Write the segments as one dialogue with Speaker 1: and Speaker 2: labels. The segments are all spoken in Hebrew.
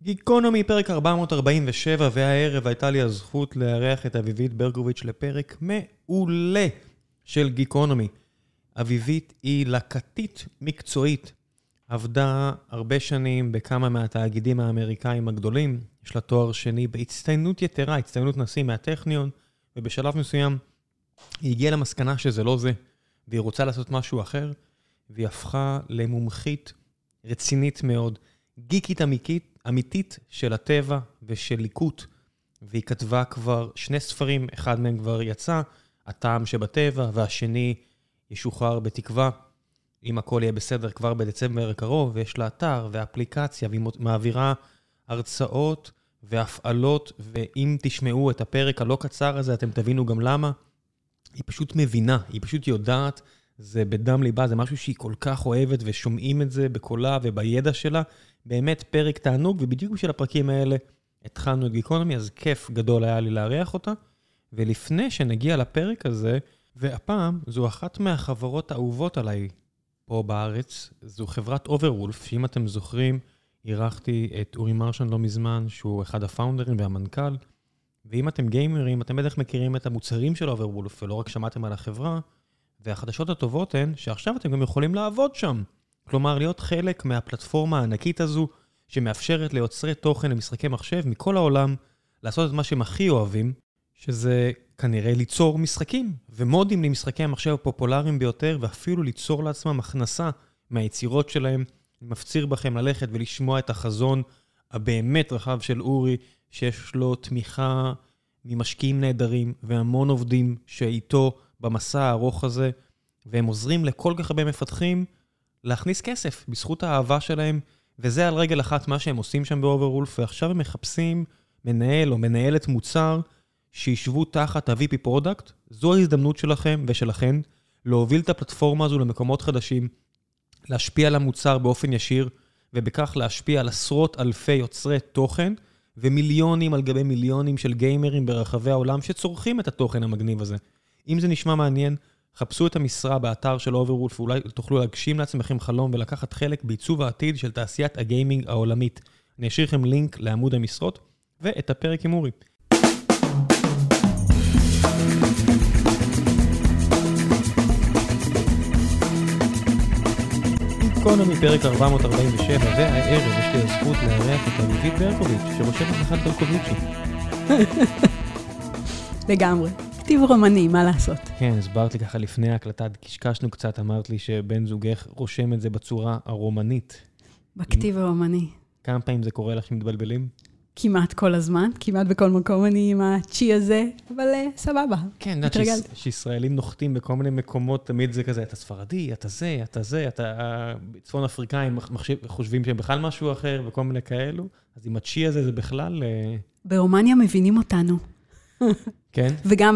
Speaker 1: גיקונומי, פרק 447, והערב הייתה לי הזכות לארח את אביבית ברקוביץ' לפרק מעולה של גיקונומי. אביבית היא לקטית מקצועית, עבדה הרבה שנים בכמה מהתאגידים האמריקאים הגדולים, יש לה תואר שני בהצטיינות יתרה, הצטיינות נשיא מהטכניון, ובשלב מסוים היא הגיעה למסקנה שזה לא זה, והיא רוצה לעשות משהו אחר, והיא הפכה למומחית רצינית מאוד, גיקית אמיתית של הטבע ושל ליקוט, והיא כתבה כבר 2 ספרים, אחד מהם כבר יצא, הטעם שבטבע, והשני ישוחרר בתקווה, אם הכל יהיה בסדר כבר בדצמבר הקרוב, ויש לה אתר ואפליקציה, והיא מעבירה הרצאות והפעלות, ואם תשמעו את הפרק הלא קצר הזה, אתם תבינו גם למה. היא פשוט מבינה, היא פשוט יודעת, זה בדם ליבה, זה משהו שהיא כל כך אוהבת, ושומעים את זה בקולה ובידע שלה, באמת פרק תענוג, ובדיוק בשביל הפרקים האלה התחלנו את גיקונומי, אז כיף גדול היה לי לארח אותה, ולפני שנגיע לפרק הזה, והפעם זו אחת מהחברות האהובות עליי פה בארץ, זו חברת אוברוולף, שאם אתם זוכרים, אירחתי את אורי מרשן לא מזמן, שהוא אחד הפאונדרים והמנכ"ל, ואם אתם גיימרים, אתם בטח מכירים את המוצרים של אוברוולף, ולא רק שמעתם על החברה, והחדשות הטובות הן שעכשיו אתם גם יכולים לעבוד שם. כלומר, להיות חלק מהפלטפורמה הענקית הזו, שמאפשרת ליוצרי תוכן למשחקי מחשב מכל העולם, לעשות את מה שהם הכי אוהבים, שזה כנראה ליצור משחקים, ומודים למשחקי המחשב הפופולריים ביותר, ואפילו ליצור לעצמם הכנסה מהיצירות שלהם. אני מפציר בכם ללכת ולשמוע את החזון הבאמת רחב של אורי, שיש לו תמיכה ממשקיעים נהדרים, והמון עובדים שאיתו במסע הארוך הזה, והם עוזרים לכל כך הרבה מפתחים להכניס כסף בזכות האהבה שלהם, וזה על רגל אחת מה שהם עושים שם באוברוולף, ועכשיו הם מחפשים מנהל או מנהלת מוצר שישבו תחת ה-VP פרודקט. זו ההזדמנות שלכם ושלכן להוביל את הפלטפורמה הזו למקומות חדשים, להשפיע על המוצר באופן ישיר, ובכך להשפיע על עשרות אלפי יוצרי תוכן, ומיליונים על גבי מיליונים של גיימרים ברחבי העולם שצורכים את התוכן המגניב הזה. אם זה נשמע מעניין, חפשו את המשרה באתר של אוברוולף, ואולי תוכלו להגשים לעצמכם חלום ולקחת חלק בעיצוב העתיד של תעשיית הגיימינג העולמית. אני אשאיר לכם לינק לעמוד המשרות, ואת הפרק עם אורי. גיקונומי פרק 447, והערב יש לי הזכות לארח את אביבית ברקוביץ', שרושמת לך ברקוביצ'י.
Speaker 2: לגמרי. כתיב רומני, מה לעשות?
Speaker 1: כן, הסברת לי ככה לפני ההקלטה, קשקשנו קצת, אמרת לי שבן זוגך רושם את זה בצורה הרומנית.
Speaker 2: בכתיב הרומני.
Speaker 1: כמה פעמים זה קורה לך שמתבלבלים?
Speaker 2: כמעט כל הזמן, כמעט בכל מקום אני עם הצ'י הזה, אבל סבבה.
Speaker 1: כן, שישראלים נוחתים בכל מיני מקומות, תמיד זה כזה, אתה ספרדי, אתה זה, אתה צפון אפריקאים חושבים שהם בכלל משהו אחר, וכל מיני כאלו, אז עם הצ'י הזה זה בכלל...
Speaker 2: ברומניה מבינים אותנו.
Speaker 1: כן?
Speaker 2: וגם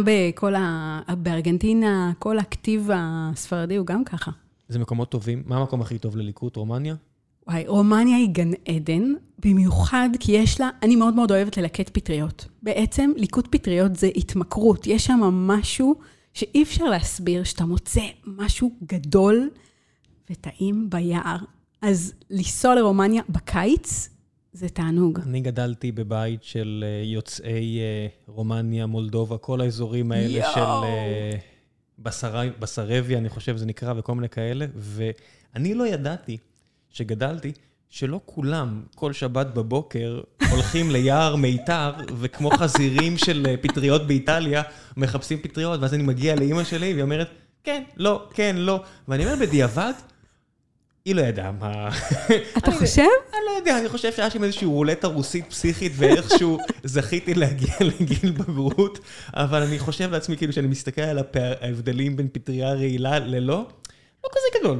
Speaker 2: בארגנטינה, כל הכתיב הספרדי הוא גם ככה.
Speaker 1: זה מקומות טובים. מה המקום הכי טוב לליקוט? רומניה?
Speaker 2: וואי, רומניה היא גן עדן, במיוחד כי יש לה, אני מאוד מאוד אוהבת ללקט פטריות. בעצם ליקוט פטריות זה התמכרות. יש שם משהו שאי אפשר להסביר, שאתה מוצא משהו גדול וטעים ביער. אז לנסוע לרומניה בקיץ, זה תענוג.
Speaker 1: אני גדלתי בבית של יוצאי רומניה, מולדובה, כל האזורים האלה של בסרביה, אני חושב זה נקרא, וכל מיני כאלה, ואני לא ידעתי שגדלתי, שלא כולם כל שבת בבוקר הולכים ליער מיתר, וכמו חזירים של פטריות באיטליה, מחפשים פטריות, ואז אני מגיע לאמא שלי, והיא אומרת, כן, לא, כן, לא, ואני אומר בדיעבד, היא לא ידעה מה...
Speaker 2: אתה חושב?
Speaker 1: אני לא יודע, אני חושב שהיה שם איזושהי רולטה רוסית פסיכית, ואיכשהו זכיתי להגיע לגיל בגרות, אבל אני חושב לעצמי כאילו שאני מסתכל על ההבדלים בין פטריה רעילה ללא, לא כזה גדול.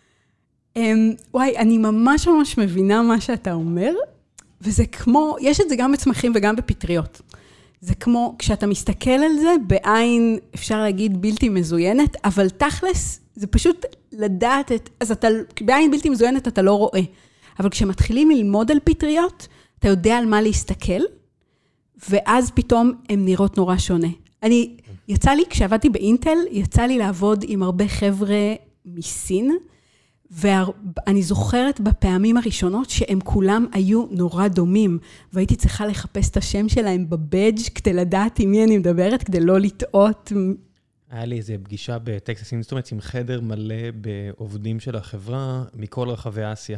Speaker 2: וואי, אני ממש ממש מבינה מה שאתה אומר, וזה כמו, יש את זה גם בצמחים וגם בפטריות. זה כמו, כשאתה מסתכל על זה, בעין, אפשר להגיד, בלתי מזוינת, אבל תכלס, זה פשוט לדעת אז אתה, בעין בלתי מזוינת אתה לא רואה. אבל כשמתחילים ללמוד על פטריות, אתה יודע על מה להסתכל, ואז פתאום הן נראות נורא שונה. יצא לי, כשעבדתי באינטל, יצא לי לעבוד עם הרבה חבר'ה מסין, ואני זוכרת בפעמים הראשונות שהם כולם היו נורא דומים, והייתי צריכה לחפש את השם שלהם בבדג' כדי לדעת עם מי אני מדברת, כדי לא לטעות.
Speaker 1: היה לי איזו פגישה בטקסס אינסטרומנטס עם חדר מלא בעובדים של החברה מכל רחבי אסיה.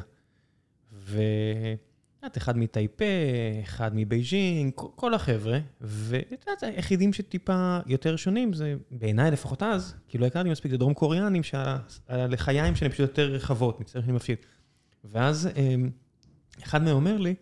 Speaker 1: אחד מטייפה, אחד מבייג'ינג, כל החבר'ה, ואת יודעת, היחידים שטיפה יותר שונים, זה בעיניי לפחות אז, כי לא הכרתי מספיק, זה דרום קוריאנים, לחיים שלהם פשוט יותר רחבות, מצטער שאני מפשיט. ואז אחד מהם אומר לי,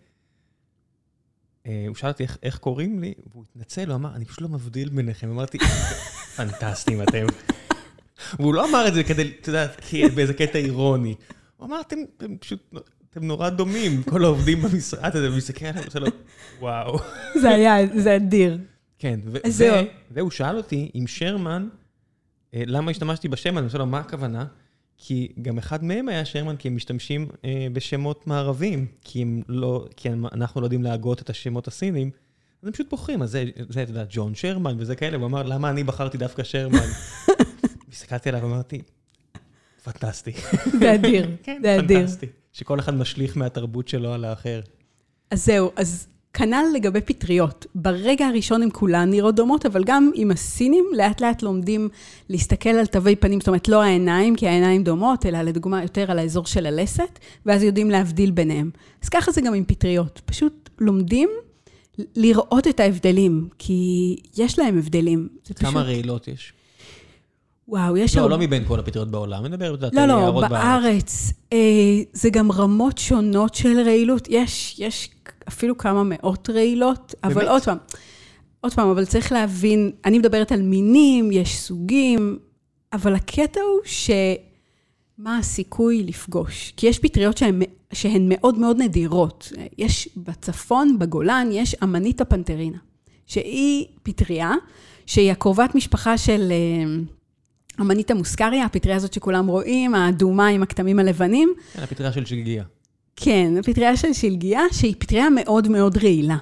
Speaker 1: הוא שאל אותי איך קוראים לי, והוא התנצל, הוא אמר, אני פשוט לא מבדיל ביניכם, אמרתי, פנטסטיים אתם. והוא לא אמר את זה כדי, אתה יודע, באיזה קטע אירוני. הוא אמר, אתם פשוט... אתם נורא דומים, כל העובדים במשרד, אתם מסתכל עליהם, שלא, וואו.
Speaker 2: זה אדיר.
Speaker 1: כן, והוא שאל אותי, עם שרמן, למה השתמשתי בשרמן? אני חושב לו, מה הכוונה? כי גם אחד מהם היה שרמן, כי הם משתמשים בשמות מערבים, כי אנחנו לא יודעים להגות את השמות הסינים, אז הם פשוט בוחרים, אז זה, אתה יודע, ג'ון שרמן וזה כאלה, הוא אמר, למה אני בחרתי דווקא שרמן? הסתכלתי עליו ואמרתי, פנטסטי.
Speaker 2: זה אדיר, זה אדיר.
Speaker 1: פנטסטי. שכל אחד משליך מהתרבות שלו על האחר.
Speaker 2: אז זהו, אז כנ"ל לגבי פטריות. ברגע הראשון הם כולן נראות דומות, אבל גם עם הסינים לאט לאט לומדים להסתכל על תווי פנים, זאת אומרת לא העיניים, כי העיניים דומות, אלא לדוגמה יותר על האזור של הלסת, ואז יודעים להבדיל ביניהם. אז ככה זה גם עם פטריות. פשוט לומדים לראות את ההבדלים, כי יש להם הבדלים.
Speaker 1: כמה רעילות יש?
Speaker 2: וואו, יש...
Speaker 1: לא מבין כל הפטריות בעולם, נדבר על
Speaker 2: לא, בארץ. זה גם רמות שונות של רעילות. יש אפילו כמה מאות רעילות, אבל עוד פעם, אבל צריך להבין, אני מדברת על מינים, יש סוגים, אבל הקטע הוא מה הסיכוי לפגוש? כי יש פטריות שהן מאוד מאוד נדירות. יש בצפון, בגולן, יש אמנית הפנטרינה, שהיא פטריה, שהיא הקרובת משפחה של... אמנית המוסקריה, הפטריה הזאת שכולם רואים, האדומה עם הכתמים הלבנים.
Speaker 1: כן, הפטריה של שלגיה.
Speaker 2: כן, הפטריה של שלגיה, שהיא פטריה מאוד מאוד רעילה.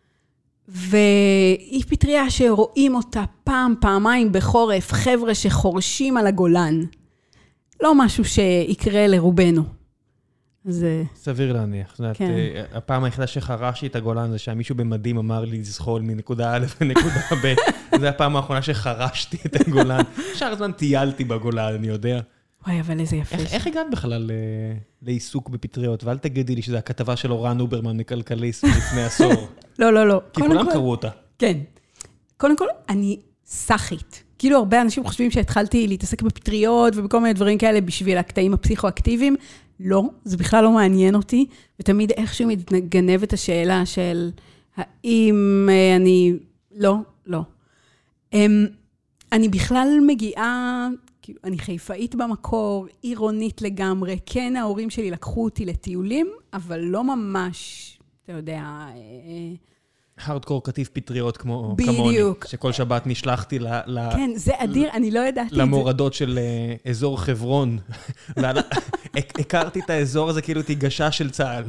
Speaker 2: והיא פטריה שרואים אותה פעמיים בחורף, חבר'ה שחורשים על הגולן. לא משהו שיקרה לרובנו.
Speaker 1: סביר להניח. הפעם היחידה שחרשתי את הגולן זה שהמישהו במדים אמר לי לזחול מנקודה א' לנקודה ב'. זה הפעם האחרונה שחרשתי את הגולן. שער הזמן טיילתי בגולן, אני יודע.
Speaker 2: וואי, אבל איזה יפה.
Speaker 1: איך הגעת בכלל לעיסוק בפטריות? ואל תגידי לי שזו הכתבה של אורן אוברמן מכלכליסט לפני עשור.
Speaker 2: לא.
Speaker 1: כי כולם קראו אותה.
Speaker 2: כן. קודם כל, אני סחית. כאילו הרבה אנשים חושבים שהתחלתי להתעסק בפטריות ובכל מיני דברים כאלה בשביל הקטעים הפסיכואקטיביים. לא, זה בכלל לא מעניין אותי, ותמיד איכשהו מתגנב את השאלה של האם אני... לא. אני בכלל מגיעה, כאילו, אני חיפאית במקור, עירונית לגמרי, כן ההורים שלי לקחו אותי לטיולים, אבל לא ממש, אתה יודע...
Speaker 1: הארדקור כתיב פטריות כמוני, שכל שבת נשלחתי
Speaker 2: כן, זה אדיר, אני לא ידעתי את זה.
Speaker 1: למורדות של אזור חברון. הכרתי את האזור הזה כאילו תיגשה של צה"ל.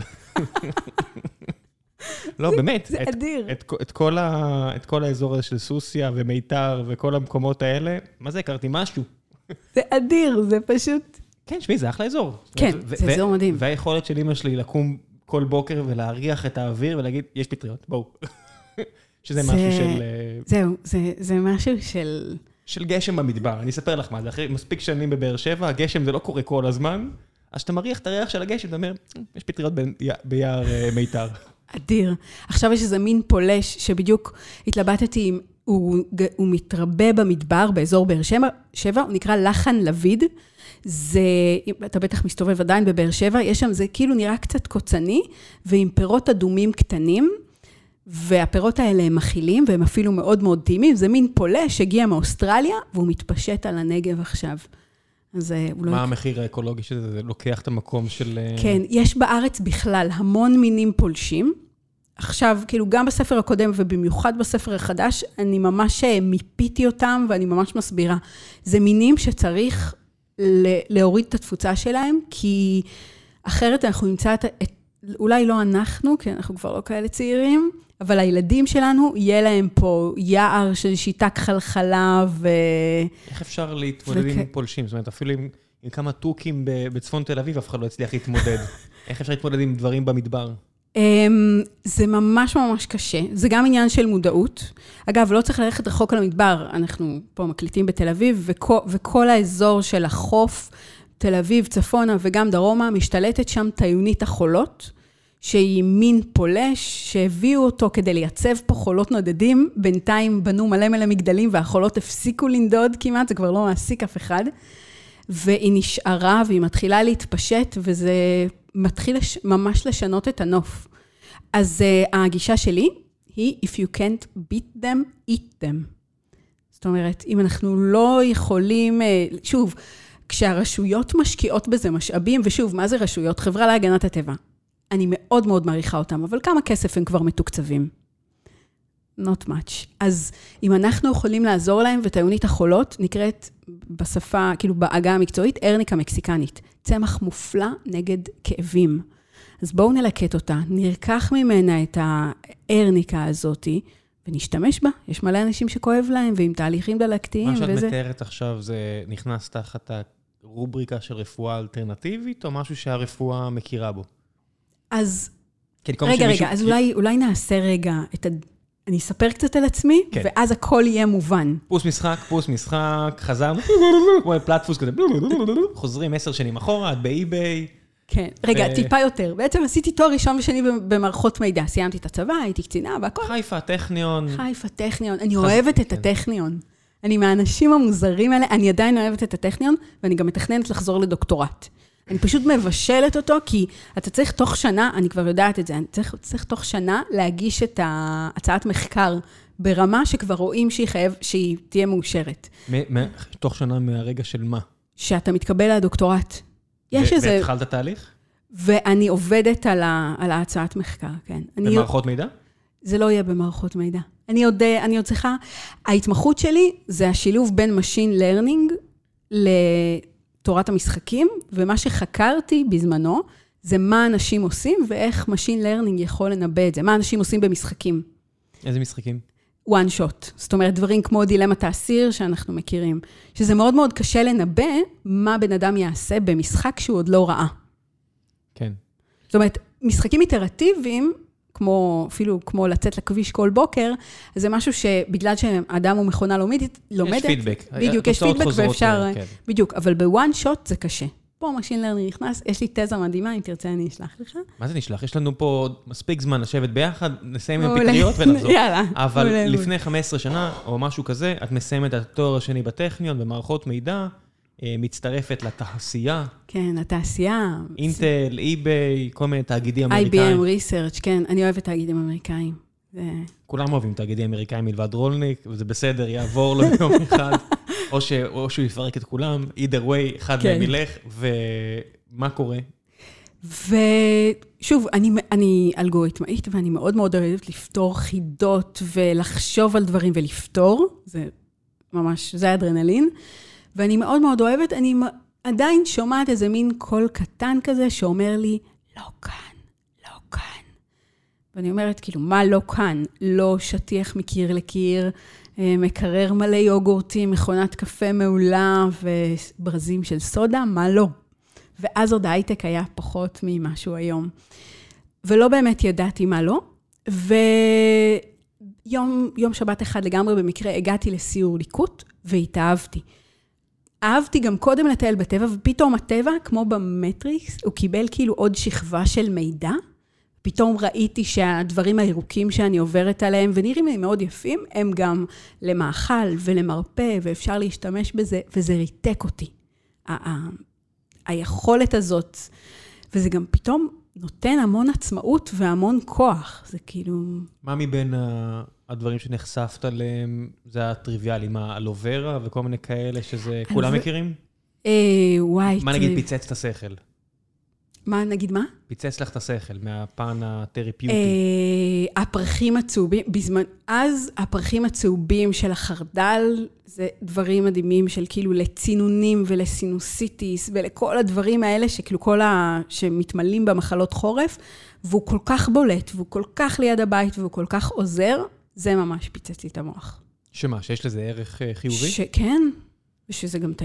Speaker 1: לא, באמת.
Speaker 2: זה אדיר.
Speaker 1: את כל האזור הזה של סוסיה ומיתר וכל המקומות האלה, מה זה הכרתי? משהו.
Speaker 2: זה אדיר, זה פשוט...
Speaker 1: כן, שמי, זה אחלה אזור.
Speaker 2: כן, זה אזור מדהים.
Speaker 1: והיכולת של אמא שלי לקום כל בוקר ולהריח את האוויר ולהגיד, יש פטריות, בואו. שזה משהו של...
Speaker 2: זהו, זה משהו של...
Speaker 1: של גשם במדבר. אני אספר לך מה זה. אחרי מספיק שנים בבאר שבע, הגשם זה לא קורה כל הזמן, אז שאתה מריח את הריח של הגשם, אתה אומר, יש פטריות ביער מיתר.
Speaker 2: אדיר. עכשיו יש איזה מין פולש שבדיוק התלבטתי עם... הוא מתרבה במדבר באזור באר שבע, הוא נקרא לחן לויד. זה, אתה בטח מסתובב עדיין בבאר שבע, יש שם, זה כאילו נראה קצת קוצני, ועם פירות אדומים קטנים, והפירות האלה הם מכילים, והם אפילו מאוד מאוד טעימים. זה מין פולש שהגיע מאוסטרליה, והוא מתפשט על הנגב עכשיו. אז
Speaker 1: מה המחיר האקולוגי שזה? זה לוקח את המקום של...
Speaker 2: כן, יש בארץ בכלל המון מינים פולשים. עכשיו, כאילו גם בספר הקודם ובמיוחד בספר החדש, אני ממש מיפיתי אותם ואני ממש מסבירה. זה מינים שצריך להוריד את התפוצה שלהם, כי אחרת אנחנו נמצא אולי לא אנחנו, כי אנחנו כבר לא כאלה צעירים, אבל הילדים שלנו, יהיה להם פה יער של שיטה כחלחלה
Speaker 1: איך אפשר להתמודד עם פולשים? זאת אומרת, אפילו עם כמה טוקים בצפון תל אביב, אף אחד לא הצליח להתמודד. איך אפשר להתמודד עם דברים במדבר?
Speaker 2: זה ממש ממש קשה. זה גם עניין של מודעות. אגב, לא צריך ללכת רחוק על המדבר. אנחנו פה מקליטים בתל אביב, וכל האזור של החוף, תל אביב, צפונה וגם דרומה, משתלטת שם טיונית החולות, שהיא מין פולש, שהביאו אותו כדי לייצב פה חולות נודדים, בינתיים בנו מלא מלא מגדלים, והחולות הפסיקו לנדוד כמעט, זה כבר לא מעסיק אף אחד, והיא נשארה, והיא מתחילה להתפשט, וזה מתחיל ממש לשנות את הנוף. אז הגישה שלי היא, if you can't beat them, eat them. זאת אומרת, אם אנחנו לא יכולים, שוב, כשהרשויות משקיעות בזה משאבים, ושוב, מה זה רשויות? חברה להגנת הטבע. אני מאוד מאוד מעריכה אותם, אבל כמה כסף הם כבר מתוקצבים? Not much. אז אם אנחנו יכולים לעזור להם, וטיונית החולות נקראת בשפה, כאילו בעגה המקצועית, ארניקה מקסיקנית. צמח מופלא נגד כאבים. אז בואו נלקט אותה, נרקח ממנה את הארניקה הזאת, ונשתמש בה. יש מלא אנשים שכואב להם, ועם תהליכים דלקתיים.
Speaker 1: מה שאת מתארת עכשיו, זה נכנס תחת הרובריקה של רפואה אלטרנטיבית, או משהו שהרפואה מכירה בו?
Speaker 2: אז, רגע, אז אולי נעשה רגע אני אספר קצת על עצמי, ואז הכל יהיה מובן.
Speaker 1: פוס משחק, חזרנו, כמו פלטפוס כזה, חוזרים 10 שנים אחורה, עד באי-ביי.
Speaker 2: כן, רגע, טיפה יותר. בעצם עשיתי תואר ראשון ושני במערכות מידע. סיימתי את הצבא, הייתי קצינה והכל.
Speaker 1: חיפה, טכניון.
Speaker 2: אני אוהבת את הטכניון. אני מהאנשים המוזרים האלה, אני עדיין אוהבת את הטכניון, ואני גם מתכננת לחזור לדוקטורט. אני פשוט מבשלת אותו, כי אתה צריך תוך שנה, אני כבר יודעת את זה, אני צריך תוך שנה להגיש את הצעת מחקר ברמה שכבר רואים שהיא תהיה מאושרת.
Speaker 1: תוך שנה מהרגע של מה?
Speaker 2: שאתה מתקבל לדוקטורט.
Speaker 1: והתחלת התהליך?
Speaker 2: ואני עובדת על ההצעת מחקר, כן.
Speaker 1: במערכות מידע?
Speaker 2: זה לא יהיה במערכות מידע. אני עוד צריכה, ההתמחות שלי זה השילוב בין Machine Learning לתורת המשחקים, ומה שחקרתי בזמנו, זה מה אנשים עושים, ואיך Machine Learning יכול לנבא את זה. מה אנשים עושים במשחקים.
Speaker 1: איזה משחקים?
Speaker 2: one shot. זאת אומרת, דברים כמו דילמת האסיר שאנחנו מכירים. שזה מאוד מאוד קשה לנבא מה בן אדם יעשה במשחק שהוא עוד לא ראה.
Speaker 1: כן.
Speaker 2: זאת אומרת, משחקים איטרטיביים, אפילו כמו לצאת לכביש כל בוקר, זה משהו שבגלל שאדם הוא מכונה לומדת,
Speaker 1: יש פידבק.
Speaker 2: בדיוק, יש פידבק ואפשר, בדיוק, אבל בוואן שוט זה קשה. פה Machine Learning נכנס, יש לי תזה מדהימה, אם תרצה אני אשלח לך.
Speaker 1: מה זה נשלח? יש לנו פה מספיק זמן לשבת ביחד, נסיים עם הפטריות ונחזור.
Speaker 2: יאללה.
Speaker 1: אבל לפני 15 שנה, או משהו כזה, את מסיימת את התואר השני בטכניון, במערכות מידע, מצטרפת לתעשייה.
Speaker 2: כן, התעשייה.
Speaker 1: אינטל, אי-ביי, כל מיני תאגידים אמריקאים.
Speaker 2: IBM, ריסרצ', כן, אני אוהבת תאגידים אמריקאים.
Speaker 1: כולם אוהבים תאגידים אמריקאים מלבד רולניק, וזה בסדר, יעבור לו יום אחד, או שהוא יפרק את כולם, either way, אחד מהם ילך, ומה קורה?
Speaker 2: ושוב, אני אלגוריתמאית, ואני מאוד מאוד אוהבת לפתור חידות, ולחשוב על דברים ולפתור, זה ממש, זה אדרנלין, ואני מאוד מאוד אוהבת, אני עדיין שומעת איזה מין קול קטן כזה, שאומר לי, לא כאן, לא כאן. ואני אומרת, כאילו, מה לא כאן? לא שטיח מקיר לקיר, מקרר מלא יוגורטים, מכונת קפה מעולה, וברזים של סודה, מה לא? ואז עוד ההייטק היה פחות ממשהו היום. ולא באמת ידעתי מה לא, ויום שבת אחד לגמרי במקרה הגעתי לסיור ליקוט, והתאהבתי. אהבתי גם קודם לטייל בטבע, ופתאום הטבע, כמו במטריקס, הוא קיבל כאילו עוד שכבה של מידע. פתאום ראיתי שהדברים הירוקים שאני עוברת עליהם, ונראים לי מאוד יפים, הם גם למאכל ולמרפא, ואפשר להשתמש בזה, וזה ריתק אותי. היכולת הזאת, וזה גם פתאום נותן המון עצמאות והמון כוח. זה כאילו...
Speaker 1: מה מבין הדברים שנחשפת עליהם, זה הטריוויאלי, מה, אלוברה וכל מיני כאלה שזה כולם מכירים?
Speaker 2: וואי.
Speaker 1: מה נגיד פיצץ את השכל?
Speaker 2: מה נגיד מה?
Speaker 1: פיצץ לך את השכל מהפן התרפיוטי.
Speaker 2: הפרחים הצהובים, אז הפרחים הצהובים של החרדל, זה דברים מדהימים של כאילו לצינונים ולסינוסיטיס, ולכל הדברים האלה שכאילו שמתמלאים במחלות חורף, והוא כל כך בולט, והוא כל כך ליד הבית, והוא כל כך עוזר, זה ממש פיצץ לי את המוח.
Speaker 1: שמה, שיש לזה ערך חיובי?
Speaker 2: כן, ושזה גם טעים.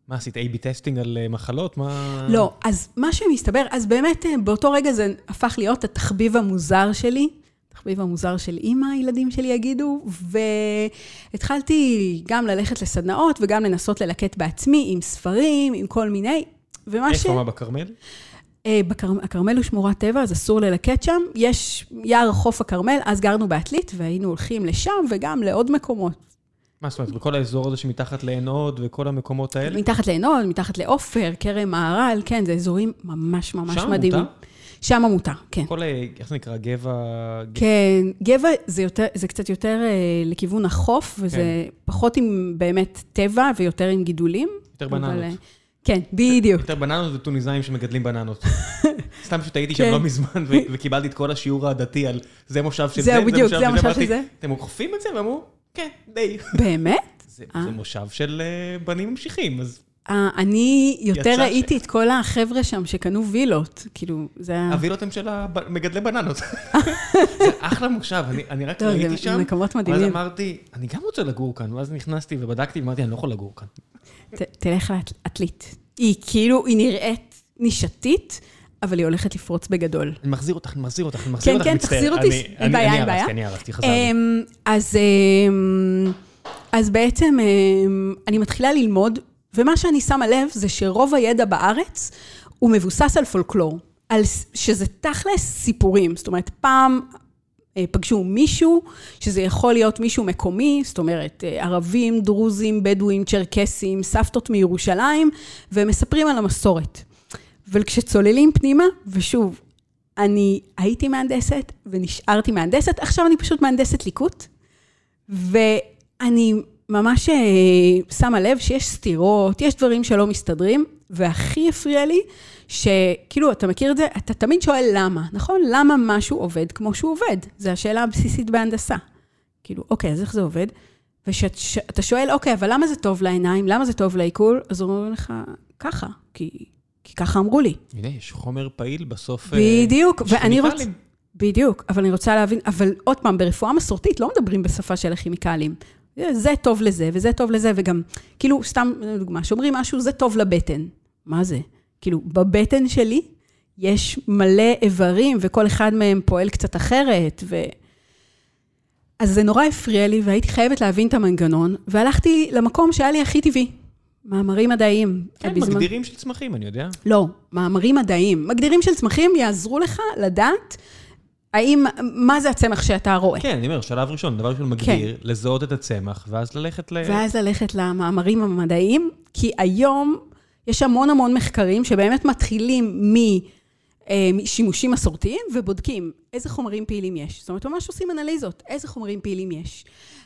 Speaker 1: מה עשית? A-B טסטינג על מחלות? מה...
Speaker 2: לא, אז מה שמסתבר, אז באמת באותו רגע זה הפך להיות התחביב המוזר שלי, התחביב המוזר של אמא, הילדים שלי יגידו, והתחלתי גם ללכת לסדנאות וגם לנסות ללקט בעצמי עם ספרים, עם כל מיני,
Speaker 1: איפה מה בכרמל?
Speaker 2: הכרמל הוא שמורת טבע, אז אסור ללקט שם. יש יער חוף הכרמל, אז גרנו בעתלית, והיינו הולכים לשם וגם לעוד מקומות.
Speaker 1: מה זאת אומרת? בכל האזור הזה שמתחת לעין הוד וכל המקומות האלה?
Speaker 2: מתחת לעין הוד, מתחת לעופר, כרם מהר"ל, כן, זה אזורים ממש ממש מדהימים. שם מותר, כן.
Speaker 1: כל, איך זה נקרא? גבע...
Speaker 2: כן, גבע זה קצת יותר לכיוון החוף, וזה פחות עם באמת טבע ויותר עם גידולים.
Speaker 1: יותר בננות.
Speaker 2: כן, בדיוק.
Speaker 1: יותר בננות וטוניסאים שמגדלים בננות. סתם שהייתי שם לא מזמן, וקיבלתי את כל השיעור העדתי על זה מושב של זה,
Speaker 2: זהו, בדיוק, זה המושב של זה.
Speaker 1: אתם אוכפים את זה? ואמרו, כן, די.
Speaker 2: באמת?
Speaker 1: זה מושב של בנים ממשיכים, אז...
Speaker 2: אני יותר ראיתי את כל החבר'ה שם שקנו וילות, כאילו, זה היה...
Speaker 1: הווילות הם של מגדלי בננות. זה אחלה מושב, אני רק ראיתי שם,
Speaker 2: זה מקומות מדהימים.
Speaker 1: ואז אמרתי, אני גם רוצה לגור כאן, ואז נכנסתי ובדקתי, ואמרתי, אני לא יכול לגור כאן.
Speaker 2: תלך לעתלית. היא כאילו, היא נראית נישתית, אבל היא הולכת לפרוץ בגדול.
Speaker 1: אני מחזיר אותך, מצטער.
Speaker 2: כן, תחזיר אותי, אין בעיה, אין בעיה.
Speaker 1: אני הרסתי, חזרנו.
Speaker 2: אז בעצם אני מתחילה ללמוד, ומה שאני שמה לב זה שרוב הידע בארץ הוא מבוסס על פולקלור, שזה תכלס סיפורים. זאת אומרת, פעם פגשו מישהו, שזה יכול להיות מישהו מקומי, זאת אומרת, ערבים, דרוזים, בדואים, צ'רקסים, סבתות מירושלים, והם מספרים על המסורת. וכשצוללים פנימה, ושוב, אני הייתי מהנדסת ונשארתי מהנדסת, עכשיו אני פשוט מהנדסת ליקוט, ואני ממש שמה לב שיש סתירות, יש דברים שלא מסתדרים, והכי הפריע לי, שכאילו, אתה מכיר את זה, אתה תמיד שואל למה, נכון? למה משהו עובד כמו שהוא עובד? זו השאלה הבסיסית בהנדסה. כאילו, אוקיי, אז איך זה עובד? ושאתה שואל, אוקיי, אבל למה זה טוב לעיניים? למה זה טוב לעיכול? אז אומרים לך, ככה, כי ככה אמרו לי.
Speaker 1: הנה, יש חומר פעיל בסוף...
Speaker 2: בדיוק, ואני רוצה... בדיוק, אבל אני רוצה להבין, אבל עוד פעם, ברפואה מסורתית לא מדברים בשפה של הכימיקלים. זה טוב לזה, וזה טוב לזה, וגם, כאילו, סתם דוגמה, שאומרים משהו, זה טוב לבטן. מה זה? כאילו, בבטן שלי יש מלא איברים, וכל אחד מהם פועל קצת אחרת, אז זה נורא הפריע לי, והייתי חייבת להבין את המנגנון, והלכתי למקום שהיה לי הכי טבעי. מאמרים מדעיים.
Speaker 1: כן, מגדירים של צמחים, אני יודע.
Speaker 2: לא, מאמרים מדעיים. מגדירים של צמחים יעזרו לך לדעת מה זה הצמח שאתה רואה.
Speaker 1: כן, אני אומר, שלב ראשון, דבר ראשון מגדיר, לזהות את הצמח, ואז ללכת
Speaker 2: למאמרים המדעיים, כי היום יש המון מחקרים שבאמת מתחילים משימושים מסורתיים, ובודקים איזה חומרים פעילים יש. זאת אומרת, ממש עושים אנליזות, איזה חומרים פעילים יש.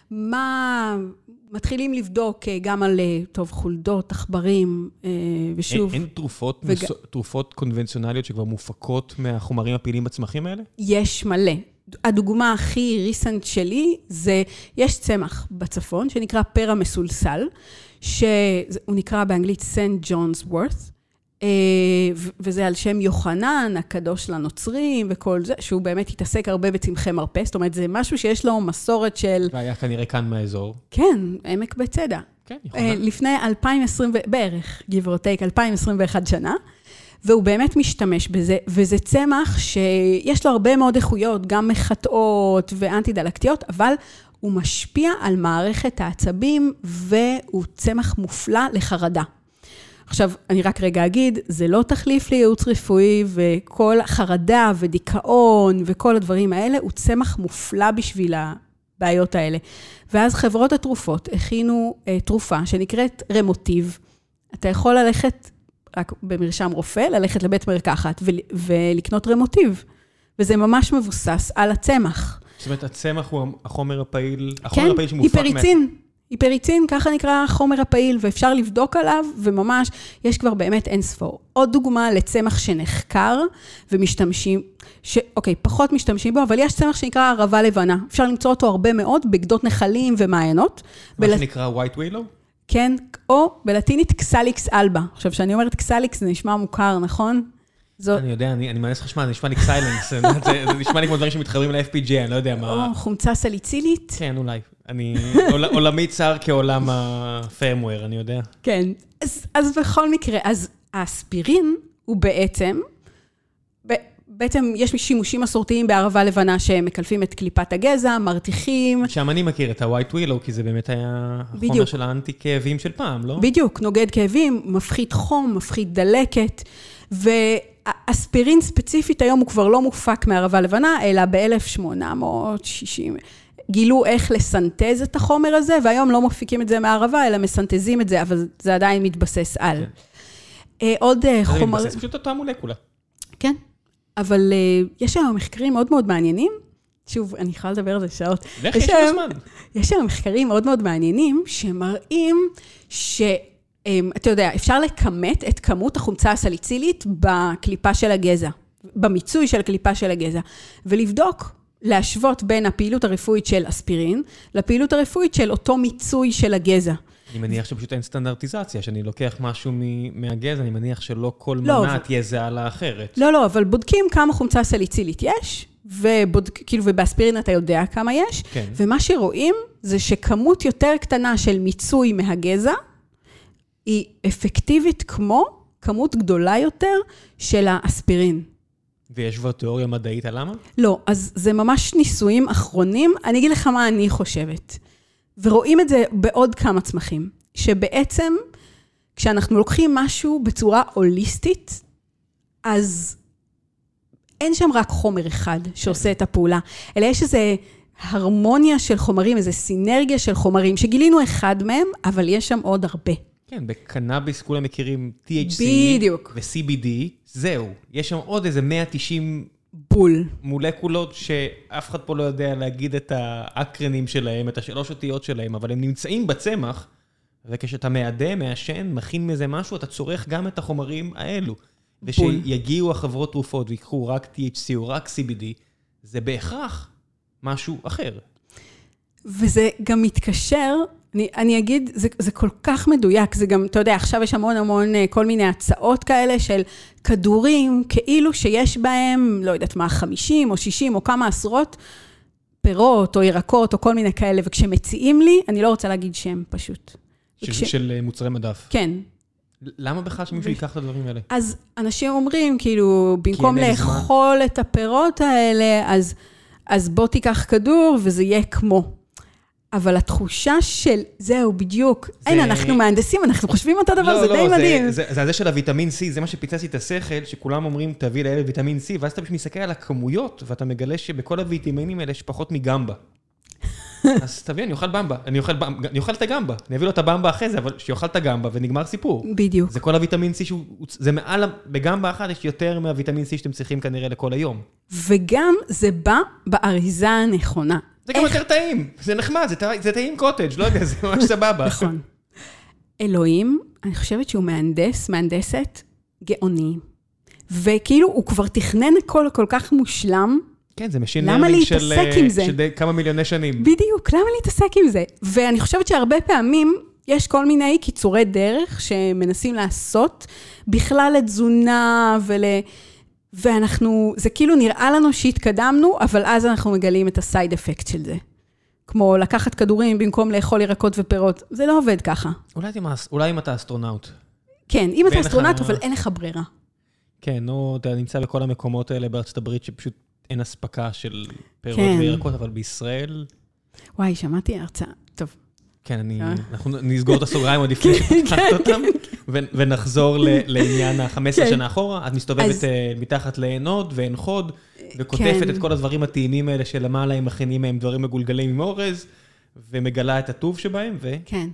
Speaker 2: מתחילים לבדוק גם על, חולדות, עכברים, ושוב...
Speaker 1: אין תרופות קונבנציונליות שכבר מופקות מהחומרים הפעילים בצמחים האלה?
Speaker 2: יש מלא. הדוגמה הכי ריסנט שלי זה, יש צמח בצפון שנקרא פרא מסולסל, שהוא נקרא באנגלית סנט ג'ונס וורת, וזה על שם יוחנן, הקדוש לנוצרים וכל זה, שהוא באמת התעסק הרבה בצמחי מרפא, זאת אומרת, זה משהו שיש לו מסורת של...
Speaker 1: והיה כנראה כאן מהאזור.
Speaker 2: כן, עמק בצדע.
Speaker 1: כן, יוחנן.
Speaker 2: לפני 2020, בערך, give or take, 2021 שנה, והוא באמת משתמש בזה, וזה צמח שיש לו הרבה מאוד איכויות, גם מחטאות ואנטי-דלקתיות, אבל הוא משפיע על מערכת העצבים, והוא צמח מופלא לחרדה. עכשיו, אני רק רגע אגיד, זה לא תחליף לייעוץ רפואי, וכל חרדה ודיכאון וכל הדברים האלה, הוא צמח מופלא בשביל הבעיות האלה. ואז חברות התרופות הכינו תרופה שנקראת רמוטיב. אתה יכול ללכת, רק במרשם רופא, ללכת לבית מרקחת ולקנות רמוטיב. וזה ממש מבוסס על הצמח.
Speaker 1: זאת אומרת, הצמח הוא החומר הפעיל,
Speaker 2: כן, היפריצין, ככה נקרא החומר הפעיל, ואפשר לבדוק עליו, וממש יש כבר באמת אין ספור. עוד דוגמה לצמח שנחקר, ומשתמשים, אוקיי, פחות משתמשים בו, אבל יש צמח שנקרא ערבה לבנה. אפשר למצוא אותו הרבה מאוד, בגדות נחלים ומעיינות.
Speaker 1: מה שנקרא white willow?
Speaker 2: כן, או בלטינית קסליקס אלבה. עכשיו, שאני אומרת קסליקס, זה נשמע מוכר, נכון?
Speaker 1: אני יודע, אני מענס חשמל, זה נשמע לי סיילנס, זה נשמע לי כמו דברים שמתחברים ל-FPGA, אני לא יודע מה...
Speaker 2: או חומצה סליצילית.
Speaker 1: כן, אולי. אני עולמי צר כעולם ה-firmware, אני יודע.
Speaker 2: כן, אז בכל מקרה, אז האספירין הוא בעצם יש שימושים מסורתיים בערבה לבנה שמקלפים את קליפת הגזע, מרתיחים.
Speaker 1: שם אני מכיר את ה-white willow, כי זה באמת היה החומר של האנטי כאבים של פעם, לא?
Speaker 2: בדיוק, נוגד כאבים, מפחית חום, מפחית דלקת, ואספירין ספציפית היום הוא כבר לא מופק מערבה לבנה, אלא ב-1860 גילו איך לסנטז את החומר הזה, והיום לא מפיקים את זה מערבה, אלא מסנטזים את זה, אבל זה עדיין מתבסס על. עוד חומר...
Speaker 1: זה מתבסס פשוט אותה מולקולה.
Speaker 2: כן. אבל יש היום מחקרים מאוד מאוד מעניינים, שוב, אני יכולה לדבר על זה שעות. יש היום מחקרים מאוד מאוד מעניינים, שמראים אתה יודע, אפשר לכמת את כמות החומצה הסליצילית בקליפה של הגזע, במיצוי של הקליפה של הגזע, ולבדוק, להשוות בין הפעילות הרפואית של אספירין, לפעילות הרפואית של אותו מיצוי של הגזע.
Speaker 1: אני מניח שפשוט אין סטנדרטיזציה, שאני לוקח משהו מהגזע, אני מניח שלא כל מנה תהיה זהה לאחרת.
Speaker 2: לא, אבל בודקים כמה חומצה סליצילית יש, ובאספירין אתה יודע כמה יש, ומה שרואים זה שכמות יותר קטנה של מיצוי מהגזע, היא אפקטיבית כמו כמות גדולה יותר של האספירין.
Speaker 1: ויש כבר תיאוריה מדעית על למה?
Speaker 2: לא, אז זה ממש ניסויים אחרונים, אני אגיד לך מה אני חושבת. ורואים את זה בעוד כמה צמחים, שבעצם כשאנחנו לוקחים משהו בצורה הוליסטית, אז אין שם רק חומר אחד שעושה את הפעולה, אלא יש איזו הרמוניה של חומרים, איזו סינרגיה של חומרים, שגילינו אחד מהם, אבל יש שם עוד הרבה.
Speaker 1: כן, בקנאביס כולם מכירים THC ו-CBD, זהו. יש שם עוד איזה 190
Speaker 2: בול.
Speaker 1: מולקולות שאף אחד פה לא יודע להגיד את האקרנים שלהם, את השלוש אותיות שלהם, אבל הם נמצאים בצמח, וכשאתה מעדה, מעשן, מכין מזה משהו, אתה צורך גם את החומרים האלו. ושיגיעו החברות תרופות ויקחו רק THC או רק CBD, זה בהכרח משהו אחר.
Speaker 2: וזה גם מתקשר, אני אגיד, זה כל כך מדויק, זה גם, אתה יודע, עכשיו יש המון כל מיני הצעות כאלה של כדורים, כאילו שיש בהם, לא יודעת מה, 50 או 60 או כמה עשרות פירות או ירקות או כל מיני כאלה, וכשמציעים לי, אני לא רוצה להגיד שם פשוט.
Speaker 1: של מוצרי מדף.
Speaker 2: כן.
Speaker 1: למה בכלל שמישהו ייקח את הדברים האלה?
Speaker 2: אז אנשים אומרים, כאילו, במקום לאכול את הפירות האלה, אז בוא תיקח כדור וזה יהיה כמו. אבל התחושה של, זהו, בדיוק, אין, אנחנו מהנדסים, אנחנו חושבים אותו דבר, זה די מדהים.
Speaker 1: זה של הוויטמין C, זה מה שפיצצתי את השכל, שכולם אומרים, תביא לילד ויטמין C, ואז אתה מסתכל על הכמויות, ואתה מגלה שבכל הוויטמינים האלה יש פחות מגמבה. אז תביא, אני אוכל במבה, אני אוכל את הגמבה, אני אביא לו את הבמבה אחרי זה, אבל שיאכל את הגמבה ונגמר סיפור.
Speaker 2: בדיוק.
Speaker 1: זה כל הוויטמין C, זה מעל, בגמבה אחת יש יותר מהוויטמין C שאתם צריכים כנראה לכל היום.
Speaker 2: וגם זה בא באריזה הנכונה.
Speaker 1: זה גם יותר טעים, זה נחמד, זה טעים קוטג', לא יודע, זה ממש סבבה.
Speaker 2: נכון. אלוהים, אני חושבת שהוא מהנדסת, גאוני. וכאילו הוא כבר תכנן הכל כל כך מושלם.
Speaker 1: כן, זה משין לרנינג של כמה מיליוני שנים.
Speaker 2: בדיוק, למה להתעסק עם זה? ואני חושבת שהרבה פעמים יש כל מיני קיצורי דרך שמנסים לעשות בכלל לתזונה ואנחנו, זה כאילו נראה לנו שהתקדמנו, אבל אז אנחנו מגלים את הסייד אפקט של זה. כמו לקחת כדורים במקום לאכול ירקות ופירות. זה לא עובד ככה.
Speaker 1: אולי אם אתה אסטרונאוט.
Speaker 2: כן, אם אתה אסטרונאוט, אבל אין לך ברירה.
Speaker 1: כן, אתה נמצא בכל המקומות האלה בארצות הברית, שפשוט אין הספקה של פירות וירקות, אבל בישראל...
Speaker 2: וואי, שמעתי הרצאה. טוב.
Speaker 1: כן, אנחנו נסגור את הסוגריים עוד לפני שפתחת אותם, ונחזור לעניין ה-15 שנה אחורה. את מסתובבת מתחת לעינות ועין חוד, וכותפת את כל הדברים הטעימים האלה שלמעלה הם מכינים מהם דברים מגולגלים עם אורז, ומגלה את הטוב שבהם,
Speaker 2: כן.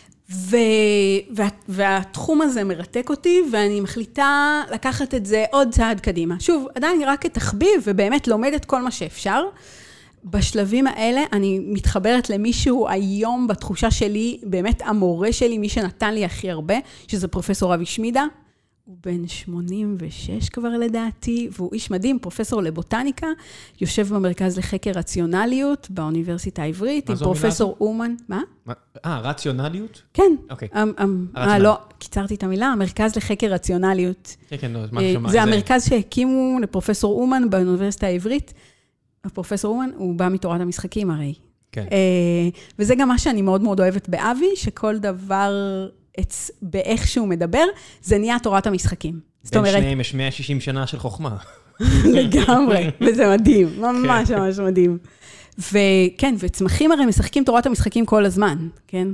Speaker 2: והתחום הזה מרתק אותי, ואני מחליטה לקחת את זה עוד צעד קדימה. שוב, עדיין רק כתחביב, ובאמת לומדת כל מה שאפשר. בשלבים האלה אני מתחברת למישהו היום בתחושה שלי, באמת המורה שלי, מי שנתן לי הכי הרבה, שזה פרופסור אבי שמידה. הוא בן 86 כבר לדעתי, והוא איש מדהים, פרופסור לבוטניקה, יושב במרכז לחקר רציונליות באוניברסיטה העברית, עם פרופסור אומן. מה?
Speaker 1: רציונליות?
Speaker 2: כן.
Speaker 1: אוקיי.
Speaker 2: לא, קיצרתי את המילה, המרכז לחקר רציונליות.
Speaker 1: כן, לא, מה ששמע.
Speaker 2: זה המרכז שהקימו לפרופסור אומן באוניברסיטה העברית. הפרופסור אומן, הוא בא מתורת המשחקים הרי.
Speaker 1: כן.
Speaker 2: וזה גם מה שאני מאוד מאוד אוהבת באבי, שכל דבר באיך שהוא מדבר, זה נהיה תורת המשחקים.
Speaker 1: בין שניהם יש 160 שנה של חוכמה.
Speaker 2: לגמרי, וזה מדהים, ממש ממש מדהים. וכן, וצמחים הרי משחקים תורת המשחקים כל הזמן, כן?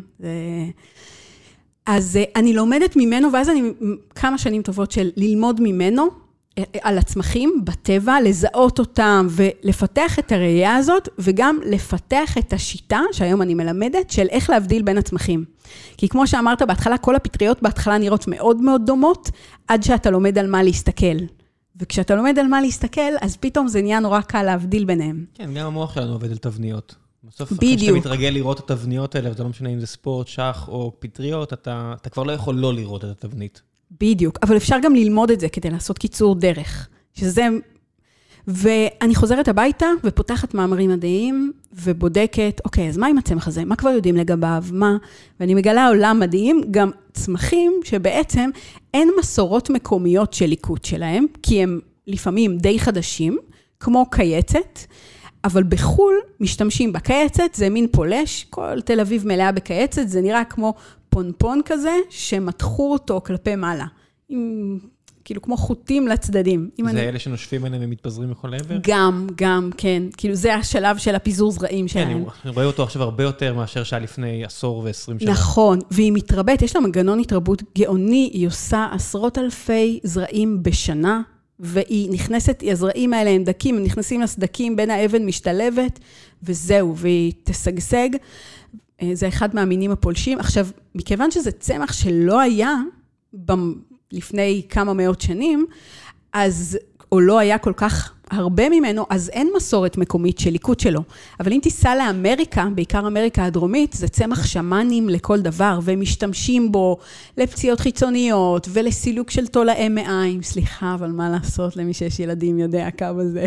Speaker 2: אז אני לומדת ממנו, ואז אני כמה שנים טובות של ללמוד ממנו, על הצמחים בטבע, לזהות אותם ולפתח את הראייה הזאת, וגם לפתח את השיטה, שהיום אני מלמדת, של איך להבדיל בין הצמחים. כי כמו שאמרת בהתחלה, כל הפטריות בהתחלה נראות מאוד מאוד דומות, עד שאתה לומד על מה להסתכל. וכשאתה לומד על מה להסתכל, אז פתאום זה נהיה נורא קל להבדיל ביניהם.
Speaker 1: כן, גם המוח שלנו עובד על תבניות. בסוף, אחרי שאתה מתרגל לראות את התבניות האלה, ואתה לא משנה אם זה ספורט, שח או פטריות, אתה כבר לא יכול לא לראות את התבנית.
Speaker 2: בדיוק, אבל אפשר גם ללמוד את זה כדי לעשות קיצור דרך. שזה... ואני חוזרת הביתה ופותחת מאמרים מדעיים, ובודקת, אוקיי, אז מה עם הצמח הזה? מה כבר יודעים לגביו? מה? ואני מגלה עולם מדהים, גם צמחים שבעצם אין מסורות מקומיות של ליקוט שלהם, כי הם לפעמים די חדשים, כמו קייצת, אבל בחול משתמשים בקייצת, זה מין פולש, כל תל אביב מלאה בקייצת, זה נראה כמו פונפון כזה, שמתחו אותו כלפי מעלה. כאילו כמו חוטים לצדדים.
Speaker 1: זה אלה שנושפים עליהם ומתפזרים בכל עבר?
Speaker 2: גם, כן. כאילו זה השלב של הפיזור זרעים שלהם.
Speaker 1: כן, אני רואה אותו עכשיו הרבה יותר מאשר שהיה לפני 10 ו-20 שנה.
Speaker 2: נכון, והיא מתרבית, יש לה מנגנון התרבות גאוני, היא עושה עשרות אלפי זרעים בשנה, והיא נכנסת, הזרעים האלה הם דקים, הם נכנסים לסדקים בין האבן משתלבת, וזהו, והיא תסגסג. זה אחד מהמינים הפולשים. עכשיו, מכיוון שזה צמח שלא היה לפני כמה מאות שנים, אז, או לא היה כל כך הרבה ממנו, אז אין מסורת מקומית של ליקוט שלו. אבל אם תיסע לאמריקה, בעיקר אמריקה הדרומית, זה צמח שמנים לכל דבר, והם משתמשים בו לפציעות חיצוניות, ולסילוק של תולעי מעיים. סליחה, אבל מה לעשות למי שיש ילדים יודע כמה זה.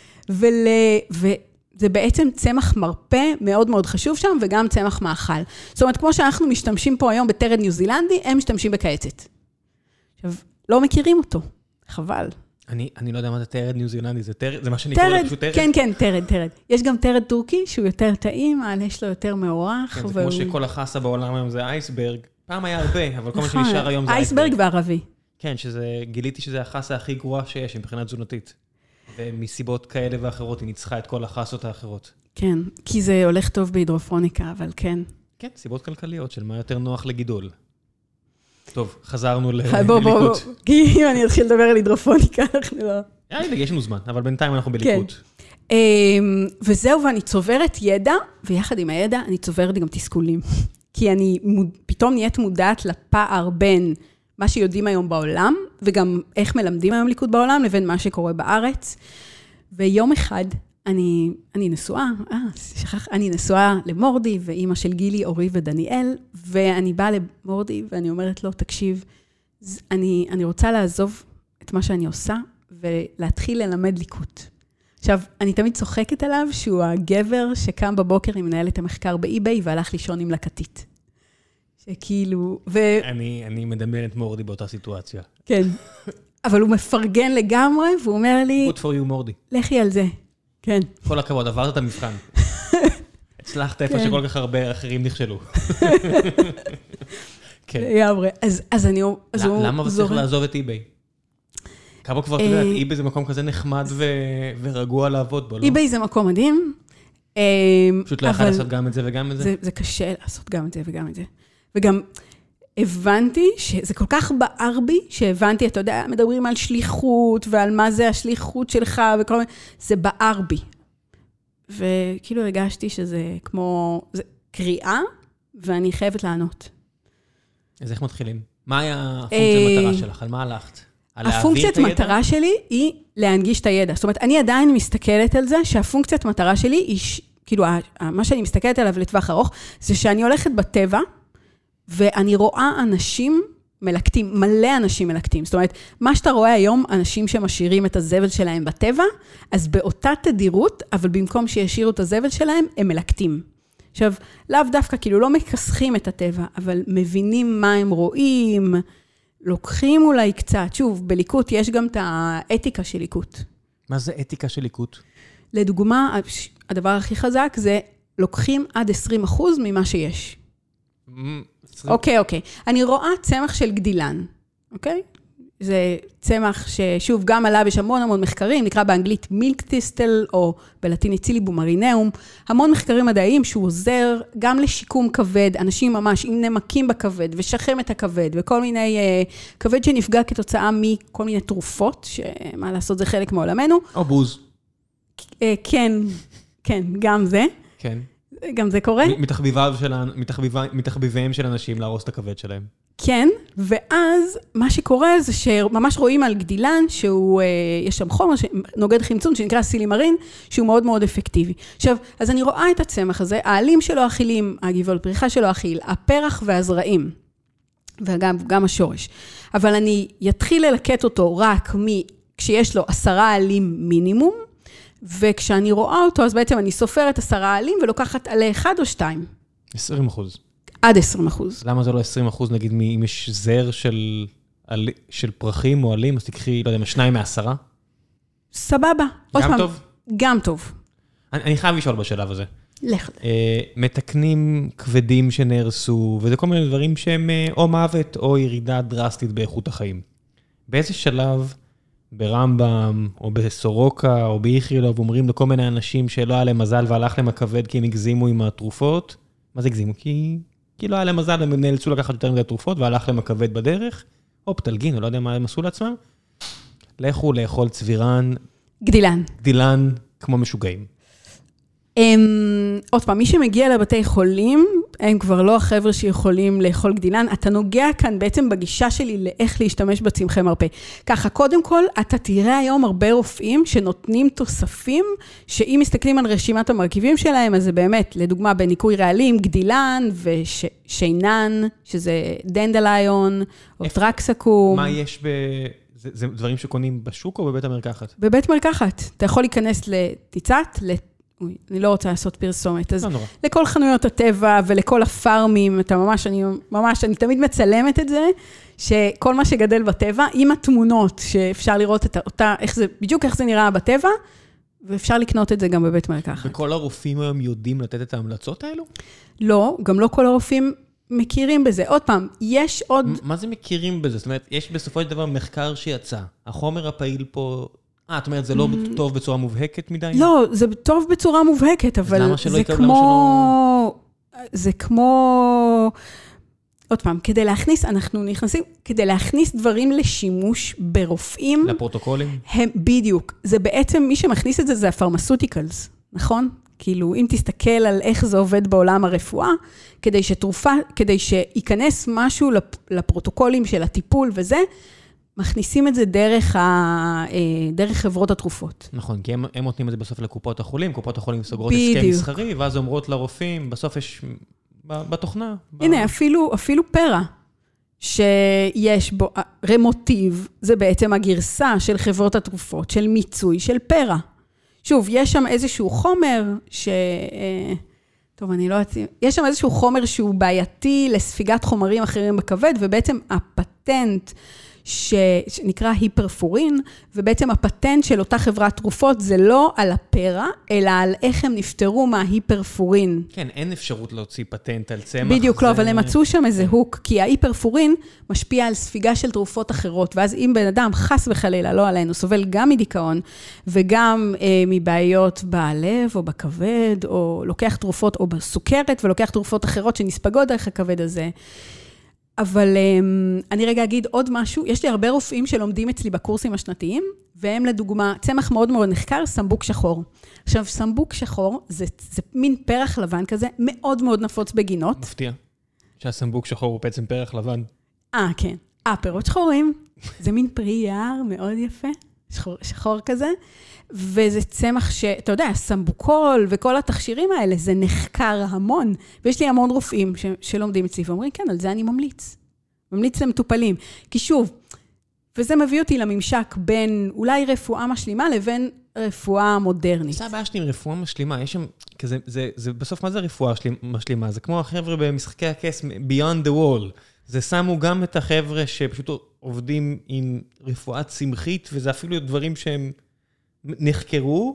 Speaker 2: זה בעצם צמח מרפא מאוד מאוד חשוב שם, וגם צמח מאכל. זאת אומרת, כמו שאנחנו משתמשים פה היום בטרד ניו זילנדי, הם משתמשים בקייצת. עכשיו, לא מכירים אותו, חבל.
Speaker 1: אני לא יודע מה זה טרד ניו זילנדי, זה מה שאני קורא פשוט טרד?
Speaker 2: כן, טרד. יש גם טרד טורקי, שהוא יותר טעים, יש לו יותר מאורח.
Speaker 1: כן, זה כמו שכל החסה בעולם היום זה אייסברג. פעם היה הרבה, אבל כל מה שנשאר היום זה
Speaker 2: אייסברג וערבי.
Speaker 1: כן, גיליתי שזה החסה הכי גרועה שיש, מבחינת תזונתית. ומסיבות כאלה ואחרות, היא ניצחה את כל החסות האחרות.
Speaker 2: כן, כי זה הולך טוב בהידרופוניקה, אבל כן.
Speaker 1: כן, סיבות כלכליות של מה יותר נוח לגידול. טוב, חזרנו לליקוט.
Speaker 2: בוא, כי אם אני אתחיל לדבר על הידרופוניקה, אנחנו לא...
Speaker 1: יש לנו זמן, אבל בינתיים אנחנו בליקוט.
Speaker 2: וזהו, ואני צוברת ידע, ויחד עם הידע אני צוברת גם תסכולים. כי אני פתאום נהיית מודעת לפער בין מה שיודעים היום בעולם, וגם איך מלמדים היום ליקוט בעולם, לבין מה שקורה בארץ. ויום אחד אני נשואה למורדי, ואימא של גילי, אורי ודניאל, ואני באה למורדי, ואני אומרת לו, תקשיב, אני רוצה לעזוב את מה שאני עושה, ולהתחיל ללמד ליקוט. עכשיו, אני תמיד צוחקת עליו, שהוא הגבר שקם בבוקר עם מנהלת המחקר באי-ביי, והלך לישון עם לקטית. שכאילו,
Speaker 1: אני מדמיין את מורדי באותה סיטואציה.
Speaker 2: כן. אבל הוא מפרגן לגמרי, והוא אומר לי...
Speaker 1: Good for you, מורדי.
Speaker 2: לכי על זה. כן.
Speaker 1: כל הכבוד, עברת את המבחן. הצלחת איפה שכל כך הרבה אחרים נכשלו. כן.
Speaker 2: יאמרי. אז אני...
Speaker 1: למה צריך לעזוב את אי-ביי? כמה כבר, אתה יודע, אי-ביי זה מקום כזה נחמד ורגוע לעבוד בו, לא?
Speaker 2: אי-ביי זה מקום מדהים.
Speaker 1: פשוט לא יכול לעשות גם את זה וגם את זה?
Speaker 2: זה קשה לעשות גם את זה וגם את זה. וגם הבנתי שזה כל כך בער בי, שהבנתי, אתה יודע, מדברים על שליחות, ועל מה זה השליחות שלך, וכל מיני, זה בער בי. וכאילו הרגשתי שזה כמו, זה קריאה, ואני חייבת לענות.
Speaker 1: אז איך מתחילים? מה היה הפונקציית מטרה שלך? על מה הלכת?
Speaker 2: הפונקציית מטרה שלי היא להנגיש את הידע. זאת אומרת, אני עדיין מסתכלת על זה, שהפונקציית מטרה שלי היא, כאילו, מה שאני מסתכלת עליו לטווח ארוך, זה שאני הולכת בטבע, ואני רואה אנשים מלקטים, מלא אנשים מלקטים. זאת אומרת, מה שאתה רואה היום, אנשים שמשאירים את הזבל שלהם בטבע, אז באותה תדירות, אבל במקום שישאירו את הזבל שלהם, הם מלקטים. עכשיו, לאו דווקא, כאילו לא מכסחים את הטבע, אבל מבינים מה הם רואים, לוקחים אולי קצת. שוב, בליקוט יש גם את האתיקה של ליקוט.
Speaker 1: מה זה אתיקה של ליקוט?
Speaker 2: לדוגמה, הדבר הכי חזק זה לוקחים עד 20% ממה שיש. אוקיי. אני רואה צמח של גדילן, אוקיי? זה צמח ששוב גם עליו יש המון מחקרים, נקרא באנגלית מילק טיסטל, או בלטינית ציליבום מרינאום, המון מחקרים מדעיים שהוא עוזר גם לשיקום כבד, אנשים ממש עם נמקים בכבד, ושחמת הכבד, וכל מיני כבד שנפגע כתוצאה מכל מיני תרופות, שמה לעשות זה חלק מעולמנו.
Speaker 1: או בוז.
Speaker 2: כן, גם זה.
Speaker 1: כן.
Speaker 2: גם זה קורה.
Speaker 1: מתחביביהם של אנשים להרוס את הכבד שלהם.
Speaker 2: כן, ואז מה שקורה זה שממש רואים על גדילן, יש שם חומר נוגד חמצון, שנקרא סילימרין, שהוא מאוד מאוד אפקטיבי. עכשיו, אז אני רואה את הצמח הזה, העלים שלו אכילים, הגיבול פריחה שלו אכיל, הפרח והזרעים, וגם השורש. אבל אני יתחיל ללקט אותו רק כשיש לו 10 עלים מינימום, וכשאני רואה אותו, אז בעצם אני סופרת 10 עלים, ולוקחת עלי 1 או 2.
Speaker 1: 20%.
Speaker 2: עד 20%.
Speaker 1: למה זה לא 20%, נגיד, אם יש זר של פרחים או עלים, אז תקחי, לא יודע, 2 מ10?
Speaker 2: סבבה.
Speaker 1: גם טוב?
Speaker 2: גם טוב.
Speaker 1: אני חייב לשאול בשלב הזה.
Speaker 2: לך.
Speaker 1: מתקנים כבדים שנהרסו, וזה כל מיני דברים שהם או מוות או ירידה דרסטית באיכות החיים. באיזה שלב ברמב"ם, או בסורוקה, או באיכילוב, אומרים לכל מיני אנשים שלא היה להם מזל והלך להם הכבד כי הם הגזימו עם התרופות? מה זה הגזימו? כי לא היה להם מזל, הם נאלצו לקחת יותר מדי תרופות, והלך להם הכבד בדרך, או פטלגין, או לא יודע מה הם עשו לעצמם. לכו לאכול צבירן. גדילן, כמו משוגעים.
Speaker 2: עוד פעם, מי שמגיע לבתי חולים, הם כבר לא החבר'ה שיכולים לאכול גדילן. אתה נוגע כאן בעצם בגישה שלי לאיך להשתמש בצמחי מרפא. ככה, קודם כל, אתה תראה היום הרבה רופאים שנותנים תוספים, שאם מסתכלים על רשימת המרכיבים שלהם, אז זה באמת, לדוגמה, בניקוי רעלים, גדילן ושיינן, שזה דנדליון, או טרקסקום.
Speaker 1: מה יש זה דברים שקונים בשוק או בבית המרקחת?
Speaker 2: בבית מרקחת. אתה יכול להיכנס לטיצת, אני לא רוצה לעשות פרסומת, אז לכל חנויות הטבע ולכל הפארמים, אני תמיד מצלמת את זה, שכל מה שגדל בטבע, עם התמונות שאפשר לראות בדיוק איך זה נראה בטבע, ואפשר לקנות את זה גם בבית מרקחת.
Speaker 1: וכל הרופאים היום יודעים לתת את ההמלצות האלו?
Speaker 2: לא, גם לא כל הרופאים מכירים בזה. עוד פעם, יש עוד...
Speaker 1: מה זה מכירים בזה? זאת אומרת, יש בסופו של דבר מחקר שיצא. החומר הפעיל פה... את אומרת, זה לא טוב בצורה מובהקת מדי?
Speaker 2: לא, זה טוב בצורה מובהקת, אבל זה כמו... עוד פעם, כדי להכניס דברים לשימוש ברופאים...
Speaker 1: לפרוטוקולים?
Speaker 2: בדיוק. זה בעצם, מי שמכניס את זה, זה הפרמסוטיקלס, נכון? כאילו, אם תסתכל על איך זה עובד בעולם הרפואה, כדי שייכנס משהו לפרוטוקולים של הטיפול וזה, מכניסים את זה דרך חברות התרופות.
Speaker 1: נכון, כי הם נותנים את זה בסוף לקופות החולים, קופות החולים סוגרות הסכם מסחרי, ואז אומרות לרופאים, בסוף יש בתוכנה.
Speaker 2: הנה, אפילו פרע, שיש בו, רמוטיב, זה בעצם הגרסה של חברות התרופות, של מיצוי, של פרע. שוב, יש שם איזשהו חומר טוב, אני לא יודעת, יש שם איזשהו חומר שהוא בעייתי לספיגת חומרים אחרים בכבד, ובעצם הפטנט שנקרא היפרפורין, ובעצם הפטנט של אותה חברת תרופות זה לא על הפרע, אלא על איך הם נפטרו מההיפרפורין.
Speaker 1: כן, אין אפשרות להוציא פטנט על צמח.
Speaker 2: בדיוק, לא, אבל הם מצאו שם איזה הוק, כי ההיפרפורין משפיע על ספיגה של תרופות אחרות, ואז אם בן אדם חס וחלילה, לא עלינו, סובל גם מדיכאון, וגם מבעיות בלב או בכבד, או לוקח תרופות, או בסוכרת, ולוקח תרופות אחרות שנספגות דרך הכבד הזה, אבל אני רגע אגיד עוד משהו, יש לי הרבה רופאים שלומדים אצלי בקורסים השנתיים, והם לדוגמה, צמח מאוד מאוד נחקר, סמבוק שחור. עכשיו, סמבוק שחור זה מין פרח לבן כזה, מאוד מאוד נפוץ בגינות.
Speaker 1: מפתיע, שהסמבוק שחור הוא בעצם פרח לבן.
Speaker 2: כן. פירות שחורים, זה מין פרי יער מאוד יפה, שחור כזה, וזה צמח שאתה יודע, סמבוקול וכל התכשירים האלה, זה נחקר המון, ויש לי המון רופאים שלומדים אצלי, ואומרים, כן, על זה אני ממליץ למטופלים, כי שוב, וזה מביא אותי לממשק בין אולי רפואה משלימה לבין רפואה מודרנית.
Speaker 1: זה הבעיה שלי עם רפואה משלימה, יש שם, זה בסוף מה זה רפואה משלימה? זה כמו החבר'ה במשחקי הכס, Beyond the Wall, זה שמו גם את החבר'ה שפשוט עובדים עם רפואה צמחית, וזה אפילו דברים שהם נחקרו,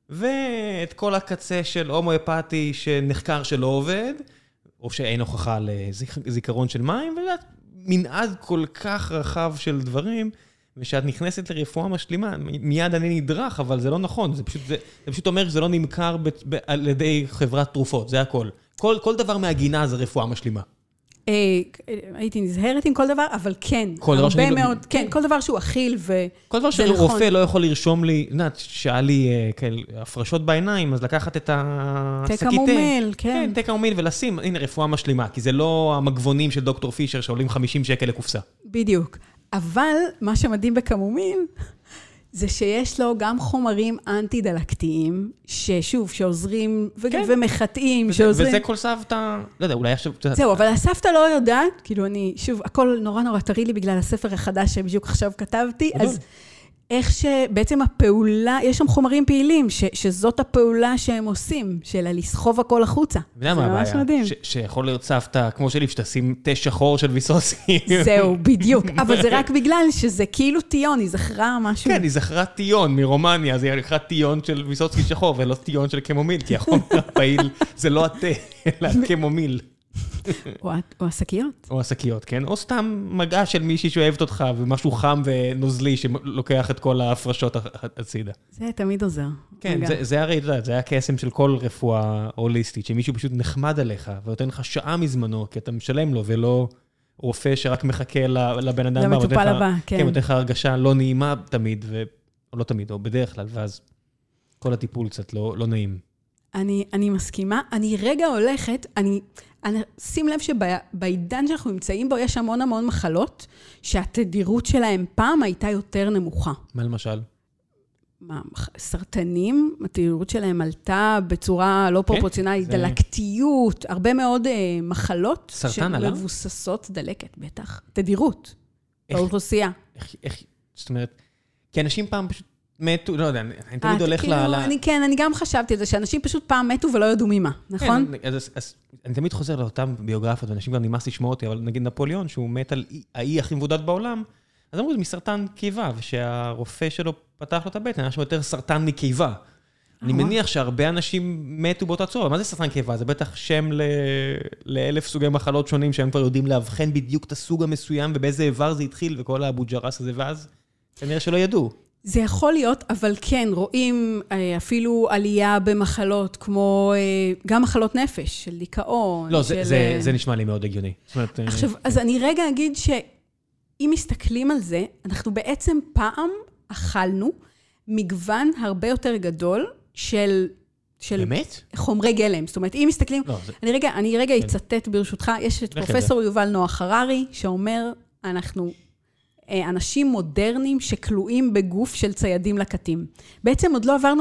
Speaker 1: ואת כל הקצה של הומואפתי שנחקר שלא עובד, או שאין הוכחה לזיכרון של מים, וזה מנעד כל כך רחב של דברים, ושאת נכנסת לרפואה משלימה, מיד אני נדרך, אבל זה לא נכון, זה פשוט אומר שזה לא נמכר על ידי חברת תרופות, זה הכל. כל דבר מהגינה זה רפואה משלימה.
Speaker 2: הייתי נזהרת עם כל דבר, אבל כן,
Speaker 1: הרבה
Speaker 2: מאוד, כן, כל דבר שהוא אכיל וזה נכון.
Speaker 1: כל דבר שרופא לא יכול לרשום לי, שהיה לי הפרשות בעיניים, אז לקחת את
Speaker 2: תקמומיל, כן.
Speaker 1: כן, תקמומיל ולשים, הנה רפואה משלימה, כי זה לא המגבונים של דוקטור פישר שעולים 50 שקל לקופסה.
Speaker 2: בדיוק. אבל מה שמדהים בקמומיל, זה שיש לו גם חומרים אנטי-דלקתיים, ששוב, שעוזרים ומחטאים, שעוזרים...
Speaker 1: וזה כל סבתא, לא יודע, אולי עכשיו...
Speaker 2: זהו, אבל הסבתא לא יודעת, כאילו אני, שוב, הכל נורא נורא טרי לי בגלל הספר החדש שבדיוק עכשיו כתבתי, אז איך שבעצם הפעולה, יש שם חומרים פעילים, שזאת הפעולה שהם עושים, של לסחוב הכל החוצה.
Speaker 1: זה ממש מדהים. שיכול להיות סבתא, כמו שלי, שתשים תה שחור של ויסוצקי.
Speaker 2: זהו, בדיוק. אבל זה רק בגלל שזה כאילו טיון, היא זכרה משהו.
Speaker 1: כן, היא זכרה טיון מרומניה, זה נקרא טיון של ויסוצקי שחור, ולא טיון של קמומיל, כי החומר הפעיל זה לא התה, אלא קמומיל.
Speaker 2: או השקיות.
Speaker 1: או השקיות, כן? או סתם מגע של מישהי שאוהבת אותך, ומשהו חם ונוזלי שלוקח את כל ההפרשות הצידה.
Speaker 2: זה תמיד עוזר.
Speaker 1: כן, זה הרי, אתה יודע, זה הקסם של כל רפואה הוליסטית, שמישהו פשוט נחמד עליך, ונותן לך שעה מזמנו, כי אתה משלם לו, ולא רופא שרק מחכה לבן אדם.
Speaker 2: למטופל הבא, כן.
Speaker 1: כן, נותן לך הרגשה לא נעימה תמיד, או לא תמיד, או בדרך כלל, ואז כל הטיפול קצת לא נעים.
Speaker 2: אני מסכימה, אני רגע הולכת, אני שים לב שבעידן שאנחנו נמצאים בו, יש המון המון מחלות, שהתדירות שלהם פעם הייתה יותר נמוכה.
Speaker 1: מה למשל?
Speaker 2: סרטנים, התדירות שלהם עלתה בצורה לא פרופורציונלית, דלקתיות, הרבה מאוד מחלות, שמבוססות דלקת, בטח, תדירות, באוכלוסייה.
Speaker 1: זאת אומרת, כי אנשים פעם פשוט מתו, לא יודע, אני תמיד הולך
Speaker 2: אני גם חשבתי על זה, שאנשים פשוט פעם מתו ולא ידעו ממה, נכון?
Speaker 1: אז אני תמיד חוזר לאותם ביוגרפיות, ואנשים כבר נמאס לשמוע אותי, אבל נגיד נפוליאון, שהוא מת על האי הכי מבודד בעולם, אז אמרו, זה מסרטן קיבה, ושהרופא שלו פתח לו את הבטן, היה שם יותר סרטן מקיבה. אני מניח שהרבה אנשים מתו באותה צורה, מה זה סרטן קיבה? זה בטח שם לאלף סוגי מחלות שונים, שהם כבר יודעים להבחן בדיוק את הסוג המסוים, ובאיזה איבר זה התחיל, וכל האבו ג'רס הזה, ואז כנראה שלא ידעו.
Speaker 2: זה יכול להיות, אבל כן, רואים אפילו עלייה במחלות, כמו גם מחלות נפש, של דיכאון.
Speaker 1: לא, זה נשמע לי מאוד הגיוני.
Speaker 2: עכשיו, אז אני רגע אגיד שאם מסתכלים על זה, אנחנו בעצם פעם אכלנו מגוון הרבה יותר גדול של
Speaker 1: באמת?
Speaker 2: חומרי גלם. זאת אומרת, אם מסתכלים, אני רגע אצטט ברשותך, יש את פרופסור יובל נוח הררי, שאומר, אנחנו אנשים מודרניים שכלואים בגוף של ציידים לקטים. בעצם עוד לא עברנו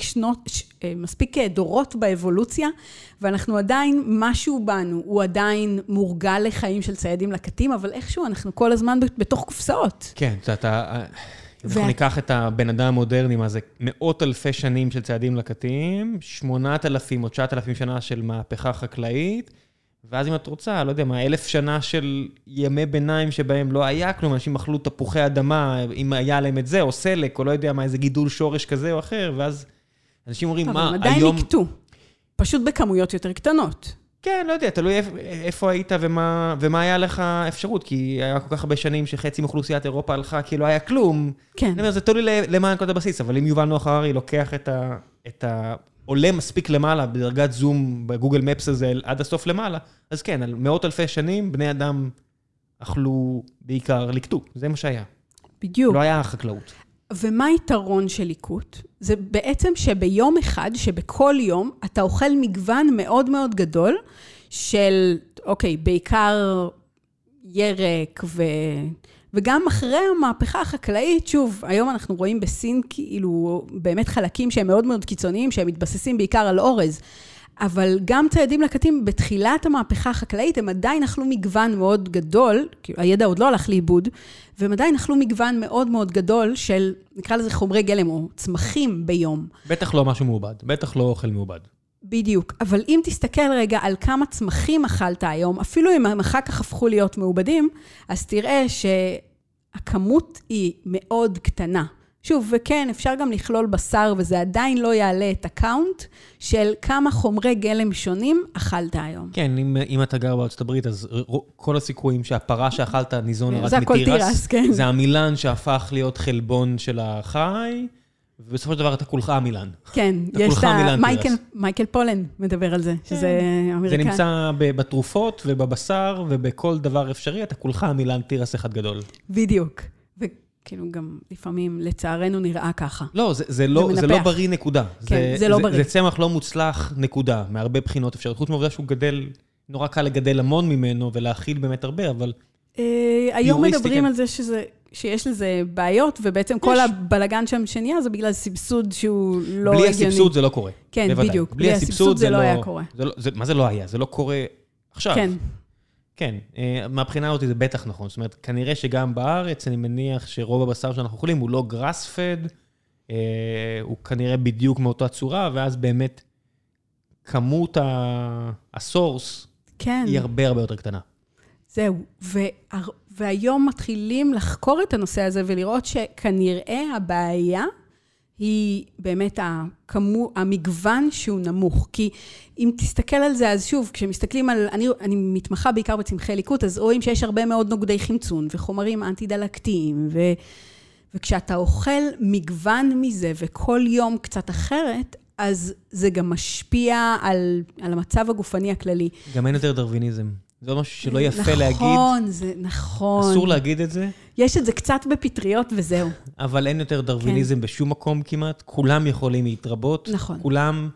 Speaker 2: מספיק דורות באבולוציה, ואנחנו עדיין, משהו בנו, הוא עדיין מורגל לחיים של ציידים לקטים, אבל איכשהו אנחנו כל הזמן בתוך קופסאות.
Speaker 1: כן, אנחנו ניקח את הבן אדם המודרני, מה זה מאות אלפי שנים של ציידים לקטים, 8,000 או 9,000 שנה של מהפכה חקלאית, ואז אם את רוצה, לא יודע מה, 1,000 שנה של ימי ביניים שבהם לא היה כלום, אנשים אכלו תפוחי אדמה, אם היה להם את זה, או סלק, או לא יודע מה, איזה גידול שורש כזה או אחר, ואז אנשים אומרים, מה, היום...
Speaker 2: אבל עדיין נקטו, פשוט בכמויות יותר קטנות.
Speaker 1: כן, לא יודע, תלוי איפה היית ומה היה לך אפשרות, כי היה כל כך הרבה שנים שחצי מאוכלוסיית אירופה הלכה, כי לא היה כלום. כן. אני אומר, זה תלוי למה נקודת הבסיס, אבל אם יובל נוח הררי לוקח את עולה מספיק למעלה, בדרגת זום, בגוגל מפס הזה, עד הסוף למעלה, אז כן, על מאות אלפי שנים, בני אדם אכלו בעיקר לקטו, זה מה שהיה.
Speaker 2: בדיוק.
Speaker 1: לא היה חקלאות.
Speaker 2: ומה היתרון של ליקוט? זה בעצם שביום אחד, שבכל יום, אתה אוכל מגוון מאוד מאוד גדול, של, אוקיי, בעיקר ירק וגם אחרי המהפכה החקלאית, שוב, היום אנחנו רואים בסין כאילו באמת חלקים שהם מאוד מאוד קיצוניים, שהם מתבססים בעיקר על אורז, אבל גם ציידים לקטים בתחילת המהפכה החקלאית, הם עדיין אכלו מגוון מאוד גדול, כי הידע עוד לא הלך לאיבוד, והם עדיין אכלו מגוון מאוד מאוד גדול של, נקרא לזה חומרי גלם או צמחים ביום.
Speaker 1: בטח לא משהו מעובד, בטח לא אוכל מעובד.
Speaker 2: בדיוק, אבל אם תסתכל רגע על כמה צמחים אכלת היום, אפילו אם הם אחר כך הפכו להיות מעובדים, אז תראה שהכמות היא מאוד קטנה שוב, וכן, אפשר גם לכלול בשר, וזה עדיין לא יעלה את הקאונט של כמה חומרי גלם שונים אכלת היום.
Speaker 1: כן, אם אתה גר בארצות הברית, אז כל הסיכויים שהפרה שאכלת ניזון רק מתירס.
Speaker 2: זה הכל תירס, כן.
Speaker 1: זה המילן שהפך להיות חלבון של החי, ובסופו של דבר אתה כולך המילן.
Speaker 2: כן, יש את מייקל פולן מדבר על זה, שזה אמריקאי.
Speaker 1: זה נמצא בתרופות ובבשר ובכל דבר אפשרי, אתה כולך המילן תירס אחד גדול.
Speaker 2: בדיוק. וכאילו גם לפעמים לצערנו נראה ככה.
Speaker 1: לא, זה לא בריא נקודה.
Speaker 2: כן, זה לא בריא.
Speaker 1: זה צמח לא מוצלח נקודה, מהרבה בחינות אפשרית. חוץ מהעובדה שהוא גדל, נורא קל לגדל המון ממנו ולהכיל באמת הרבה, אבל...
Speaker 2: היום מדברים על זה שיש לזה בעיות, ובעצם כל הבלגן שם שנהיה, זה בגלל סבסוד שהוא לא הגיוני.
Speaker 1: בלי הסבסוד זה לא קורה.
Speaker 2: כן, בדיוק. בלי הסבסוד זה לא היה קורה.
Speaker 1: מה זה לא היה? זה לא קורה עכשיו.
Speaker 2: כן.
Speaker 1: כן, מהבחינה אותי זה בטח נכון. זאת אומרת, כנראה שגם בארץ, אני מניח שרוב הבשר שאנחנו אוכלים הוא לא גראס פד, הוא כנראה בדיוק מאותה צורה, ואז באמת כמות הסורס היא הרבה הרבה יותר קטנה.
Speaker 2: זהו, והיום מתחילים לחקור את הנושא הזה ולראות שכנראה הבעיה היא באמת המגוון שהוא נמוך. כי אם תסתכל על זה, אז שוב, כשמסתכלים על, אני מתמחה בעיקר בצמחי ליקוט, אז רואים שיש הרבה מאוד נוגדי חמצון וחומרים אנטי-דלקתיים, וכשאתה אוכל מגוון מזה וכל יום קצת אחרת, אז זה גם משפיע על המצב הגופני הכללי.
Speaker 1: גם אין יותר דרוויניזם. זה לא משהו שלא יפה להגיד.
Speaker 2: נכון, זה נכון.
Speaker 1: אסור להגיד את זה.
Speaker 2: יש את זה קצת בפטריות וזהו.
Speaker 1: אבל אין יותר דרוויניזם בשום מקום כמעט. כולם יכולים להתרבות.
Speaker 2: נכון.
Speaker 1: כולם,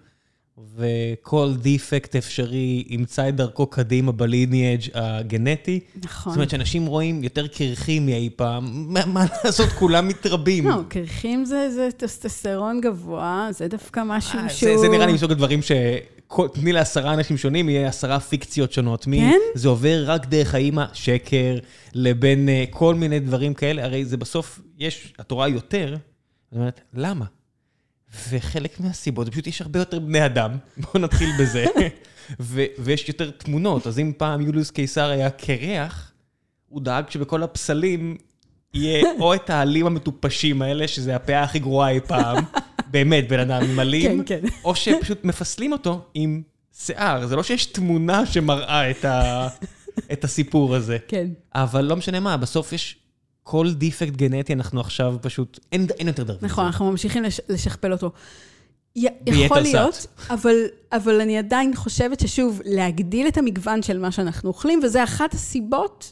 Speaker 1: וכל דיפקט אפשרי ימצא את דרכו קדימה בליניאג' הגנטי.
Speaker 2: נכון.
Speaker 1: זאת אומרת שאנשים רואים יותר קרחים מאי פעם. מה לעשות? כולם מתרבים.
Speaker 2: לא, קרחים זה טסטוסטרון גבוה, זה דווקא משהו שהוא...
Speaker 1: זה נראה לי מסוג הדברים תני ל10 אנשים שונים, יהיה 10 פיקציות שונות.
Speaker 2: כן?
Speaker 1: זה עובר רק דרך האמא, שקר, לבין כל מיני דברים כאלה. הרי זה בסוף, את רואה יותר, זאת אומרת, למה? וחלק מהסיבות, זה פשוט יש הרבה יותר בני אדם, בואו נתחיל בזה, ויש יותר תמונות. אז אם פעם יוליוס קיסר היה קרח, הוא דאג שבכל הפסלים יהיה או את העלים המטופשים האלה, שזה הפאה הכי גרועה אי פעם, באמת, בן אדם עם עלים,
Speaker 2: כן, כן.
Speaker 1: או שפשוט מפסלים אותו עם שיער. זה לא שיש תמונה שמראה את הסיפור הזה.
Speaker 2: כן.
Speaker 1: אבל לא משנה מה, בסוף יש כל דיפקט גנטי, אנחנו עכשיו פשוט, אין יותר דרוויניזם.
Speaker 2: נכון, אנחנו ממשיכים לשכפל אותו. יכול להיות, אבל אני עדיין חושבת ששוב, להגדיל את המגוון של מה שאנחנו אוכלים, וזה אחת הסיבות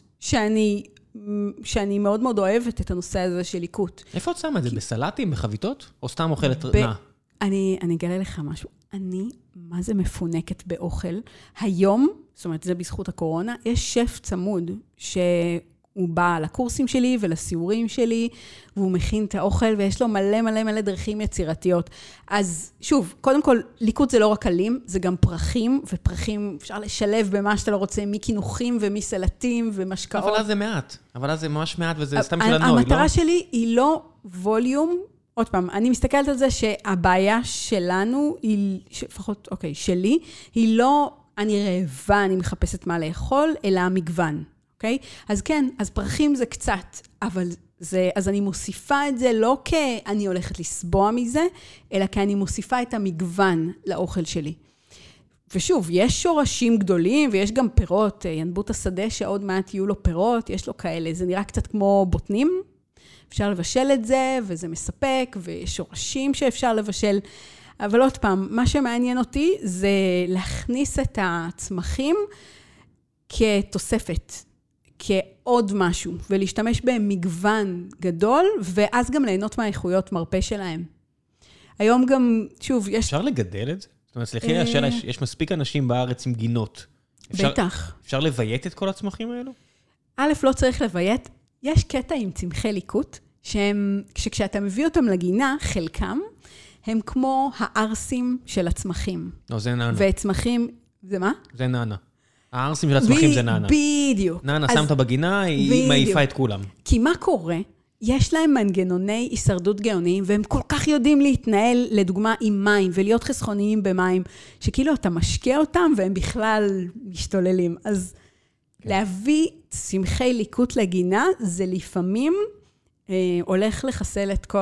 Speaker 2: שאני מאוד מאוד אוהבת את הנושא הזה של ליקוט.
Speaker 1: איפה את שמה את זה? בסלטים, בחביתות? או סתם אוכלת נע?
Speaker 2: אני אגלה לך משהו. מה זה מפונקת באוכל? היום, זאת אומרת, זה בזכות הקורונה, יש שף צמוד שהוא בא לקורסים שלי ולסיורים שלי, והוא מכין את האוכל, ויש לו מלא מלא מלא דרכים יצירתיות. אז שוב, קודם כל, ליקוט זה לא רק עלים, זה גם פרחים, ופרחים אפשר לשלב במה שאתה לא רוצה, מכינוחים ומסלטים ומשקאות.
Speaker 1: אבל אז זה מעט. אבל אז זה ממש מעט, וזה סתם של הנוי, לא?
Speaker 2: המטרה שלי היא לא ווליום. עוד פעם, אני מסתכלת על זה שהבעיה שלנו, לפחות, אוקיי, שלי, היא לא, אני רעבה, אני מחפשת מה לאכול, אלא המגוון. אוקיי? אז כן, אז פרחים זה קצת, אבל אז אני מוסיפה את זה לא כי אני הולכת לסבוע מזה, אלא כי אני מוסיפה את המגוון לאוכל שלי. ושוב, יש שורשים גדולים, ויש גם פירות, ינבוט השדה שעוד מעט יהיו לו פירות, יש לו כאלה, זה נראה קצת כמו בוטנים, אפשר לבשל את זה, וזה מספק, ויש שורשים שאפשר לבשל, אבל עוד פעם, מה שמעניין אותי, זה להכניס את הצמחים כתוספת. כעוד משהו, ולהשתמש במגוון גדול, ואז גם ליהנות מהאיכויות מרפא שלהם. היום גם, שוב, יש...
Speaker 1: אפשר לגדל את זה? זאת אומרת, סליחי, השאלה, יש מספיק אנשים בארץ עם גינות.
Speaker 2: בטח.
Speaker 1: אפשר לביית את כל הצמחים האלו?
Speaker 2: א', לא צריך לביית. יש קטע עם צמחי ליקוט, שכשאתה מביא אותם לגינה, חלקם, הם כמו הארסים של הצמחים.
Speaker 1: לא, זה נענה.
Speaker 2: וצמחים, זה מה?
Speaker 1: זה נענה. הארסים של הצמחים זה נענה.
Speaker 2: בדיוק.
Speaker 1: נענה שמת בגינה, היא מעיפה את כולם.
Speaker 2: כי מה קורה? יש להם מנגנוני הישרדות גאוניים, והם כל כך יודעים להתנהל, לדוגמה, עם מים, ולהיות חסכוניים במים, שכאילו אתה משקה אותם, והם בכלל משתוללים. אז להביא צמחי ליקוט לגינה, זה לפעמים הולך לחסל את כל...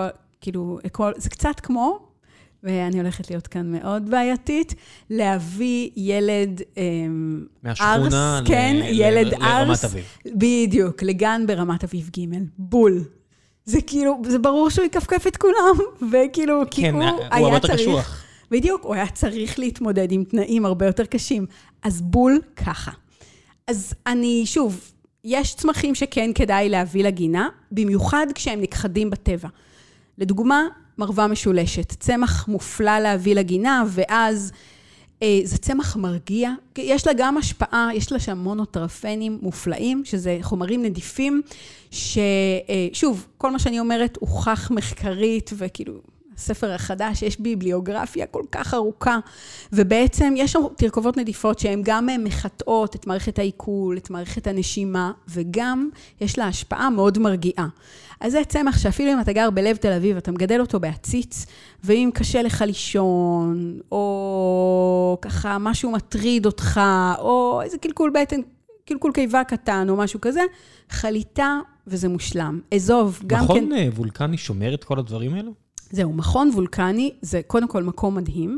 Speaker 2: כאילו, זה קצת כמו, ואני הולכת להיות כאן מאוד בעייתית, להביא ילד
Speaker 1: מהשכונה
Speaker 2: ארס, כן, ילד
Speaker 1: לרמת
Speaker 2: ארס,
Speaker 1: אביב.
Speaker 2: בדיוק, לגן ברמת אביב ג', בול. זה כאילו, זה ברור שהוא יקפקף את כולם, וכאילו, כי
Speaker 1: כן,
Speaker 2: הוא
Speaker 1: הוא
Speaker 2: היה
Speaker 1: הרבה יותר
Speaker 2: צריך,
Speaker 1: קשוח.
Speaker 2: בדיוק, הוא היה צריך להתמודד עם תנאים הרבה יותר קשים. אז בול ככה. אז אני, שוב, יש צמחים שכן כדאי להביא לגינה, במיוחד כשהם נכחדים בטבע. לדוגמה, מרווה משולשת, צמח מופלא להביא לגינה, ואז זה צמח מרגיע. יש לה גם השפעה, יש לה שם מונוטרפנים מופלאים, שזה חומרים נדיפים, ששוב, כל מה שאני אומרת הוכח מחקרית, וכאילו, הספר החדש, יש ביבליוגרפיה כל כך ארוכה, ובעצם יש שם תרכובות נדיפות שהן גם מחטאות את מערכת העיכול, את מערכת הנשימה, וגם יש לה השפעה מאוד מרגיעה. אז זה צמח שאפילו אם אתה גר בלב תל אביב, אתה מגדל אותו בעציץ, ואם קשה לך לישון, או ככה משהו מטריד אותך, או איזה קלקול בטן, קלקול קיבה קטן, או משהו כזה, חליטה, וזה מושלם. אזוב, גם כן...
Speaker 1: מכון וולקני שומר את כל הדברים האלו?
Speaker 2: זהו, מכון וולקני, זה קודם כל מקום מדהים,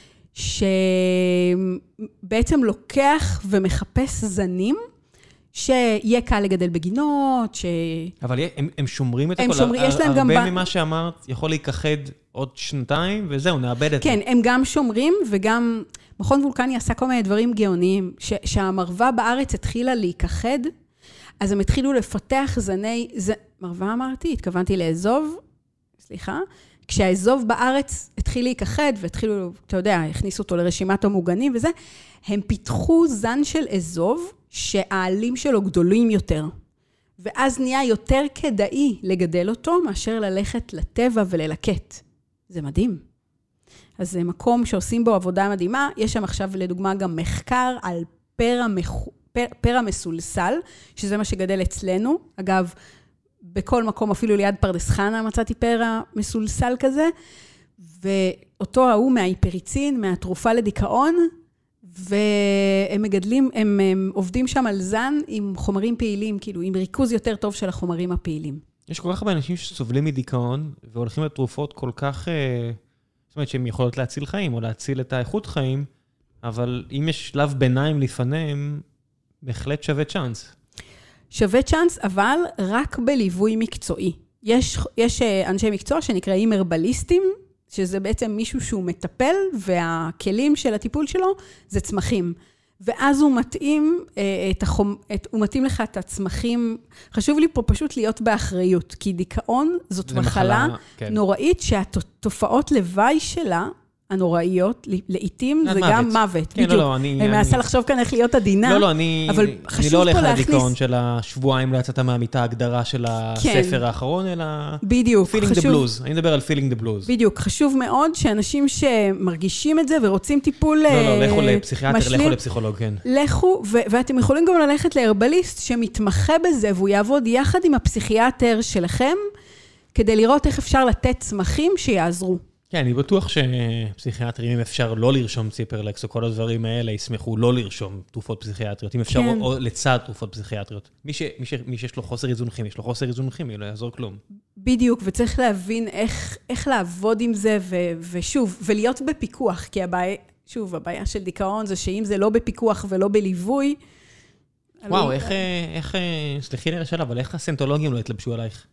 Speaker 2: שבעצם לוקח ומחפש זנים, שיהיה קל לגדל בגינות,
Speaker 1: אבל הם שומרים את
Speaker 2: הם
Speaker 1: הכל,
Speaker 2: שומרים, יש להם גם...
Speaker 1: הרבה ממה שאמרת יכול להיכחד עוד שנתיים, וזהו, נאבד את זה.
Speaker 2: כן, הם גם שומרים, וגם מכון וולקני עשה כל מיני דברים גאוניים, שהמרווה בארץ התחילה להיכחד, אז הם התחילו לפתח זני... מרווה אמרתי, התכוונתי לאזוב, סליחה, כשהאזוב בארץ התחיל להיכחד, והתחילו, אתה יודע, הכניסו אותו לרשימת המוגנים וזה, הם פיתחו זן של אזוב, שהעלים שלו גדולים יותר. ואז נהיה יותר כדאי לגדל אותו, מאשר ללכת לטבע וללקט. זה מדהים. אז זה מקום שעושים בו עבודה מדהימה. יש שם עכשיו, לדוגמה, גם מחקר על פרא מסולסל, שזה מה שגדל אצלנו. אגב, בכל מקום, אפילו ליד פרדס חנה, מצאתי פרא מסולסל כזה, ואותו ההוא מההיפריצין, מהתרופה לדיכאון, והם מגדלים, הם עובדים שם על זן עם חומרים פעילים, כאילו עם ריכוז יותר טוב של החומרים הפעילים.
Speaker 1: יש כל כך הרבה אנשים שסובלים מדיכאון, והולכים לתרופות כל כך, זאת אומרת שהן יכולות להציל חיים, או להציל את האיכות חיים, אבל אם יש שלב ביניים לפניהם, בהחלט שווה צ'אנס.
Speaker 2: שווה צ'אנס, אבל רק בליווי מקצועי. יש אנשי מקצוע שנקראים הרבליסטים, שזה בעצם מישהו שהוא מטפל, והכלים של הטיפול שלו זה צמחים. ואז הוא מתאים, הוא מתאים לך את הצמחים. חשוב לי פה פשוט להיות באחריות, כי דיכאון זאת מחלה נוראית, שהתופעות לוואי שלה, הנוראיות, לעתים זה גם מוות. בדיוק. אני מנסה לחשוב כאן איך להיות עדינה.
Speaker 1: לא, אני לא הולך לדיכאון של השבועיים להצאת מהמיטה, ההגדרה של הספר האחרון, אלא...
Speaker 2: בדיוק.
Speaker 1: feeling the blues. אני מדבר על feeling the blues.
Speaker 2: בדיוק. חשוב מאוד שאנשים שמרגישים את זה ורוצים טיפול משלים...
Speaker 1: לא, לכו לפסיכיאטר, לכו לפסיכולוג, כן.
Speaker 2: לכו, ואתם יכולים גם ללכת להרבליסט שמתמחה בזה, והוא יעבוד יחד עם הפסיכיאטר שלכם, כדי לראות איך אפשר לתת צמחים שיעזרו.
Speaker 1: כן, אני בטוח שפסיכיאטרים, אם אפשר לא לרשום ציפרלקס, או כל הדברים האלה, ישמחו לא לרשום תרופות פסיכיאטריות, אם אפשר או לצד תרופות פסיכיאטריות. מי שיש לו חוסר איזון כימי, יש לו חוסר איזון כימי, לא יעזור כלום.
Speaker 2: בדיוק, וצריך להבין איך לעבוד עם זה, ושוב, ולהיות בפיקוח, כי הבעיה של דיכאון זה שאם זה לא בפיקוח ולא בליווי...
Speaker 1: וואו, סליחי לי לשאלה, אבל איך הסנטולוגים לא התלבשו עלייך?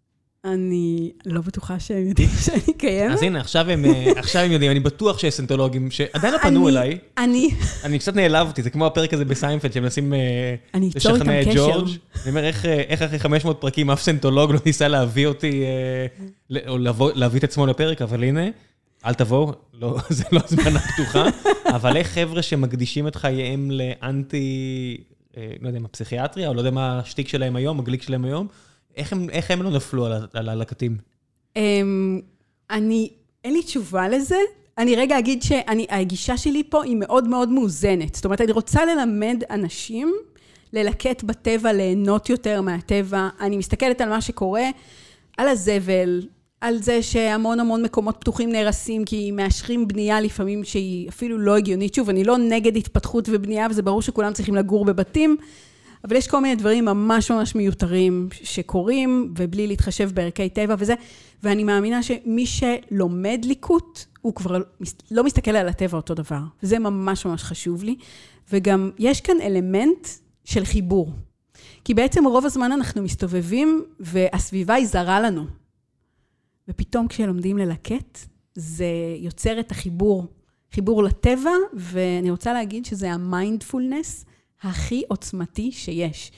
Speaker 2: אני לא בטוחה שהם יודעים שאני קיימת.
Speaker 1: אז הנה, עכשיו הם יודעים, אני בטוח שיש סנטולוגים שעדיין לא פנו אליי. אני קצת נעלבתי, זה כמו הפרק הזה בסיינפלד, שהם מנסים לשכנע את ג'ורג'. אני אומר, איך אחרי 500 פרקים אף סנטולוג לא ניסה להביא אותי, או להביא את עצמו לפרק, אבל הנה, אל תבואו, זה לא זמנה פתוחה, אבל איך חבר'ה שמקדישים את חייהם לאנטי, לא יודע מה, פסיכיאטריה, או לא יודע מה השטיק שלהם היום, הגליק שלהם היום, איך הם לא נפלו על הלקטים?
Speaker 2: אין לי תשובה לזה. אני רגע אגיד שהגישה שלי פה היא מאוד מאוד מאוזנת. זאת אומרת, אני רוצה ללמד אנשים ללקט בטבע, ליהנות יותר מהטבע. אני מסתכלת על מה שקורה, על הזבל, על זה שהמון המון מקומות פתוחים נהרסים, כי מאשרים בנייה לפעמים שהיא אפילו לא הגיונית. שוב, אני לא נגד התפתחות ובנייה, וזה ברור שכולם צריכים לגור בבתים, אבל יש כל מיני דברים ממש ממש מיותרים שקורים, ובלי להתחשב בערכי טבע וזה, ואני מאמינה שמי שלומד ליקוט, הוא כבר לא מסתכל על הטבע אותו דבר. וזה ממש ממש חשוב לי. וגם יש כאן אלמנט של חיבור. כי בעצם רוב הזמן אנחנו מסתובבים, והסביבה היא זרה לנו. ופתאום כשלומדים ללקט, זה יוצר את חיבור לטבע, ואני רוצה להגיד שזה המיינדפולנס הכי עוצמתי שיש.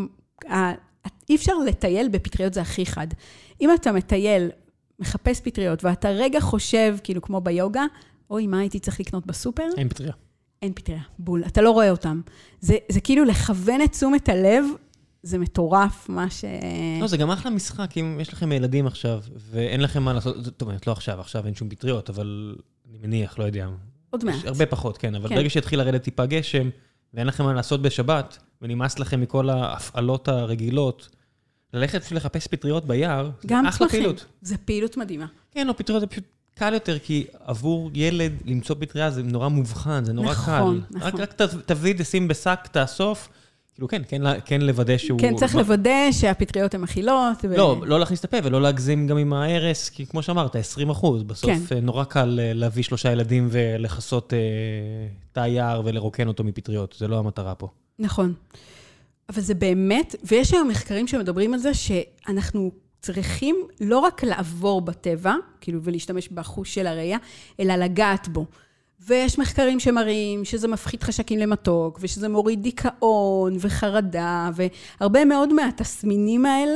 Speaker 2: אי אפשר לטייל בפטריות, זה הכי חד. אם אתה מטייל, מחפש פטריות, ואתה רגע חושב, כאילו כמו ביוגה, אוי, מה הייתי צריך לקנות בסופר?
Speaker 1: אין פטריה.
Speaker 2: אין פטריה, בול, אתה לא רואה אותם. זה כאילו לכוון את תשומת הלב, זה מטורף, מה ש...
Speaker 1: לא, זה גם אחלה משחק, אם יש לכם ילדים עכשיו, ואין לכם מה לעשות, זאת אומרת, לא עכשיו אין שום פטריות, אבל אני מניח, לא יודע.
Speaker 2: עוד מעט.
Speaker 1: הרבה פחות, כן, אבל ברגע שהתחיל לרדת טיפה גשם, ואין לכם מה לעשות בשבת, ונמאס לכם מכל ההפעלות הרגילות, ללכת ולחפש פטריות ביער, זה אחלה פעילות.
Speaker 2: זה פעילות מדהימה.
Speaker 1: כן, לא, פטריות זה פשוט קל יותר, כי עבור ילד למצוא פטריה זה נורא מובחן, זה נורא קל.
Speaker 2: נכון.
Speaker 1: רק תביא, תשים בשק, תאסוף, כאילו כן לוודא שהוא...
Speaker 2: כן, צריך לוודא שהפטריות הן אכילות.
Speaker 1: לא להכניס את הפה ולא להגזים גם עם ההרס, כי כמו שאמרת, 20%, בסוף נורא קל להביא 3 ילדים ולחסות תא יער ולרוקן אותו מפטריות, זה לא המטרה פה.
Speaker 2: נכון. אבל זה באמת, ויש היום מחקרים שמדברים על זה, שאנחנו צריכים לא רק לעבור בטבע, כאילו ולהשתמש בחוש של הראייה, אלא לגעת בו. ויש מחקרים שמראים שזה מפחית חשקים למתוק, ושזה מוריד דיכאון וחרדה, והרבה מאוד מהתסמינים האלה,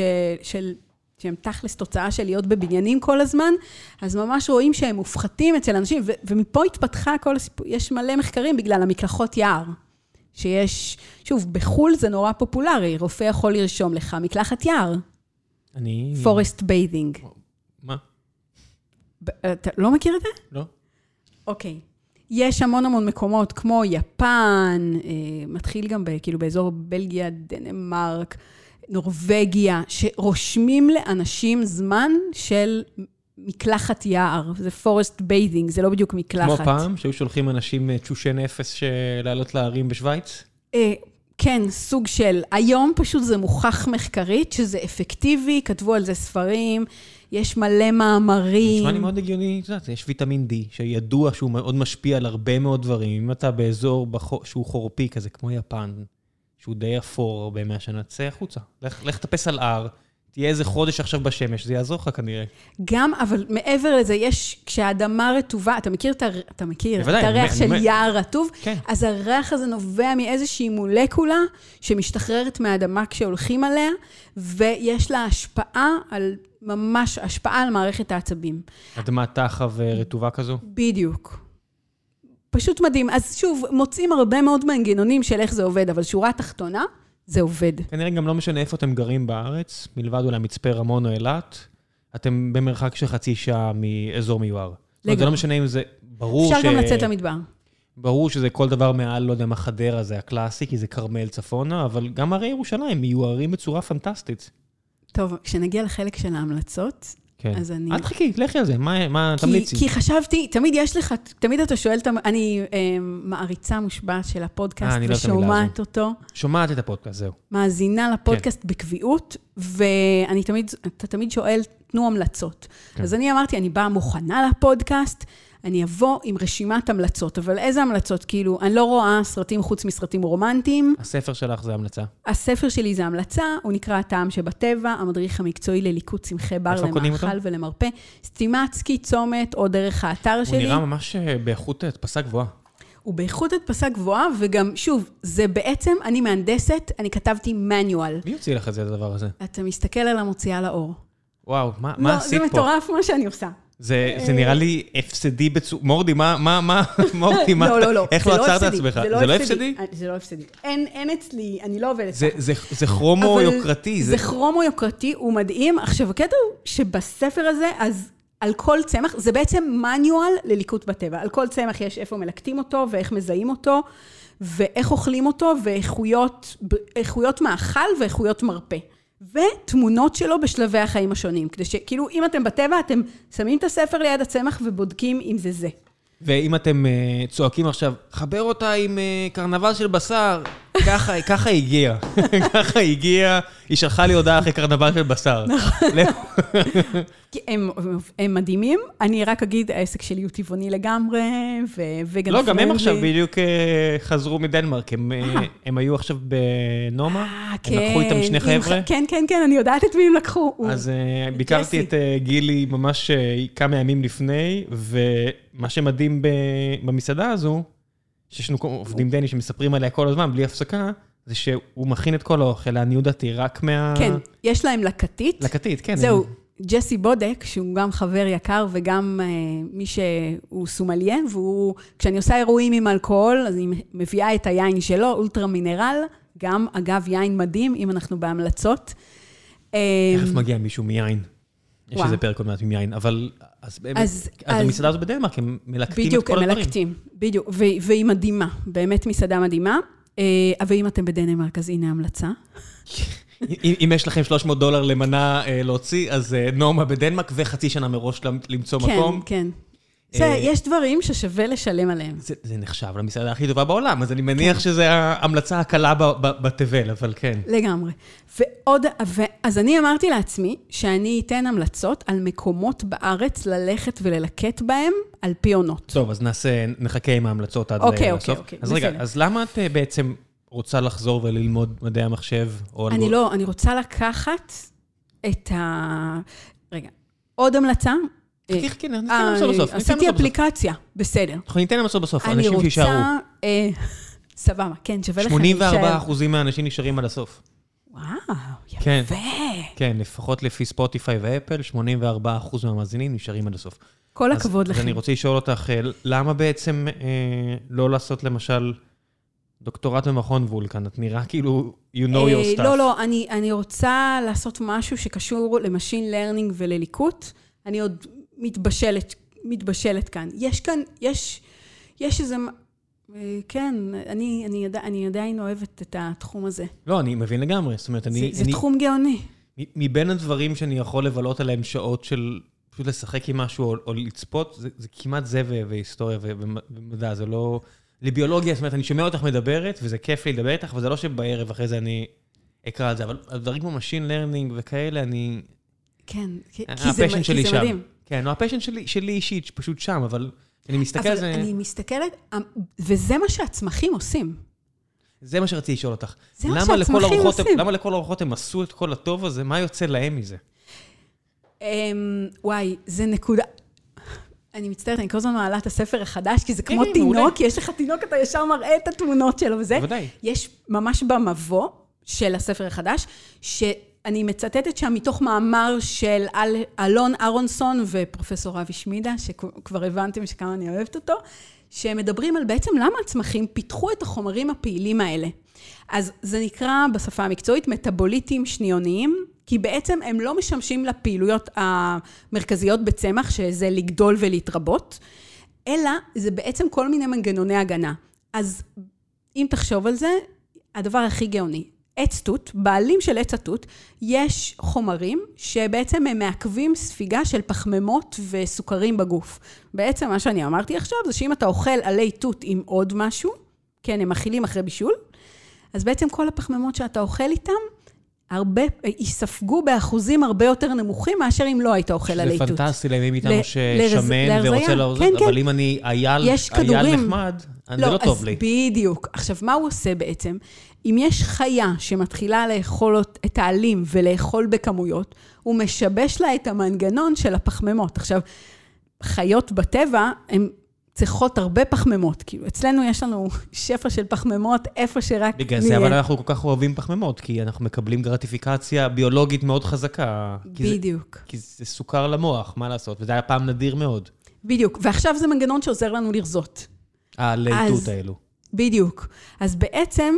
Speaker 2: שהם תכלס תוצאה של להיות בבניינים כל הזמן, אז ממש רואים שהם מופחתים אצל אנשים, ומפה התפתחה כל הסיפור, יש מלא מחקרים בגלל המקלחות יער, שיש, שוב, בחול זה נורא פופולרי, רופא יכול לרשום לך מקלחת יער. פורסט ביידינג.
Speaker 1: מה?
Speaker 2: אתה לא מכיר את זה?
Speaker 1: לא.
Speaker 2: אוקיי. יש המון מקומות, כמו יפן, מתחיל גם כאילו באזור בלגיה, דנמרק, נורווגיה, שרושמים לאנשים זמן של מקלחת יער. זה פורסט ביידינג, זה לא בדיוק מקלחת.
Speaker 1: כמו פעם, שהיו שולחים אנשים תשושי נפש לעלות להרים בשוויץ?
Speaker 2: כן, סוג של, היום פשוט זה מוכח מחקרית, שזה אפקטיבי, כתבו על זה ספרים, יש מלא מאמרים.
Speaker 1: נשמע לי מאוד הגיוני, יש ויטמין D, שידוע שהוא מאוד משפיע על הרבה מאוד דברים. אם אתה באזור שהוא חורפי כזה, כמו יפן, שהוא די אפור הרבה מהשנה, צא החוצה. לך תטפס על הר, תהיה איזה חודש עכשיו בשמש, זה יעזור לך כנראה.
Speaker 2: גם, אבל מעבר לזה, יש, כשהאדמה רטובה, אתה מכיר את הריח של יער רטוב?
Speaker 1: כן.
Speaker 2: אז הריח הזה נובע מאיזושהי מולקולה שמשתחררת מהאדמה כשהולכים עליה, ויש לה ממש השפעה על מערכת העצבים.
Speaker 1: אדמה תחה ורטובה כזו?
Speaker 2: בדיוק. פשוט מדהים. אז שוב, מוצאים הרבה מאוד מנגנונים של איך זה עובד, אבל שורה תחתונה, זה עובד.
Speaker 1: כנראה גם לא משנה איפה אתם גרים בארץ, מלבד אולי מצפה רמון או אילת, אתם במרחק של חצי שעה מאזור מיוער. זה לא משנה אם זה ברור
Speaker 2: אפשר גם לצאת למדבר.
Speaker 1: ברור שזה כל דבר מעל, לא יודע מה חדרה, זה הקלאסי, כי זה קרמל צפונה, אבל גם הרי ירושלים מיוערים בצורה פנטסטית.
Speaker 2: טוב, כשנגיע לחלק של ההמלצות, אז אני...
Speaker 1: אל תחכי, לכי על זה, מה תמליצי?
Speaker 2: כי חשבתי, תמיד יש לך, תמיד אתה שואל, אני מעריצה מושבעת של הפודקאסט, ושומעת אותו.
Speaker 1: שומעת את הפודקאסט, זהו.
Speaker 2: מאזינה לפודקאסט בקביעות, ואתה תמיד שואל, תנו המלצות. אז אני אמרתי, אני באה מוכנה לפודקאסט, אני אבוא עם רשימת המלצות, אבל איזה המלצות? כאילו, אני לא רואה סרטים חוץ מסרטים רומנטיים.
Speaker 1: הספר שלך זה המלצה?
Speaker 2: הספר שלי זה המלצה, הוא נקרא הטעם שבטבע, המדריך המקצועי לליקוט צמחי בר למאכל ולמרפא. סטימצקי, צומת, או דרך האתר שלי.
Speaker 1: הוא נראה ממש באיכות הדפסה גבוהה.
Speaker 2: הוא באיכות הדפסה גבוהה, וגם, שוב, זה בעצם, אני מהנדסת, אני כתבתי מנואל.
Speaker 1: מי יוציא לך את הדבר הזה?
Speaker 2: אתה מסתכל על המוציאה לאור.
Speaker 1: וואו, מה עשית פה?
Speaker 2: זה מטורף מה שאני עושה.
Speaker 1: זה נראה לי הפסדי מורדי, מורדי,
Speaker 2: לא,
Speaker 1: איך לא עצרת עצמך? זה לא הפסדי?
Speaker 2: זה לא הפסדי. אין אצלי, אני לא עובדת.
Speaker 1: זה כרומו יוקרתי.
Speaker 2: זה כרומו יוקרתי, הוא מדהים. עכשיו, הקטע הוא שבספר הזה, אז על כל צמח, זה בעצם מניואל לליקוט בטבע. על כל צמח יש איפה מלקטים אותו, ואיך מזהים אותו, ואיך אוכלים אותו, ואיכויות מאכל ואיכויות מרפא. ותמונות שלו בשלבי החיים השונים. כדי שכאילו, אם אתם בטבע, אתם שמים את הספר ליד הצמח ובודקים אם זה זה.
Speaker 1: ואם אתם צועקים עכשיו, חבר אותה עם קרנבל של בשר, ככה הגיע. ככה הגיע, היא שלחה לי הודעה אחרי קרנבל של בשר.
Speaker 2: הם מדהימים, אני רק אגיד, העסק שלי הוא טבעוני לגמרי, וגן
Speaker 1: לא, גם הם עכשיו בדיוק חזרו מדנמרק, הם היו עכשיו בנומה, הם לקחו איתם שני חבר'ה.
Speaker 2: כן, כן, כן, אני יודעת את מי הם לקחו.
Speaker 1: אז ביקרתי את גילי ממש כמה ימים לפני, ומה שמדהים במסעדה הזו, שיש לנו עובדים דני שמספרים עליה כל הזמן, בלי הפסקה, זה שהוא מכין את כל האוכל, לעניות דעתי, רק
Speaker 2: כן, יש להם לקטית.
Speaker 1: לקטית, כן.
Speaker 2: זהו, ג'סי בודק, שהוא גם חבר יקר וגם מי שהוא סומליה, כשאני עושה אירועים עם אלכוהול, אז אני מביאה את היין שלו, אולטרה מינרל, גם אגב יין מדהים, אם אנחנו בהמלצות.
Speaker 1: איך מגיע מישהו מיין? יש איזה פרק עוד מעט עם יין, אבל אז המסעדה הזו בדנמרק, הם מלקטים את כל הדברים.
Speaker 2: בדיוק, הם מלקטים, בדיוק, והיא מדהימה, באמת מסעדה מדהימה, ואם אתם בדנמרק, אז הנה המלצה.
Speaker 1: אם יש לכם $300 למנה להוציא, אז נורמה בדנמרק וחצי שנה מראש למצוא מקום.
Speaker 2: כן, כן. יש דברים ששווה לשלם עליהם.
Speaker 1: זה נחשב למסעדה הכי טובה בעולם, אז אני מניח שזה ההמלצה הקלה בתבל, אבל כן.
Speaker 2: לגמרי. אז אני אמרתי לעצמי שאני אתן המלצות על מקומות בארץ ללכת וללקט בהם על פי עונות.
Speaker 1: טוב, אז נחכה עם ההמלצות עד לסוף. אז רגע, אז למה את בעצם רוצה לחזור וללמוד מדעי המחשב?
Speaker 2: אני רוצה לקחת את רגע, עוד המלצה.
Speaker 1: כן, ניתן המלצות בסוף.
Speaker 2: עשיתי אפליקציה, בסדר.
Speaker 1: אנחנו ניתן המלצות בסוף, אנשים שישארו.
Speaker 2: אני רוצה, סבבה, כן, שווה לך להישאר.
Speaker 1: 84% מהאנשים נשארים עד הסוף.
Speaker 2: וואו, יפה.
Speaker 1: כן, לפחות לפי ספוטיפיי ואפל, 84% מהמאזינים נשארים עד הסוף.
Speaker 2: כל הכבוד לכם.
Speaker 1: אז אני רוצה לשאול אותך, למה בעצם לא לעשות למשל דוקטורט במכון וולקן? את נראה כאילו, you know your stuff.
Speaker 2: לא, אני רוצה לעשות משהו שקשור למשין לרנינג ולליקוט. אני עוד מתבשלת כאן. יש איזה, כן, אני עדיין אוהבת את התחום הזה.
Speaker 1: לא, אני מבין לגמרי. זאת אומרת,
Speaker 2: זה תחום גאוני.
Speaker 1: מבין הדברים שאני יכול לבלות עליהם שעות של פשוט לשחק עם משהו או לצפות, זה כמעט זה והיסטוריה ומדע, זה לא... לביולוגיה, זאת אומרת, אני שומע אותך מדברת, וזה כיף לי לדבר איתך, וזה לא שבערב אחרי זה אני אקרא את זה, אבל דברים כמו משין לרנינג וכאלה, אני...
Speaker 2: כן, כי זה מדהים.
Speaker 1: כן, הפשן שלי אישית, פשוט שם, אבל אני מסתכל על זה...
Speaker 2: אבל אני מסתכלת, וזה מה שהצמחים עושים.
Speaker 1: זה מה שרציתי לשאול אותך.
Speaker 2: זה מה שהצמחים עושים.
Speaker 1: למה לכל הארוחות הם עשו את כל הטוב הזה? מה יוצא להם מזה?
Speaker 2: וואי, זה נקודה... אני מצטערת, אני כל הזמן מעלה את הספר החדש, כי זה כמו תינוק, כי יש לך תינוק, אתה ישר מראה את התמונות שלו וזה.
Speaker 1: בוודאי.
Speaker 2: יש ממש במבוא של הספר החדש, שאני מצטטת שם מתוך מאמר של אלון אהרונסון ופרופסור אבי שמידה, שכבר הבנתם שכמה אני אוהבת אותו, שמדברים על בעצם למה הצמחים פיתחו את החומרים הפעילים האלה. אז זה נקרא בשפה המקצועית מטאבוליטים שניוניים, כי בעצם הם לא משמשים לפעילויות המרכזיות בצמח, שזה לגדול ולהתרבות, אלא זה בעצם כל מיני מנגנוני הגנה. אז אם תחשוב על זה, הדבר הכי גאוני, עץ תות, בעלים של עץ התות, יש חומרים שבעצם הם מעכבים ספיגה של פחמימות וסוכרים בגוף. בעצם מה שאני אמרתי עכשיו, זה שאם אתה אוכל עלי תות עם עוד משהו, כן, הם אכילים אחרי בישול, אז בעצם כל הפחמימות שאתה אוכל איתם, יספגו באחוזים הרבה יותר נמוכים, מאשר אם לא היית אוכל עלי תות.
Speaker 1: זה פנטסטי לימים איתנו ששמן ורוצה לעוזר, אבל אם אני אייל נחמד, זה לא טוב לי.
Speaker 2: בדיוק. עכשיו, מה הוא עושה בעצם? אם יש חיה שמתחילה לאכול את העלים ולאכול בכמויות, הוא משבש לה את המנגנון של הפחמימות. עכשיו, חיות בטבע, הן צריכות הרבה פחמימות. כאילו, אצלנו יש לנו שפע של פחמימות, איפה שרק נהיה.
Speaker 1: בגלל זה, אבל אנחנו כל כך אוהבים פחמימות, כי אנחנו מקבלים גרטיפיקציה ביולוגית מאוד חזקה.
Speaker 2: בדיוק.
Speaker 1: כי זה סוכר למוח, מה לעשות? וזה היה פעם נדיר מאוד.
Speaker 2: בדיוק. ועכשיו זה מנגנון שעוזר לנו לרזות.
Speaker 1: הליטות האלו.
Speaker 2: בדיוק. אז בעצם,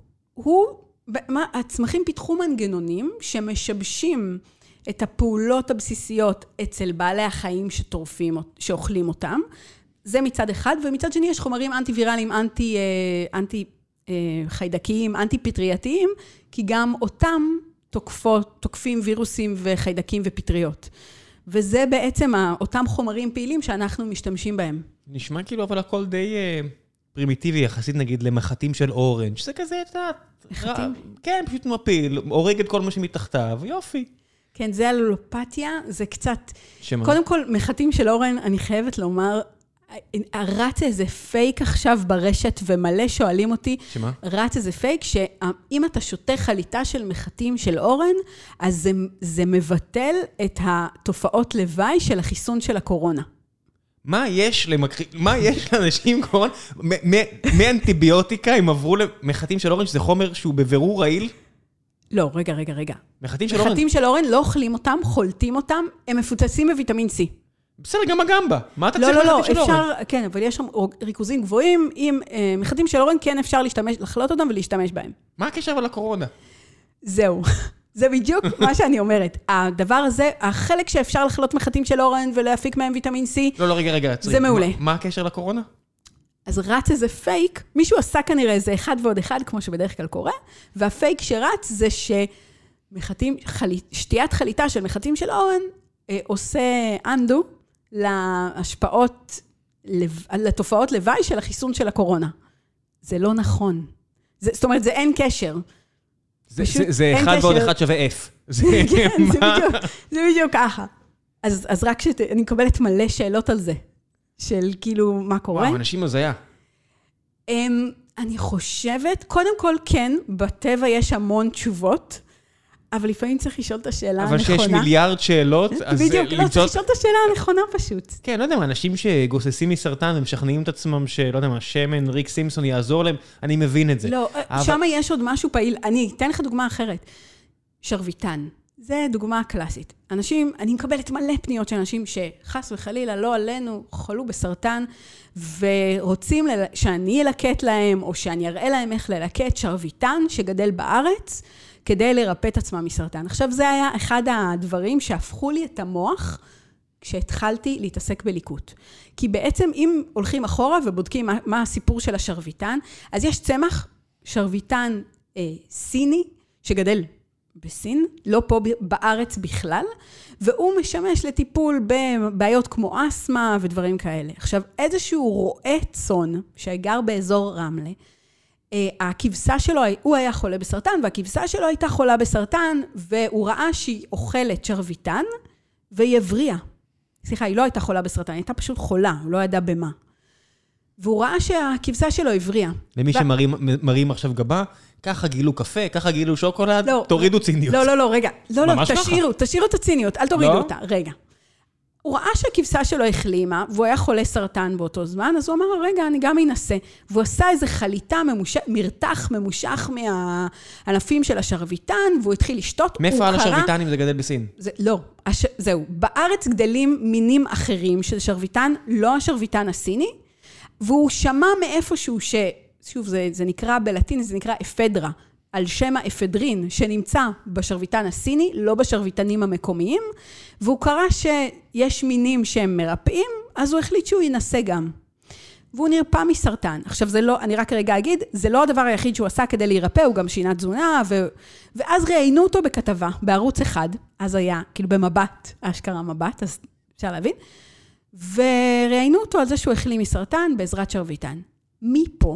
Speaker 2: הצמחים פיתחו מנגנונים שמשבשים את הפעולות הבסיסיות אצל בעלי החיים שאוכלים אותם. זה מצד אחד, ומצד שני יש חומרים אנטי-ויראליים, אנטי-חיידקיים, אנטי-פטרייתיים, כי גם אותם תוקפים וירוסים וחיידקים ופטריות. וזה בעצם אותם חומרים פעילים שאנחנו משתמשים בהם.
Speaker 1: נשמע כאילו, אבל הכל די פרימיטיבי יחסית, נגיד, למחטים של אורנג'. שזה כזה,
Speaker 2: מחטים?
Speaker 1: כן, פשוט מפיל, הורג את כל מה שמתחתיו, יופי.
Speaker 2: כן, זה הלולופתיה, זה קצת...
Speaker 1: שמה?
Speaker 2: קודם כל, מחטים של אורן, אני חייבת לומר, רץ איזה פייק עכשיו ברשת, ומלא שואלים אותי,
Speaker 1: שמה?
Speaker 2: רץ איזה פייק, שאם אתה שותה חליטה של מחטים של אורן, אז זה מבטל את התופעות לוואי של החיסון של הקורונה.
Speaker 1: מה יש לאנשים קורונה? מאנטיביוטיקה, הם עברו למחטים של אורן, שזה חומר שהוא בבירור רעיל?
Speaker 2: לא, רגע.
Speaker 1: מחטים של אורן?
Speaker 2: מחטים של אורן לא אוכלים אותם, חולטים אותם, הם מפוצצים בוויטמין C.
Speaker 1: בסדר, גם הגמבה. מה אתה צריך מחטים של אורן?
Speaker 2: אפשר, כן, אבל יש שם ריכוזים גבוהים, עם מחטים של אורן כן אפשר לחלוט אותם ולהשתמש בהם.
Speaker 1: מה הקשר אבל לקורונה?
Speaker 2: זהו. זה בדיוק מה שאני אומרת. הדבר הזה, החלק שאפשר לחלוט מחטים של אורן ולהפיק מהם ויטמין C,
Speaker 1: לא, רגע.
Speaker 2: זה מעולה.
Speaker 1: מה הקשר לקורונה?
Speaker 2: אז רץ איזה פייק, מישהו עשה כנראה איזה אחד ועוד אחד, כמו שבדרך כלל קורה, והפייק שרץ זה ששתיית חליטה של מחטים של אורן, עושה אנדו להשפעות, לתופעות לוואי של החיסון של הקורונה. זה לא נכון. זאת אומרת, זה אין קשר.
Speaker 1: זה 1 ועוד 1 שווה F.
Speaker 2: כן, זה בדיוק ככה. אז רק שאני מקבלת מלא שאלות על זה, של כאילו מה קורה.
Speaker 1: וואו, אנשים הזיה.
Speaker 2: אני חושבת, קודם כל כן, בטבע יש המון תשובות, אבל לפעמים צריך לשאול את השאלה הנכונה.
Speaker 1: אבל שיש מיליארד שאלות, אז
Speaker 2: בדיוק, לא, צריך לשאול את השאלה הנכונה פשוט.
Speaker 1: כן, לא יודע מה, אנשים שגוססים מסרטן ומשכנעים את עצמם שלא יודע מה, שמן, ריק סימפסון יעזור להם, אני מבין את זה.
Speaker 2: לא, שם יש עוד משהו פעיל. אני אתן לך דוגמה אחרת. שרביטן. זה דוגמה קלאסית. אנשים, אני מקבלת מלא פניות של אנשים שחס וחלילה לא עלינו, חולו בסרטן, ורוצים שאני אלקט להם, או שאני אראה להם איך ללקט שרביטן שגדל בארץ, כדי לרפא את עצמם מסרטן. עכשיו, זה היה אחד הדברים שהפכו לי את המוח, כשהתחלתי להתעסק בליקוט. כי בעצם, אם הולכים אחורה ובודקים מה הסיפור של השרביטן, אז יש צמח, שרביטן סיני, שגדל בסין, לא פה בארץ בכלל, והוא משמש לטיפול בבעיות כמו אסמה ודברים כאלה. עכשיו, איזשהו רועה צאן, שגר באזור רמלה, הכבשה שלו, הוא היה חולה בסרטן, והכבשה שלו הייתה חולה בסרטן, והוא ראה שהיא אוכלת שרביטן, והיא הבריאה. סליחה, היא לא הייתה חולה בסרטן, היא הייתה פשוט חולה, הוא לא ידע במה. והוא ראה שהכבשה שלו הבריאה.
Speaker 1: למי שמראים עכשיו גבה, ככה גילו קפה, ככה גילו שוקולד, תורידו ציניות.
Speaker 2: לא, רגע. לא, תשאירו את הציניות, אל תורידו אותה, רגע. הוא ראה שהכבשה שלו החלימה, והוא היה חולה סרטן באותו זמן, אז הוא אמר, רגע, אני גם אנסה. והוא עשה איזו חליטה מרתח ממושך מהענפים של השרביטן, והוא התחיל לשתות.
Speaker 1: מאיפה על השרביטן אם זה גדל בסין?
Speaker 2: לא, זהו. בארץ גדלים מינים אחרים של שרביטן, לא השרביטן הסיני, והוא שמע מאיפשהו שוב, זה נקרא בלטין, זה נקרא אפדרה, על שם האפדרין שנמצא בשרביטן הסיני, לא בשרביטנים המקומיים, והוא קרא שיש מינים שהם מרפאים, אז הוא החליט שהוא ינסה גם. והוא נרפא מסרטן. עכשיו זה לא, אני רק רגע אגיד, זה לא הדבר היחיד שהוא עשה כדי להירפא, הוא גם שינה תזונה, ואז ראיינו אותו בכתבה, בערוץ אחד, אז היה כאילו במבט, אשכרה מבט, אז אפשר להבין, וראיינו אותו על זה שהוא החלים מסרטן בעזרת שרביטן. מפה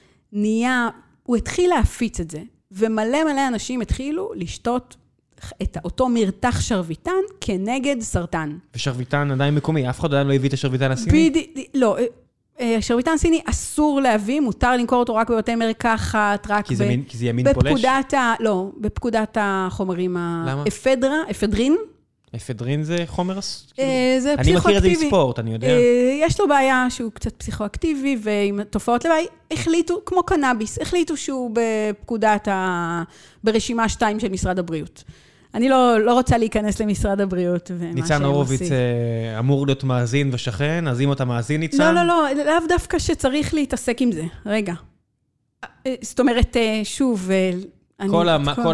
Speaker 2: הוא התחיל להפיץ את זה, ומלא אנשים התחילו לשתות את אותו מרתח שרביטן כנגד סרטן.
Speaker 1: ושרביטן עדיין מקומי, אף אחד עדיין לא הביא את השרביטן הסיני?
Speaker 2: לא, שרביטן סיני אסור להביא, מותר למכור אותו רק בבתי מרקחת, רק
Speaker 1: כי זה ימין פולש?
Speaker 2: לא, בפקודת החומרים, אפדרין.
Speaker 1: אפדרין זה חומר?
Speaker 2: זה
Speaker 1: אני מכיר את זה מספורט, אני יודע.
Speaker 2: יש לו בעיה שהוא קצת פסיכואקטיבי, ועם תופעות לוואי, החליטו, כמו קנאביס, החליטו שהוא ברשימה 2 של משרד הבריאות. אני לא רוצה להיכנס למשרד הבריאות.
Speaker 1: ניצן הורוביץ אמור להיות מאזין ושכן, אז אם אתה מאזין ניצן?
Speaker 2: לא, לאו דווקא שצריך להתעסק עם זה. רגע. זאת אומרת, שוב,
Speaker 1: כל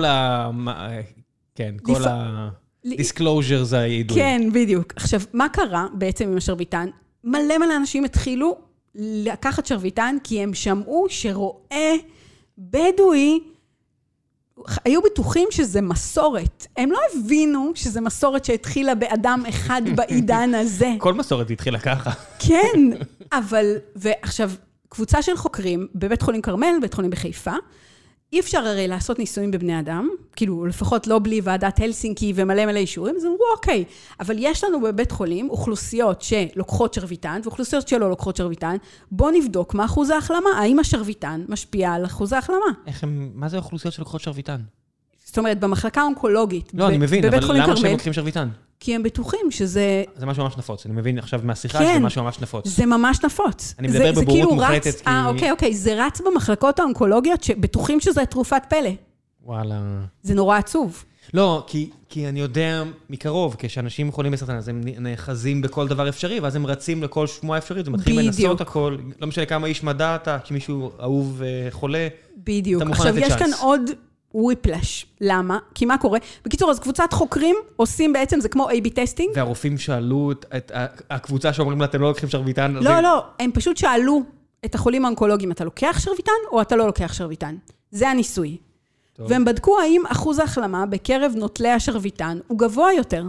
Speaker 1: דיסקלוז'ר זה הידוע.
Speaker 2: כן, בדיוק. עכשיו, מה קרה בעצם עם השרביטן? מלא אנשים התחילו לקחת שרביטן, כי הם שמעו שרואה בדואי, היו בטוחים שזה מסורת. הם לא הבינו שזה מסורת שהתחילה באדם אחד בעידן הזה.
Speaker 1: כל מסורת התחילה ככה.
Speaker 2: כן, אבל, ועכשיו, קבוצה של חוקרים בבית חולים כרמל, בית חולים בחיפה, אי אפשר הרי לעשות ניסויים בבני אדם, כאילו לפחות לא בלי ועדת הלסינקי ומלא מלא אישורים, אז אמרו אוקיי, אבל יש לנו בבית חולים אוכלוסיות שלוקחות שרביטן, ואוכלוסיות שלא לוקחות שרביטן, בוא נבדוק מה אחוז ההחלמה, האם השרביטן משפיע על אחוז ההחלמה.
Speaker 1: מה זה אוכלוסיות שלוקחות שרביטן?
Speaker 2: זאת אומרת, במחלקה האונקולוגית,
Speaker 1: לא, אני מבין, אבל למה שהם לוקחים שרביטן?
Speaker 2: כי הם בטוחים שזה...
Speaker 1: זה משהו ממש נפוץ, אני מבין עכשיו מהשיחה שזה משהו ממש נפוץ.
Speaker 2: זה ממש נפוץ.
Speaker 1: אני מדבר בבורות מוחלטת כי...
Speaker 2: אוקיי, זה רץ במחלקות האונקולוגיות שבטוחים שזה תרופת פלא.
Speaker 1: וואלה.
Speaker 2: זה נורא עצוב.
Speaker 1: לא, כי אני יודע מקרוב, כשאנשים חולים בסרטן, אז הם נאחזים בכל דבר אפשרי, ואז הם רצים לכל שמועה אפשרית, ומתחילים לנסות הכל, לא משנה כמה איש מדע אתה, כשמישהו אהוב חולה,
Speaker 2: בדיוק. עכשיו, יש כאן עוד וויפלש. למה? כי מה קורה? בקיצור, אז קבוצת חוקרים עושים בעצם, זה כמו A-B טסטינג.
Speaker 1: והרופאים שאלו את הקבוצה שאומרים לה, אתם לא לוקחים שרביטן?
Speaker 2: לא, הם פשוט שאלו את החולים האונקולוגיים, אתה לוקח שרביטן או אתה לא לוקח שרביטן? זה הניסוי. והם בדקו האם אחוז ההחלמה בקרב נוטלי השרביטן הוא גבוה יותר.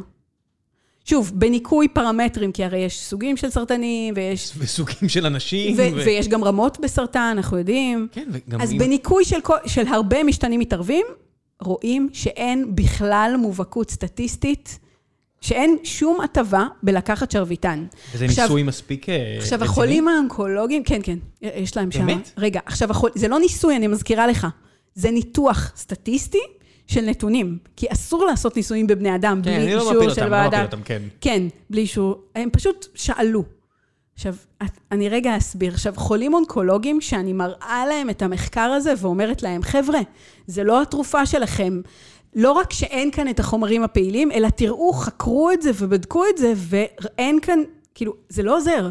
Speaker 2: שוב, בניקוי פרמטרים, כי הרי יש סוגים של סרטנים,
Speaker 1: וסוגים של אנשים.
Speaker 2: ויש גם רמות בסרטן, אנחנו יודעים.
Speaker 1: כן, וגם...
Speaker 2: אז בניקוי של הרבה משתנים מתערבים, רואים שאין בכלל מובהקות סטטיסטית, שאין שום הטבה בלקחת שרביטן.
Speaker 1: וזה ניסוי מספיק רציני?
Speaker 2: עכשיו, החולים האונקולוגיים, כן, יש להם שם.
Speaker 1: באמת?
Speaker 2: רגע, עכשיו, זה לא ניסוי, אני מזכירה לך. זה ניתוח סטטיסטי של נתונים, כי אסור לעשות ניסויים בבני אדם, בלי אישור של ועדה. כן, בלי אישור. הם פשוט שאלו. עכשיו, אני רגע אסביר. עכשיו, חולים אונקולוגיים, שאני מראה להם את המחקר הזה, ואומרת להם, חבר'ה, זה לא התרופה שלכם. לא רק שאין כאן את החומרים הפעילים, אלא תראו, חקרו את זה ובדקו את זה, ואין כאן, כאילו, זה לא עוזר.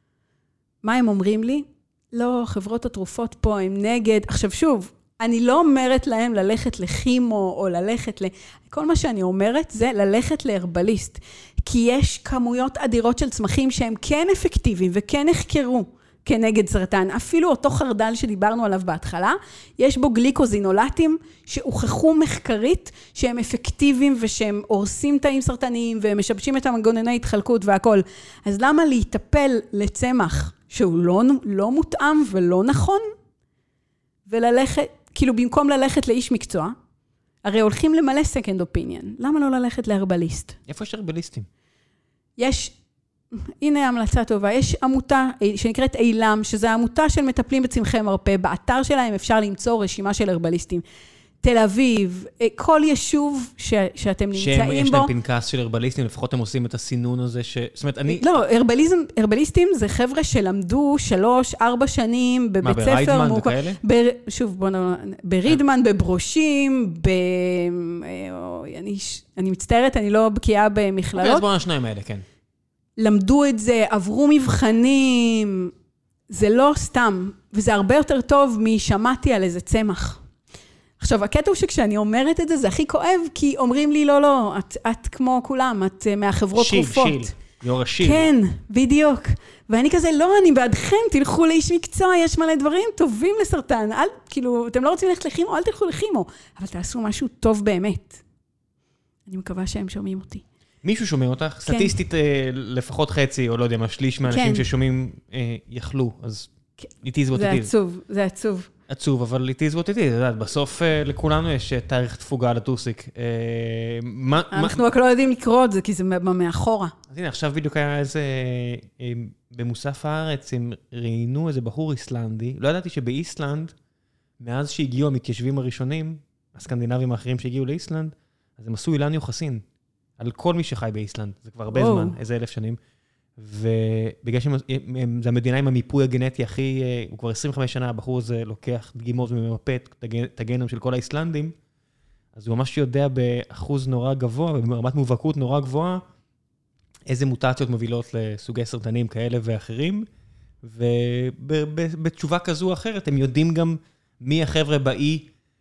Speaker 2: מה הם אומרים לי? לא, חברות התרופות פה הם נגד. עכשיו, שוב, אני לא אומרת להם ללכת לכימו או ללכת כל מה שאני אומרת זה ללכת להרבליסט. כי יש כמויות אדירות של צמחים שהם כן אפקטיביים וכן נחקרו כנגד סרטן. אפילו אותו חרדל שדיברנו עליו בהתחלה, יש בו גליקוזינולטים שהוכחו מחקרית שהם אפקטיביים ושהם הורסים תאים סרטניים ומשבשים את המנגנוני התחלקות והכל. אז למה להיטפל לצמח שהוא לא מותאם ולא נכון? וללכת, כאילו במקום ללכת לאיש מקצוע, הרי הולכים למלא second opinion. למה לא ללכת להרבליסט?
Speaker 1: איפה יש הרבליסטים?
Speaker 2: הנה המלצה טובה, יש עמותה שנקראת אילם, שזו עמותה של מטפלים בצמחי מרפא, באתר שלהם אפשר למצוא רשימה של הרבליסטים. תל אביב, כל יישוב שאתם נמצאים בו.
Speaker 1: יש להם פנקס של הרבליסטים, לפחות הם עושים את הסינון הזה זאת אומרת, אני...
Speaker 2: לא, הרבליסטים זה חבר'ה שלמדו 3-4 שנים בבית ספר.
Speaker 1: מה, ברידמן וכאלה?
Speaker 2: שוב, ברידמן, בברושים, אני מצטערת, אני לא בקיאה במכללות.
Speaker 1: אז בואו השניים האלה, כן.
Speaker 2: למדו את זה, עברו מבחנים, זה לא סתם, וזה הרבה יותר טוב משמעתי על איזה צמח. עכשיו, הקטע הוא שכשאני אומרת את זה, זה הכי כואב, כי אומרים לי, לא, את כמו כולם, את מהחברות תרופות.
Speaker 1: יור השיל.
Speaker 2: כן, בדיוק. ואני כזה, לא, אני בעדכם, תלכו לאיש מקצוע, יש מלא דברים טובים לסרטן. כאילו, אתם לא רוצים ללכת לכימו, אל תלכו לכימו. אבל תעשו משהו טוב באמת. אני מקווה שהם שומעים אותי.
Speaker 1: מישהו שומע אותך? סטטיסטית לפחות חצי, או לא יודע מה, שליש מהאנשים ששומעים יכלו, אז it is what it is.
Speaker 2: זה עצוב.
Speaker 1: עצוב, אבל it is what it is. בסוף לכולנו יש תאריך תפוגה לטוסיק.
Speaker 2: אנחנו רק לא יודעים לקרוא את זה, כי זה מאחורה.
Speaker 1: אז הנה, עכשיו בדיוק היה איזה, במוסף הארץ, הם ראיינו איזה בחור איסלנדי. לא ידעתי שבאיסלנד, מאז שהגיעו המתיישבים הראשונים, הסקנדינבים האחרים שהגיעו לאיסלנד, אז הם עשו אילן יוחסין. על כל מי שחי באיסלנד, זה כבר הרבה זמן, איזה 1,000 שנים, ובגלל שזו המדינה עם המיפוי הגנטי הכי, הוא כבר 25 שנה, הבחור הזה לוקח דגימות וממפה את הגנום של כל האיסלנדים, אז הוא ממש יודע באחוז נורא גבוה, וברמת מובהקות נורא גבוהה, איזה מוטציות מובילות לסוגי סרטנים כאלה ואחרים, ובתשובה כזו או אחרת, הם יודעים גם מי החבר'ה באי,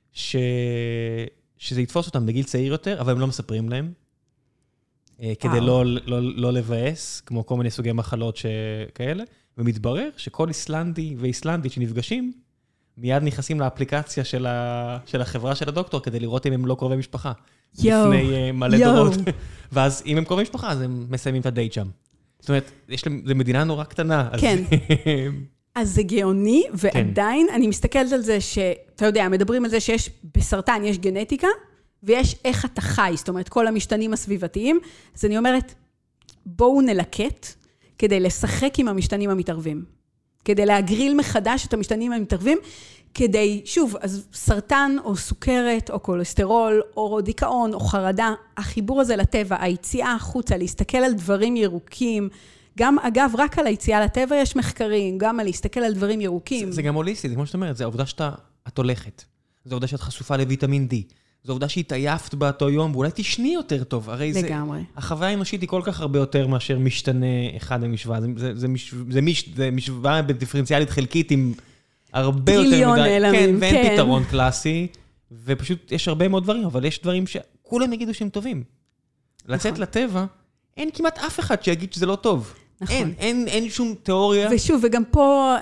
Speaker 1: שזה יתפוס אותם בגיל צעיר יותר, אבל הם לא מספרים להם. כדי לא לבאס, כמו כל מיני סוגי מחלות שכאלה, ומתברר שכל איסלנדי ואיסלנדית שנפגשים, מיד נכנסים לאפליקציה של החברה של הדוקטור, כדי לראות אם הם לא קרובי משפחה.
Speaker 2: יואו.
Speaker 1: לפני מלא דורות. ואז אם הם קרובי משפחה, אז הם מסיימים את הדייט שם. זאת אומרת, זו מדינה נורא קטנה.
Speaker 2: כן. אז זה גאוני, ועדיין אני מסתכלת על זה שאתה יודע, מדברים על זה שיש בסרטן, יש גנטיקה, ויש איך אתה חי, זאת אומרת, כל המשתנים הסביבתיים. אז אני אומרת, בואו נלקט כדי לשחק עם המשתנים המתערבים. כדי להגריל מחדש את המשתנים המתערבים, כדי, שוב, אז סרטן או סוכרת או כולסטרול או דיכאון או חרדה, החיבור הזה לטבע, היציאה החוצה, להסתכל על דברים ירוקים, גם אגב, רק על היציאה לטבע יש מחקרים, גם על להסתכל על דברים ירוקים.
Speaker 1: זה גם הוליסטי, זה כמו שאת אומרת, זה העובדה שאת הולכת. זה העובדה שאת חשופה לויטמין D. זו עובדה שהתעייפת באותו יום, ואולי תשני יותר טוב. הרי
Speaker 2: לגמרי.
Speaker 1: החוויה האנושית היא כל כך הרבה יותר מאשר משתנה אחד המשוואה. זה משוואה בדיפרנציאלית חלקית עם הרבה יותר מדי.
Speaker 2: טריליון אלמנטים.
Speaker 1: כן, ואין פתרון קלאסי, ופשוט יש הרבה מאוד דברים, אבל יש דברים שכולם יגידו שהם טובים. לצאת לטבע, אין כמעט אף אחד שיגיד שזה לא טוב.
Speaker 2: נכון.
Speaker 1: אין שום תיאוריה.
Speaker 2: ושוב, וגם פה...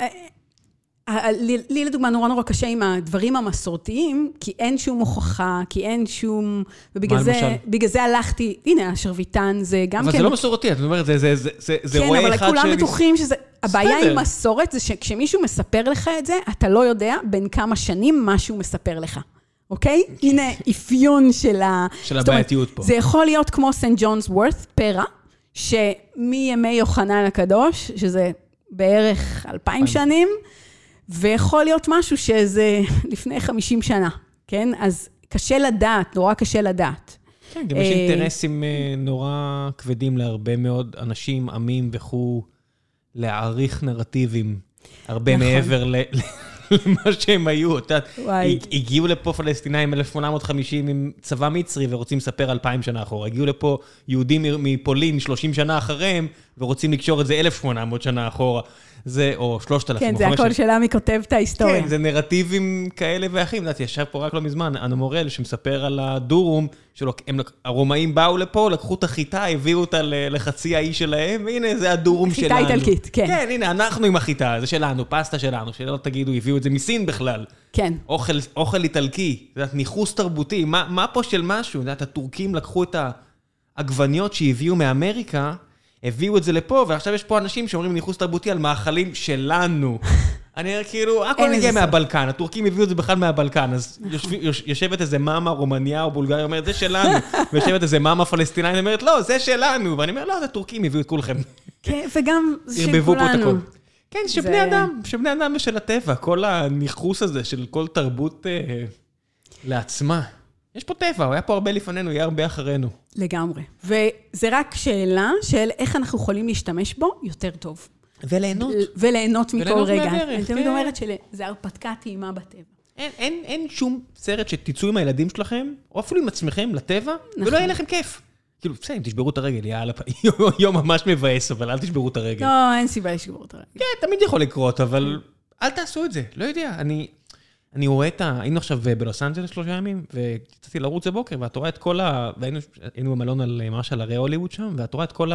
Speaker 2: לי לדוגמה נורא קשה עם הדברים המסורתיים, כי אין שום הוכחה, כי אין שום... ובגלל זה הלכתי, הנה, השרביטן זה גם כן...
Speaker 1: אבל זה לא מסורתי, את אומרת, זה רואה אחד
Speaker 2: כן, אבל כולם בטוחים שזה... הבעיה עם מסורת זה שכשמישהו מספר לך את זה, אתה לא יודע בין כמה שנים משהו מספר לך. אוקיי? הנה, אפיון של
Speaker 1: הבעייתיות פה.
Speaker 2: זה יכול להיות כמו סנט ג'ונס וורת, פרע, שמימי יוחנן הקדוש, שזה בערך 2000 שנים, ויכול להיות משהו שזה לפני 50 שנה, כן? אז קשה לדעת, נורא קשה לדעת.
Speaker 1: כן, גם יש אינטרסים נורא כבדים להרבה מאוד אנשים, עמים וכו', להעריך נרטיבים, הרבה מעבר למה שהם היו. הגיעו לפה פלסטינאים 1850 עם צבא מצרי ורוצים לספר 2000 שנה אחורה. הגיעו לפה יהודים מפולין 30 שנה אחריהם ורוצים לקשור את זה 1800 שנה אחורה. זה, או 3,000.
Speaker 2: כן, זה הכל שלה מי כותב את ההיסטוריה.
Speaker 1: כן, זה נרטיבים כאלה ואחים. ישב פה רק לא מזמן, אנו מורל, שמספר על הדורום, הרומאים באו לפה, לקחו את החיטה, הביאו אותה לחצי האי שלהם, והנה, זה הדורום שלנו.
Speaker 2: חיטה איטלקית, כן.
Speaker 1: כן, הנה, אנחנו עם החיטה, זה שלנו, פסטה שלנו, שלא תגידו, הביאו את זה מסין בכלל.
Speaker 2: כן.
Speaker 1: אוכל איטלקי, ניחוס תרבותי, מה פה של משהו? הטורקים לקחו את העגבניות שהביאו מאמריקה, הביאו את זה לפה, ועכשיו יש פה אנשים שאומרים ניחוס תרבותי על מאכלים שלנו. אני כאילו, הכל הגיע מהבלקן, הטורקים הביאו את זה בכלל מהבלקן, אז יושבת איזה מאמה רומניה או בולגריה, אומרת, זה שלנו, ויושבת איזה מאמה פלסטינאית, אומרת, לא, זה שלנו, ואני אומר, לא, זה טורקים הביאו את כולכם.
Speaker 2: כן, וגם של כולנו.
Speaker 1: כן, שבני אדם ושל הטבע, כל הניחוס הזה של כל תרבות לעצמה. יש פה טבע, הוא היה פה הרבה לפנינו, יהיה הרבה אחרינו.
Speaker 2: לגמרי. וזה רק שאלה של איך אנחנו יכולים להשתמש בו יותר טוב. וליהנות מכל רגע. אני תמיד אומרת שזה הרפתקה טעימה בטבע.
Speaker 1: אין שום סרט שתצאו עם הילדים שלכם, או אפילו עם עצמכם לטבע, ולא יהיה לכם כיף. כאילו, בסדר, אם תשברו את הרגל, יום ממש מבאס, אבל אל תשברו את הרגל.
Speaker 2: לא, אין סיבה לשבור את הרגל.
Speaker 1: כן, תמיד יכול לקרות, אבל אל תעשו את זה, לא יודע. אני רואה היינו עכשיו בלוס אנג'לס 3 ימים, ויצאתי לרוץ בבוקר, ואת רואה את כל והיינו במלון על ממש על הרי הוליווד שם, ואת רואה את כל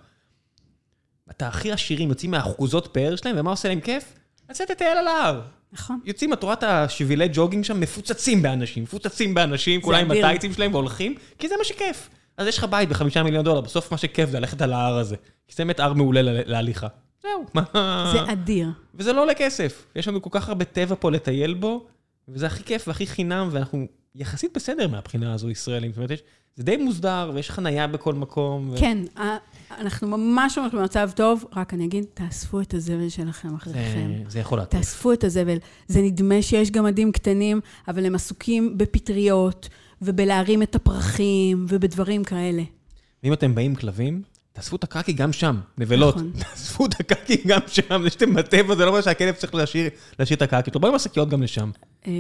Speaker 1: אתה הכי עשירים, יוצאים מהאחוזות פאר שלהם, ומה עושה להם כיף? לצאת לטייל על ההר.
Speaker 2: נכון.
Speaker 1: יוצאים, את רואה את השבילי ג'וגינג שם, מפוצצים באנשים, כולם עם הטייצים שלהם והולכים, כי זה מה שכיף. אז יש לך בית ב$5 מיליון, בסוף מה שכיף זה ללכת על ההר הזה. כי זה באמת הר מעולה להליכה. זהו.
Speaker 2: זה אדיר.
Speaker 1: וזה לא עולה כסף. יש לנו כל כך הרבה טבע פה לטייל בו, וזה הכי כיף והכי חינם, ואנחנו יחסית בסדר מהבחינה הזו ישראלים. זאת אומרת, זה די מוסדר, ויש חנייה בכל מקום.
Speaker 2: כן, אנחנו ממש במצב טוב, רק אני אגיד, תאספו את הזבל שלכם אחריכם.
Speaker 1: זה יכול להתחיל.
Speaker 2: תאספו את הזבל. זה נדמה שיש גמדים קטנים, אבל הם עסוקים בפטריות, ובלהרים את הפרחים, ובדברים כאלה.
Speaker 1: ואם אתם באים כלבים, תאספו את הקקי גם שם, נבלות. תאספו את הקקי גם שם, זה שאתם בטבע, זה לא אומר שהכלב צריך להשאיר את הקקי. בואי עם השקיות גם לשם.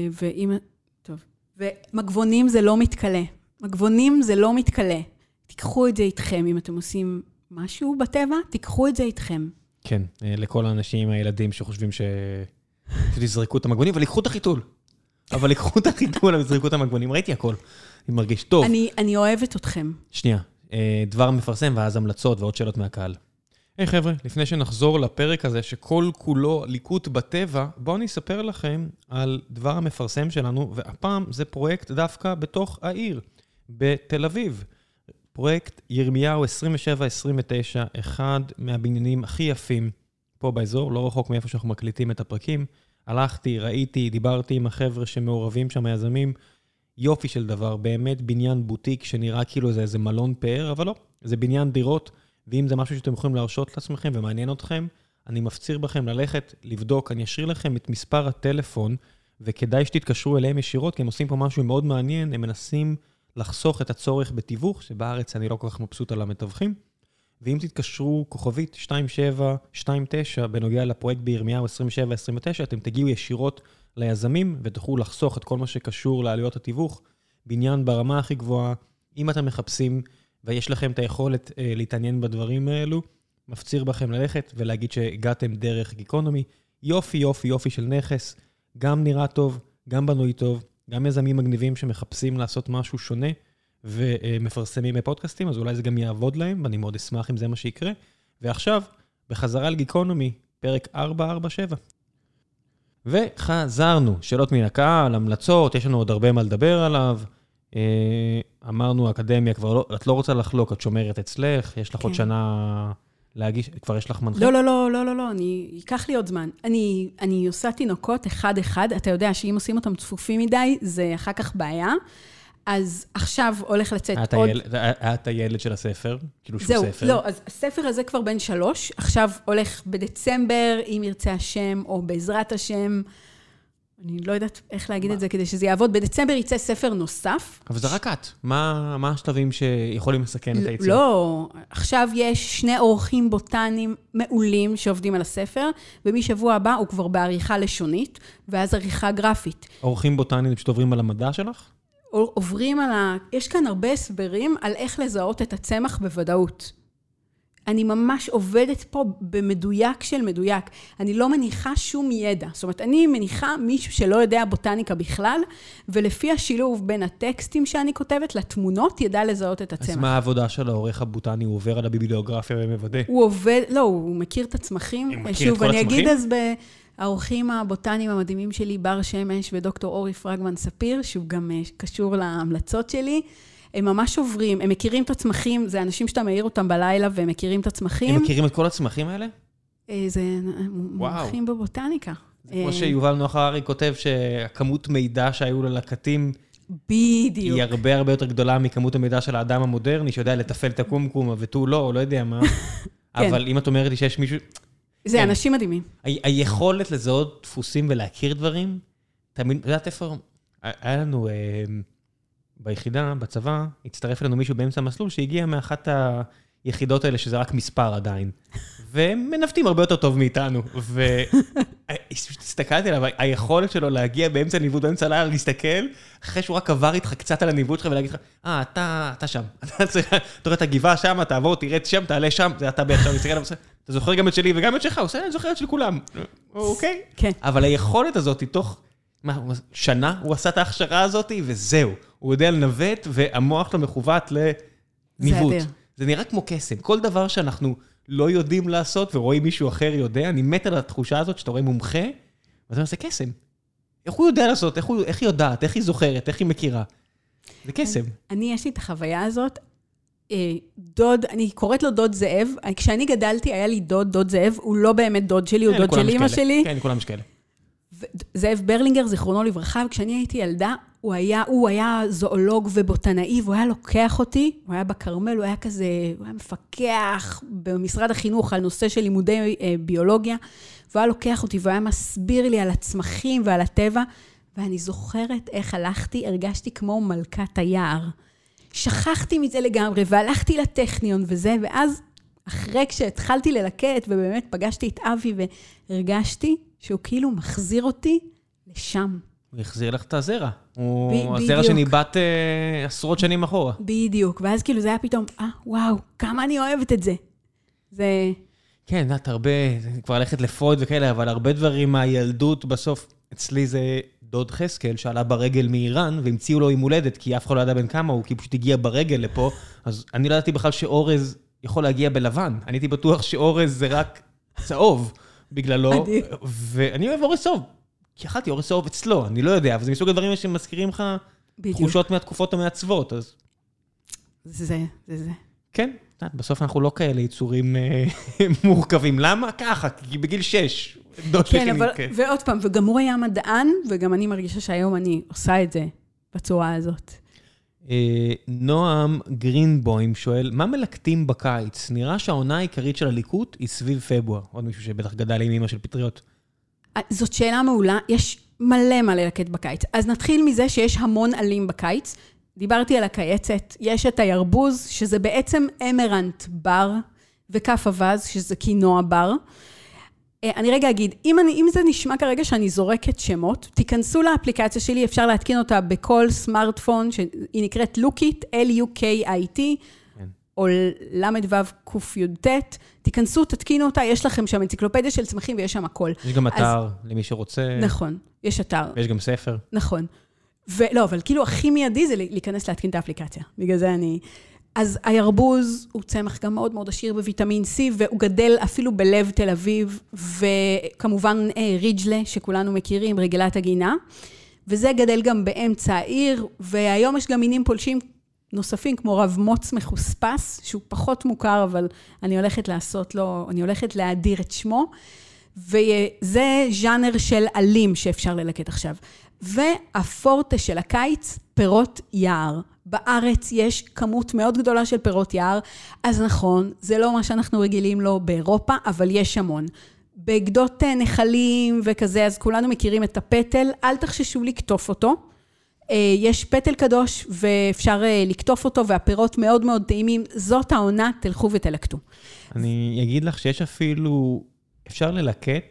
Speaker 2: טוב. ומגבונים זה לא מתקלה. מגבונים זה לא מתקלה. תיקחו את זה איתכם, אם אתם עושים משהו בטבע, תיקחו את זה איתכם.
Speaker 1: כן, לכל האנשים, הילדים שחושבים שתזרקו את המגבונים, אבל ייקחו את החיתול. וזרקו את המגבונים. ראיתי הכל. אני מרגיש טוב.
Speaker 2: אני אוהבת אתכם.
Speaker 1: שנייה. דבר מפרסם, ואז המלצות ועוד שאלות מהקהל. היי חבר'ה, לפני שנחזור לפרק הזה שכל כולו ליקוט בטבע, בואו אני אספר לכם על דבר המפרסם שלנו, והפעם זה פרויקט דווקא בתוך העיר, בתל אביב. פרויקט ירמיהו 27-29, אחד מהבניינים הכי יפים פה באזור, לא רחוק מאיפה שאנחנו מקליטים את הפרקים. הלכתי, ראיתי, דיברתי עם החבר'ה שמעורבים שם, היזמים, יופי של דבר, באמת בניין בוטיק שנראה כאילו זה איזה מלון פאר, אבל לא, זה בניין דירות, ואם זה משהו שאתם יכולים להרשות לעצמכם ומעניין אתכם, אני מפציר בכם ללכת, לבדוק, אני אשאיר לכם את מספר הטלפון, וכדאי שתתקשרו אליהם ישירות, כי הם עושים פה משהו מאוד מעניין, הם מנסים לחסוך את הצורך בתיווך, שבארץ אני לא כל כך מבסוט על המתווכים, ואם תתקשרו כוכבית 2729 בנוגע לפרויקט בירמיהו 27-29, אתם תגיעו ישירות ליזמים, ותוכלו לחסוך את כל מה שקשור לעלויות התיווך, בניין ברמה הכי גבוהה, אם אתם מחפשים ויש לכם את היכולת להתעניין בדברים האלו, מפציר בכם ללכת ולהגיד שהגעתם דרך גיקונומי. יופי, יופי, יופי של נכס, גם נראה טוב, גם בנוי טוב, גם יזמים מגניבים שמחפשים לעשות משהו שונה, ומפרסמים בפודקאסטים, אז אולי זה גם יעבוד להם, ואני מאוד אשמח אם זה מה שיקרה. ועכשיו, בחזרה לגיקונומי, פרק 447. וחזרנו, שאלות מן הקהל, המלצות, יש לנו עוד הרבה מה לדבר עליו. אמרנו, אקדמיה, את לא רוצה לחלוק, את שומרת אצלך, יש לך עוד שנה להגיש, כבר יש לך מנחה?
Speaker 2: לא, ייקח לי עוד זמן. אני עושה תינוקות אחד-אחד, אתה יודע שאם עושים אותם צפופים מדי, זה אחר כך בעיה. אז עכשיו הולך לצאת עוד...
Speaker 1: את הילד של הספר? כאילו שהוא
Speaker 2: זהו,
Speaker 1: ספר?
Speaker 2: לא, אז הספר הזה כבר בן 3, עכשיו הולך בדצמבר, אם ירצה השם, או בעזרת השם, אני לא יודעת איך להגיד את זה כדי שזה יעבוד, בדצמבר יצא ספר נוסף.
Speaker 1: אבל זה רק את. מה השלבים שיכולים לסכן את היציאה?
Speaker 2: לא, עכשיו יש 2 עורכים בוטניים מעולים שעובדים על הספר, ומשבוע הבא הוא כבר בעריכה לשונית, ואז עריכה גרפית.
Speaker 1: עורכים בוטניים פשוט עוברים על המדע שלך?
Speaker 2: עוברים על יש כאן הרבה הסברים על איך לזהות את הצמח בוודאות. אני ממש עובדת פה במדויק של מדויק. אני לא מניחה שום ידע. זאת אומרת, אני מניחה מישהו שלא יודע בוטניקה בכלל, ולפי השילוב בין הטקסטים שאני כותבת לתמונות, ידע לזהות את הצמח.
Speaker 1: אז מה העבודה של העורך הבוטני? הוא עובר על הביבליוגרפיה ומוודא?
Speaker 2: הוא עובד, לא, הוא מכיר את הצמחים.
Speaker 1: הוא מכיר את כל
Speaker 2: אני
Speaker 1: הצמחים?
Speaker 2: אגיד אז העורכים הבוטניים המדהימים שלי, בר שמש ודוקטור אורי פרגמן ספיר, שהוא גם קשור להמלצות שלי, הם ממש עוברים, הם מכירים את הצמחים, זה אנשים שאתה מעיר אותם בלילה והם מכירים את הצמחים.
Speaker 1: הם מכירים את כל הצמחים האלה?
Speaker 2: זה מומחים בבוטניקה.
Speaker 1: כמו שיובל נוח הררי כותב שהכמות מידע שהיו ללקטים,
Speaker 2: בדיוק.
Speaker 1: היא הרבה הרבה יותר גדולה מכמות המידע של האדם המודרני, שיודע לתפעל את הקומקום, ותו לא, לא יודע מה. אבל אם את אומרת לי שיש מישהו...
Speaker 2: זה אנשים מדהימים.
Speaker 1: היכולת לזהות דפוסים ולהכיר דברים, תמיד, יודעת איפה, היה לנו ביחידה, בצבא, הצטרף לנו מישהו באמצע המסלול, שהגיע מאחת היחידות האלה, שזה רק מספר עדיין, והם מנווטים הרבה יותר טוב מאיתנו, והסתכלתי עליו, היכולת שלו להגיע באמצע ניווט, באמצע לילה, להסתכל, אחרי שהוא רק עבר איתך קצת על הניווט שלך, ולהגיד לך, אתה שם, אתה רואה את הגבעה שם, תעבור, תרד שם, תעלה שם, זה אתה בעכשיו, אתה זוכר גם את שלי וגם את שלך, אני זוכר את של כולם, אוקיי?
Speaker 2: כן.
Speaker 1: אבל היכולת הזאת, תוך שנה, הוא עשה את ההכשרה הזאת, וזהו, הוא יודע לנווט, והמוח שלו מכוות לניווט. זה נראה כמו קסם. כל דבר שאנחנו לא יודעים לעשות, ורואים מישהו אחר יודע, אני מת על התחושה הזאת, שאתה רואה מומחה, ואתה אומר, זה קסם. איך הוא יודע לעשות? איך היא יודעת? איך היא זוכרת? איך היא מכירה? זה קסם.
Speaker 2: אני, יש לי את החוויה הזאת, דוד, אני קוראת לו דוד זאב, כשאני גדלתי, היה לי דוד זאב, הוא לא באמת דוד שלי, הוא דוד של אמא שלי.
Speaker 1: כן, כולם שכאלה.
Speaker 2: זאב ברלינגר, זיכרונו לברכה, וכשאני הייתי ילדה, הוא היה זואולוג ובוטנאי, והוא היה לוקח אותי, הוא היה בקרמל, הוא היה כזה, הוא היה מפקח במשרד החינוך על נושא של לימודי ביולוגיה, והוא היה לוקח אותי, והוא היה מסביר לי על הצמחים ועל הטבע, ואני זוכרת איך הלכתי, הרגשתי כמו מלכת היער. שכחתי מזה לגמרי, והלכתי לטכניון וזה, ואז אחרי כשהתחלתי ללקט, ובאמת פגשתי את אבי, והרגשתי שהוא כאילו מחזיר אותי לשם.
Speaker 1: הוא החזיר לך את הזרע. הוא הזרע שניבט עשרות שנים אחורה.
Speaker 2: בדיוק, ואז כאילו זה היה פתאום, וואו, כמה אני אוהבת את זה. זה...
Speaker 1: כן, את הרבה, כבר הלכת לפרויד וכאלה, אבל הרבה דברים מהילדות בסוף, אצלי זה דוד חסקל, שעלה ברגל מאיראן, והמציאו לו עם הולדת, כי אף אחד לא ידע בן כמה הוא, כי פשוט הגיע ברגל לפה, אז אני לא ידעתי בכלל שאורז יכול להגיע בלבן. אני הייתי בטוח שאורז זה רק צהוב בגללו, ואני אוהב אורז צהוב. כי אכלתי אורז צהוב אצלו, אני לא יודע, אבל זה מסוג הדברים שמזכירים לך תחושות מהתקופות המעצבות, אז...
Speaker 2: זה.
Speaker 1: כן, בסוף אנחנו לא כאלה יצורים מורכבים. למה? ככה, כי בגיל 6.
Speaker 2: כן, אבל, ועוד פעם, וגם הוא היה מדען, וגם אני מרגישה שהיום אני עושה את זה בצורה הזאת.
Speaker 1: נועם גרינבוים שואל, מה מלקטים בקיץ? נראה שהעונה העיקרית של הליקוט היא סביב פברואר. עוד מישהו שבטח גדל עם אמא של פטריות.
Speaker 2: זאת שאלה מעולה, יש מלא מה ללקט בקיץ. אז נתחיל מזה שיש המון עלים בקיץ. דיברתי על הקייצת, יש את הירבוז, שזה בעצם אמרנט בר, וכף אבז, שזה קינוע בר. אני רגע אגיד, אם זה נשמע כרגע שאני זורקת שמות, תיכנסו לאפליקציה שלי, אפשר להתקין אותה בכל סמארטפון, שהיא נקראת לוקית, L-U-K-I-T, או למדו"ק"ט, תיכנסו, תתקינו אותה, יש לכם שם אנציקלופדיה של צמחים ויש שם הכל.
Speaker 1: יש גם אתר למי שרוצה.
Speaker 2: נכון, יש אתר.
Speaker 1: ויש גם ספר.
Speaker 2: נכון. ולא, אבל כאילו הכי מיידי זה להיכנס להתקין את האפליקציה. בגלל זה אני... אז הירבוז הוא צמח גם מאוד מאוד עשיר בוויטמין C, והוא גדל אפילו בלב תל אביב, וכמובן ריג'לה, שכולנו מכירים, רגלת הגינה, וזה גדל גם באמצע העיר, והיום יש גם מינים פולשים נוספים, כמו רב מוץ מחוספס, שהוא פחות מוכר, אבל אני הולכת לעשות לו, אני הולכת להאדיר את שמו, וזה ז'אנר של עלים שאפשר ללקט עכשיו. והפורטה של הקיץ, פירות יער. בארץ יש כמות מאוד גדולה של פירות יער, אז נכון, זה לא מה שאנחנו רגילים לו באירופה, אבל יש המון. בגדות נחלים וכזה, אז כולנו מכירים את הפטל, אל תחששו לקטוף אותו. יש פטל קדוש ואפשר לקטוף אותו, והפירות מאוד מאוד טעימים. זאת העונה, תלכו ותלקטו.
Speaker 1: אני אגיד לך שיש אפילו, אפשר ללקט,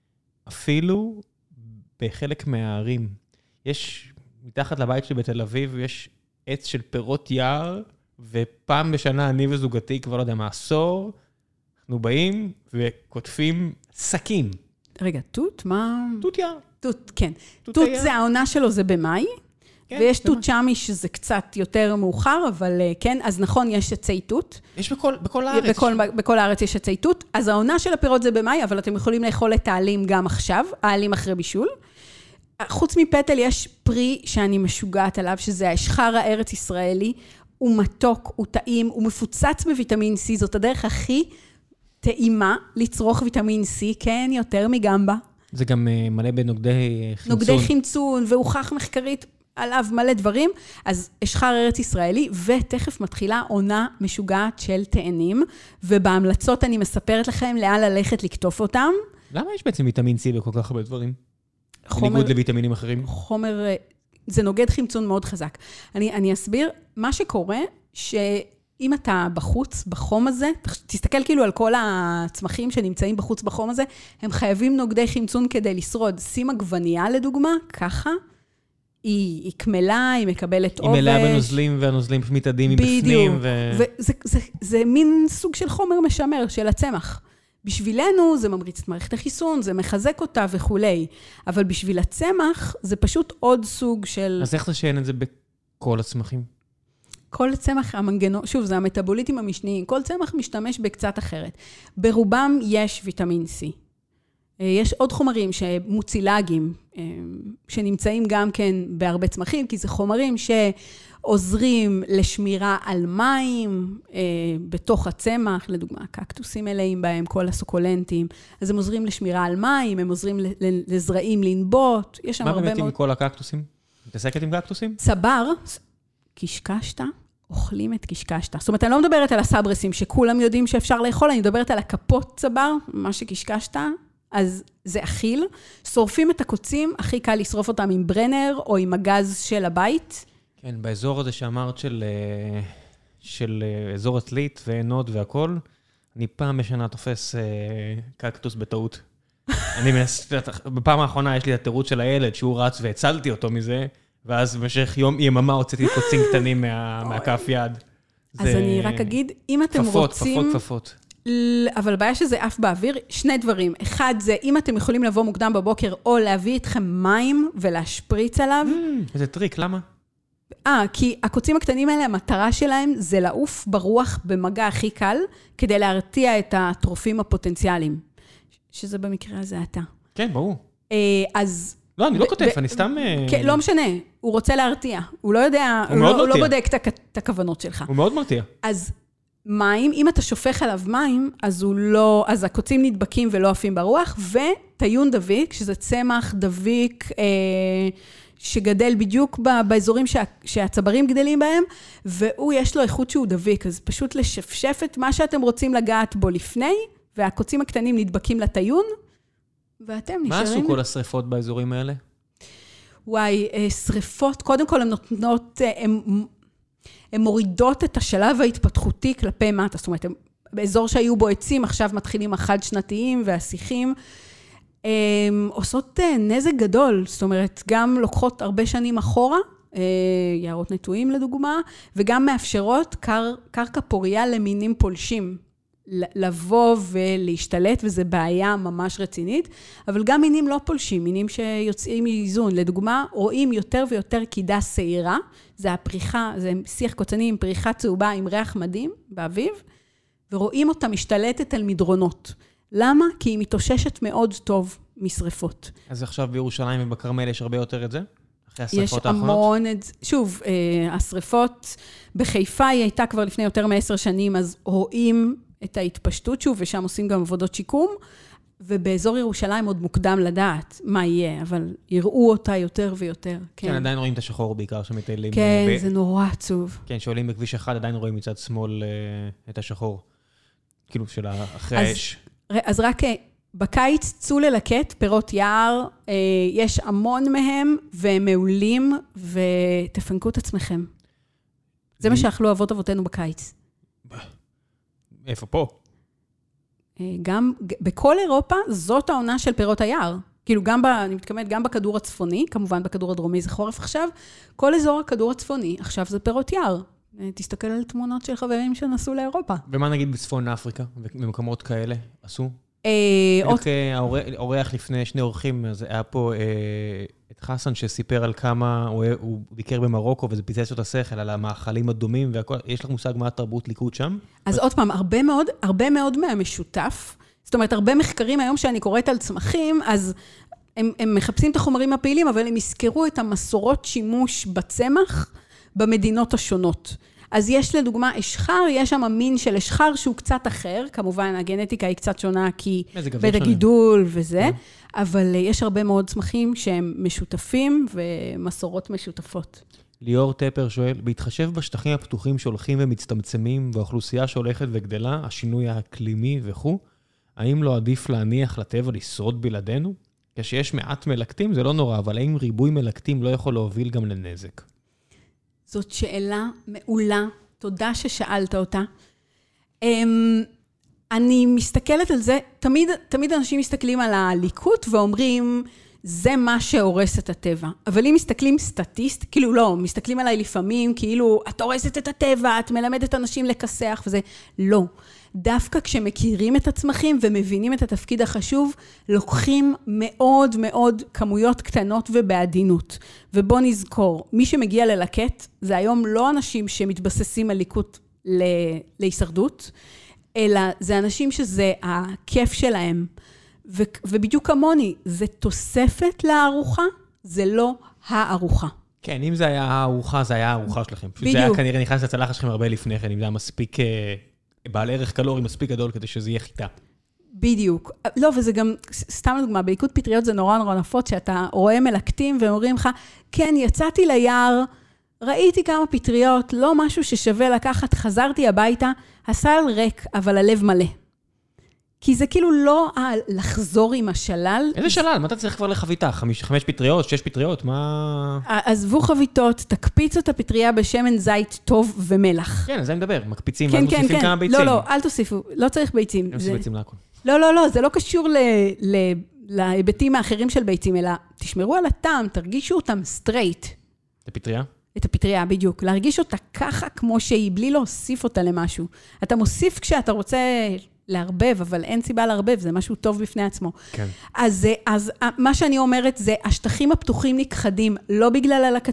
Speaker 1: אפילו בחלק מהערים. יש, מתחת לבית שלי בתל אביב, יש עץ של פירות יער, ופעם בשנה אני וזוגתי, כבר לא יודע מה, עשור, אנחנו באים וכותפים סכים.
Speaker 2: רגע, תות? מה?
Speaker 1: תות יער.
Speaker 2: תות, כן. תות זה העונה שלו, זה במאי, ויש תות שמי שזה קצת יותר מאוחר, אבל כן, אז נכון, יש עצי תות.
Speaker 1: יש בכל הארץ.
Speaker 2: בכל הארץ יש עצי תות, אז העונה של הפירות זה במאי, אבל אתם יכולים לאכול את העלים גם עכשיו, העלים אחרי בישול. חוץ מפטל יש פרי שאני משוגעת עליו, שזה האשחר הארץ ישראלי, הוא מתוק, הוא טעים, הוא מפוצץ בוויטמין C, זאת הדרך הכי טעימה לצרוך ויטמין C, כן, יותר מגמבה.
Speaker 1: זה גם מלא בנוגדי חמצון.
Speaker 2: נוגדי חמצון, והוכח מחקרית עליו מלא דברים, אז אשחר ארץ ישראלי, ותכף מתחילה עונה משוגעת של תאנים, ובהמלצות אני מספרת לכם לאן ללכת לקטוף אותם. למה
Speaker 1: יש בעצם ויטמין C בכל כך הרבה דברים? בניגוד לויטמינים אחרים?
Speaker 2: חומר, זה נוגד חמצון מאוד חזק. אני אסביר, מה שקורה, שאם אתה בחוץ, בחום הזה, תסתכל כאילו על כל הצמחים שנמצאים בחוץ בחום הזה, הם חייבים נוגדי חמצון כדי לשרוד. שים עגבנייה לדוגמה, ככה, היא כמלה, היא מקבלת עובש.
Speaker 1: היא מלאה בנוזלים, והנוזלים מתאדים מבפנים.
Speaker 2: זה מין סוג של חומר משמר של הצמח. בשבילנו זה ממריץ את מערכת החיסון, זה מחזק אותה וכולי, אבל בשביל הצמח זה פשוט עוד סוג של...
Speaker 1: אז איך זה שאין את זה בכל הצמחים?
Speaker 2: כל צמח, המנגנון, שוב, זה המטאבוליטים המשניים, כל צמח משתמש בקצת אחרת. ברובם יש ויטמין C. יש עוד חומרים שמוצילגים, שנמצאים גם כן בהרבה צמחים, כי זה חומרים שעוזרים לשמירה על מים בתוך הצמח, לדוגמה, קקטוסים מלאים בהם, כל הסוקולנטים, אז הם עוזרים לשמירה על מים, הם עוזרים לזרעים לנבוט, יש שם הרבה מאוד...
Speaker 1: מה באמת עם כל הקקטוסים? מתעסקת עם קקטוסים?
Speaker 2: צבר, קשקשת, אוכלים את קשקשת. זאת אומרת, אני לא מדברת על הסברסים שכולם יודעים שאפשר לאכול, אני מדברת על הכפות צבר, מה שקשקשת, אז זה אכיל. שורפים את הקוצים, הכי קל לשרוף אותם עם ברנר או עם הגז של הבית.
Speaker 1: כן, באזור הזה שאמרת של אזור עתלית ועינות והכל, אני פעם בשנה תופס קקטוס בטעות. בפעם האחרונה יש לי את התירוץ של הילד שהוא רץ והצלתי אותו מזה, ואז במשך יממה הוצאתי קוצים קטנים מהכף יד.
Speaker 2: אז אני רק אגיד, אם אתם רוצים...
Speaker 1: כפפות.
Speaker 2: אבל הבעיה שזה אף באוויר, שני דברים. אחד זה, אם אתם יכולים לבוא מוקדם בבוקר, או להביא אתכם מים ולהשפריץ עליו.
Speaker 1: זה טריק, למה?
Speaker 2: כי הקוצים הקטנים האלה, המטרה שלהם זה לעוף ברוח במגע הכי קל, כדי להרתיע את הטרופים הפוטנציאליים, שזה במקרה הזה אתה.
Speaker 1: כן, ברור.
Speaker 2: אז...
Speaker 1: לא, אני לא כותב, אני סתם...
Speaker 2: כן, לא משנה, הוא רוצה להרתיע. הוא לא יודע, הוא לא בודק את הכוונות שלך.
Speaker 1: הוא מאוד מרתיע.
Speaker 2: אז מים, אם אתה שופך עליו מים, אז הקוצים נדבקים ולא עפים ברוח, וטיון דביק, שזה צמח דביק, שגדל בדיוק באזורים שהצברים גדלים בהם, והוא יש לו איכות שהוא דביק, אז פשוט לשפשף את מה שאתם רוצים לגעת בו לפני, והקוצים הקטנים נדבקים לטיון, ואתם נשארים...
Speaker 1: מה עשו כל השריפות באזורים האלה?
Speaker 2: וואי, שריפות, קודם כל הן נותנות, הן מורידות את השלב ההתפתחותי כלפי מטה, זאת אומרת, באזור שהיו בו עצים, עכשיו מתחילים החד-שנתיים והשיחים, עושות נזק גדול, זאת אומרת, גם לוקחות הרבה שנים אחורה, יערות נטועים לדוגמה, וגם מאפשרות קרקע פוריה למינים פולשים, לבוא ולהשתלט, וזה בעיה ממש רצינית, אבל גם מינים לא פולשים, מינים שיוצאים מאיזון. לדוגמה, רואים יותר ויותר קידה שעירה, זה הפריחה, זה שיח קוצני עם פריחה צהובה עם ריח מדהים באביב, ורואים אותה משתלטת על מדרונות. למה? כי היא מתאוששת מאוד טוב משריפות.
Speaker 1: אז עכשיו בירושלים ובכרמל יש הרבה יותר את זה? אחרי השריפות
Speaker 2: האחרונות? יש המון, שוב, השריפות בחיפה היא הייתה כבר לפני יותר מ10 שנים, אז רואים את ההתפשטות שוב, ושם עושים גם עבודות שיקום, ובאזור ירושלים עוד מוקדם לדעת מה יהיה, אבל יראו אותה יותר ויותר.
Speaker 1: כן, עדיין רואים את השחור בעיקר שמטיילים.
Speaker 2: כן, זה נורא עצוב.
Speaker 1: כן, שעולים בכביש אחד, עדיין רואים מצד שמאל את השחור. כאילו של אחרי האש.
Speaker 2: אז רק בקיץ צאו ללקט, פירות יער, יש המון מהם, והם מעולים, ותפנקו את עצמכם. זה מה שאכלו אבות אבותינו בקיץ.
Speaker 1: איפה פה?
Speaker 2: גם, בכל אירופה, זאת העונה של פירות היער. כאילו, אני מתכוונת, גם בכדור הצפוני, כמובן בכדור הדרומי זה חורף עכשיו, כל אזור הכדור הצפוני, עכשיו זה פירות יער. תסתכל על תמונות של חברים שנסעו לאירופה.
Speaker 1: ומה נגיד בצפון אפריקה, במקומות כאלה עשו? האורח לפני 2 אורחים, אז היה פה את חסן שסיפר על כמה הוא ביקר במרוקו, וזה פיצץ את השכל על המאכלים הדומים, יש לך מושג מה התרבות ליקוד שם?
Speaker 2: אז עוד פעם, הרבה מאוד מהמשותף, זאת אומרת, הרבה מחקרים היום שאני קוראת על צמחים, אז הם מחפשים את החומרים הפעילים, אבל הם יזכרו את המסורות שימוש בצמח במדינות השונות. אז יש לדוגמה אשחר, יש שם מין של אשחר שהוא קצת אחר, כמובן הגנטיקה היא קצת שונה כי בית הגידול וזה, אבל יש הרבה מאוד צמחים שהם משותפים ומסורות משותפות.
Speaker 1: ליאור טפר שואל, בהתחשב בשטחים הפתוחים שהולכים ומצטמצמים, והאוכלוסייה שהולכת וגדלה, השינוי האקלימי וכו', האם לא עדיף להניח לטבע לשרוד בלעדינו? כשיש מעט מלקטים זה לא נורא, אבל האם ריבוי מלקטים לא יכול להוביל גם לנזק?
Speaker 2: זאת שאלה מעולה, תודה ששאלת אותה. אני מסתכלת על זה, תמיד אנשים מסתכלים על הליקוט ואומרים, זה מה שהורס את הטבע. אבל אם מסתכלים סטטיסט, כאילו לא, מסתכלים עליי לפעמים, כאילו, את הורסת את הטבע, את מלמדת אנשים לכסח וזה, לא. דווקא כשמכירים את הצמחים ומבינים את התפקיד החשוב, לוקחים מאוד מאוד כמויות קטנות ובעדינות. ובוא נזכור, מי שמגיע ללקט, זה היום לא אנשים שמתבססים על ליקוט להישרדות, אלא זה אנשים שזה הכיף שלהם. ובדיוק כמוני, זה תוספת לארוחה, זה לא הארוחה.
Speaker 1: כן, אם זה היה הארוחה, זה היה הארוחה שלכם.
Speaker 2: בדיוק.
Speaker 1: זה היה כנראה נכנס לצלחת שלכם הרבה לפני כן, אם זה היה מספיק, בעל ערך קלורי מספיק גדול כדי שזה יהיה חיטה.
Speaker 2: בדיוק. לא, וזה גם, סתם לדוגמה, בליקוט פטריות זה נורא נורא נפוץ, שאתה רואה מלקטים ואומרים לך, כן, יצאתי ליער, ראיתי כמה פטריות, לא משהו ששווה לקחת, חזרתי הביתה, הסל ריק, אבל הלב מלא. כי זה כאילו לא לחזור עם השלל.
Speaker 1: איזה שלל? מה אתה צריך כבר לחביתה? 5 פטריות, 6 פטריות? מה...
Speaker 2: עזבו חביתות, תקפיצו את הפטריה בשמן זית טוב ומלח.
Speaker 1: כן, אז זה מדבר. מקפיצים, ואז מוסיפים כמה ביצים.
Speaker 2: לא, אל תוסיפו, לא צריך ביצים.
Speaker 1: הם עושים ביצים להכל.
Speaker 2: לא, זה לא קשור להיבטים האחרים של ביצים, אלא תשמרו על הטעם, תרגישו אותם סטרייט.
Speaker 1: את הפטריה?
Speaker 2: את הפטריה, בדיוק. להרגיש אותה ככה כמו שהיא, בלי להוסיף אותה למשהו. אתה מוסיף כשאתה רוצה להרבב, אבל אין סיבה להרבב, זה משהו טוב בפני עצמו.
Speaker 1: כן.
Speaker 2: אז מה שאני אומרת זה, השטחים הפתוחים נכחדים לא בגלל הלקטים,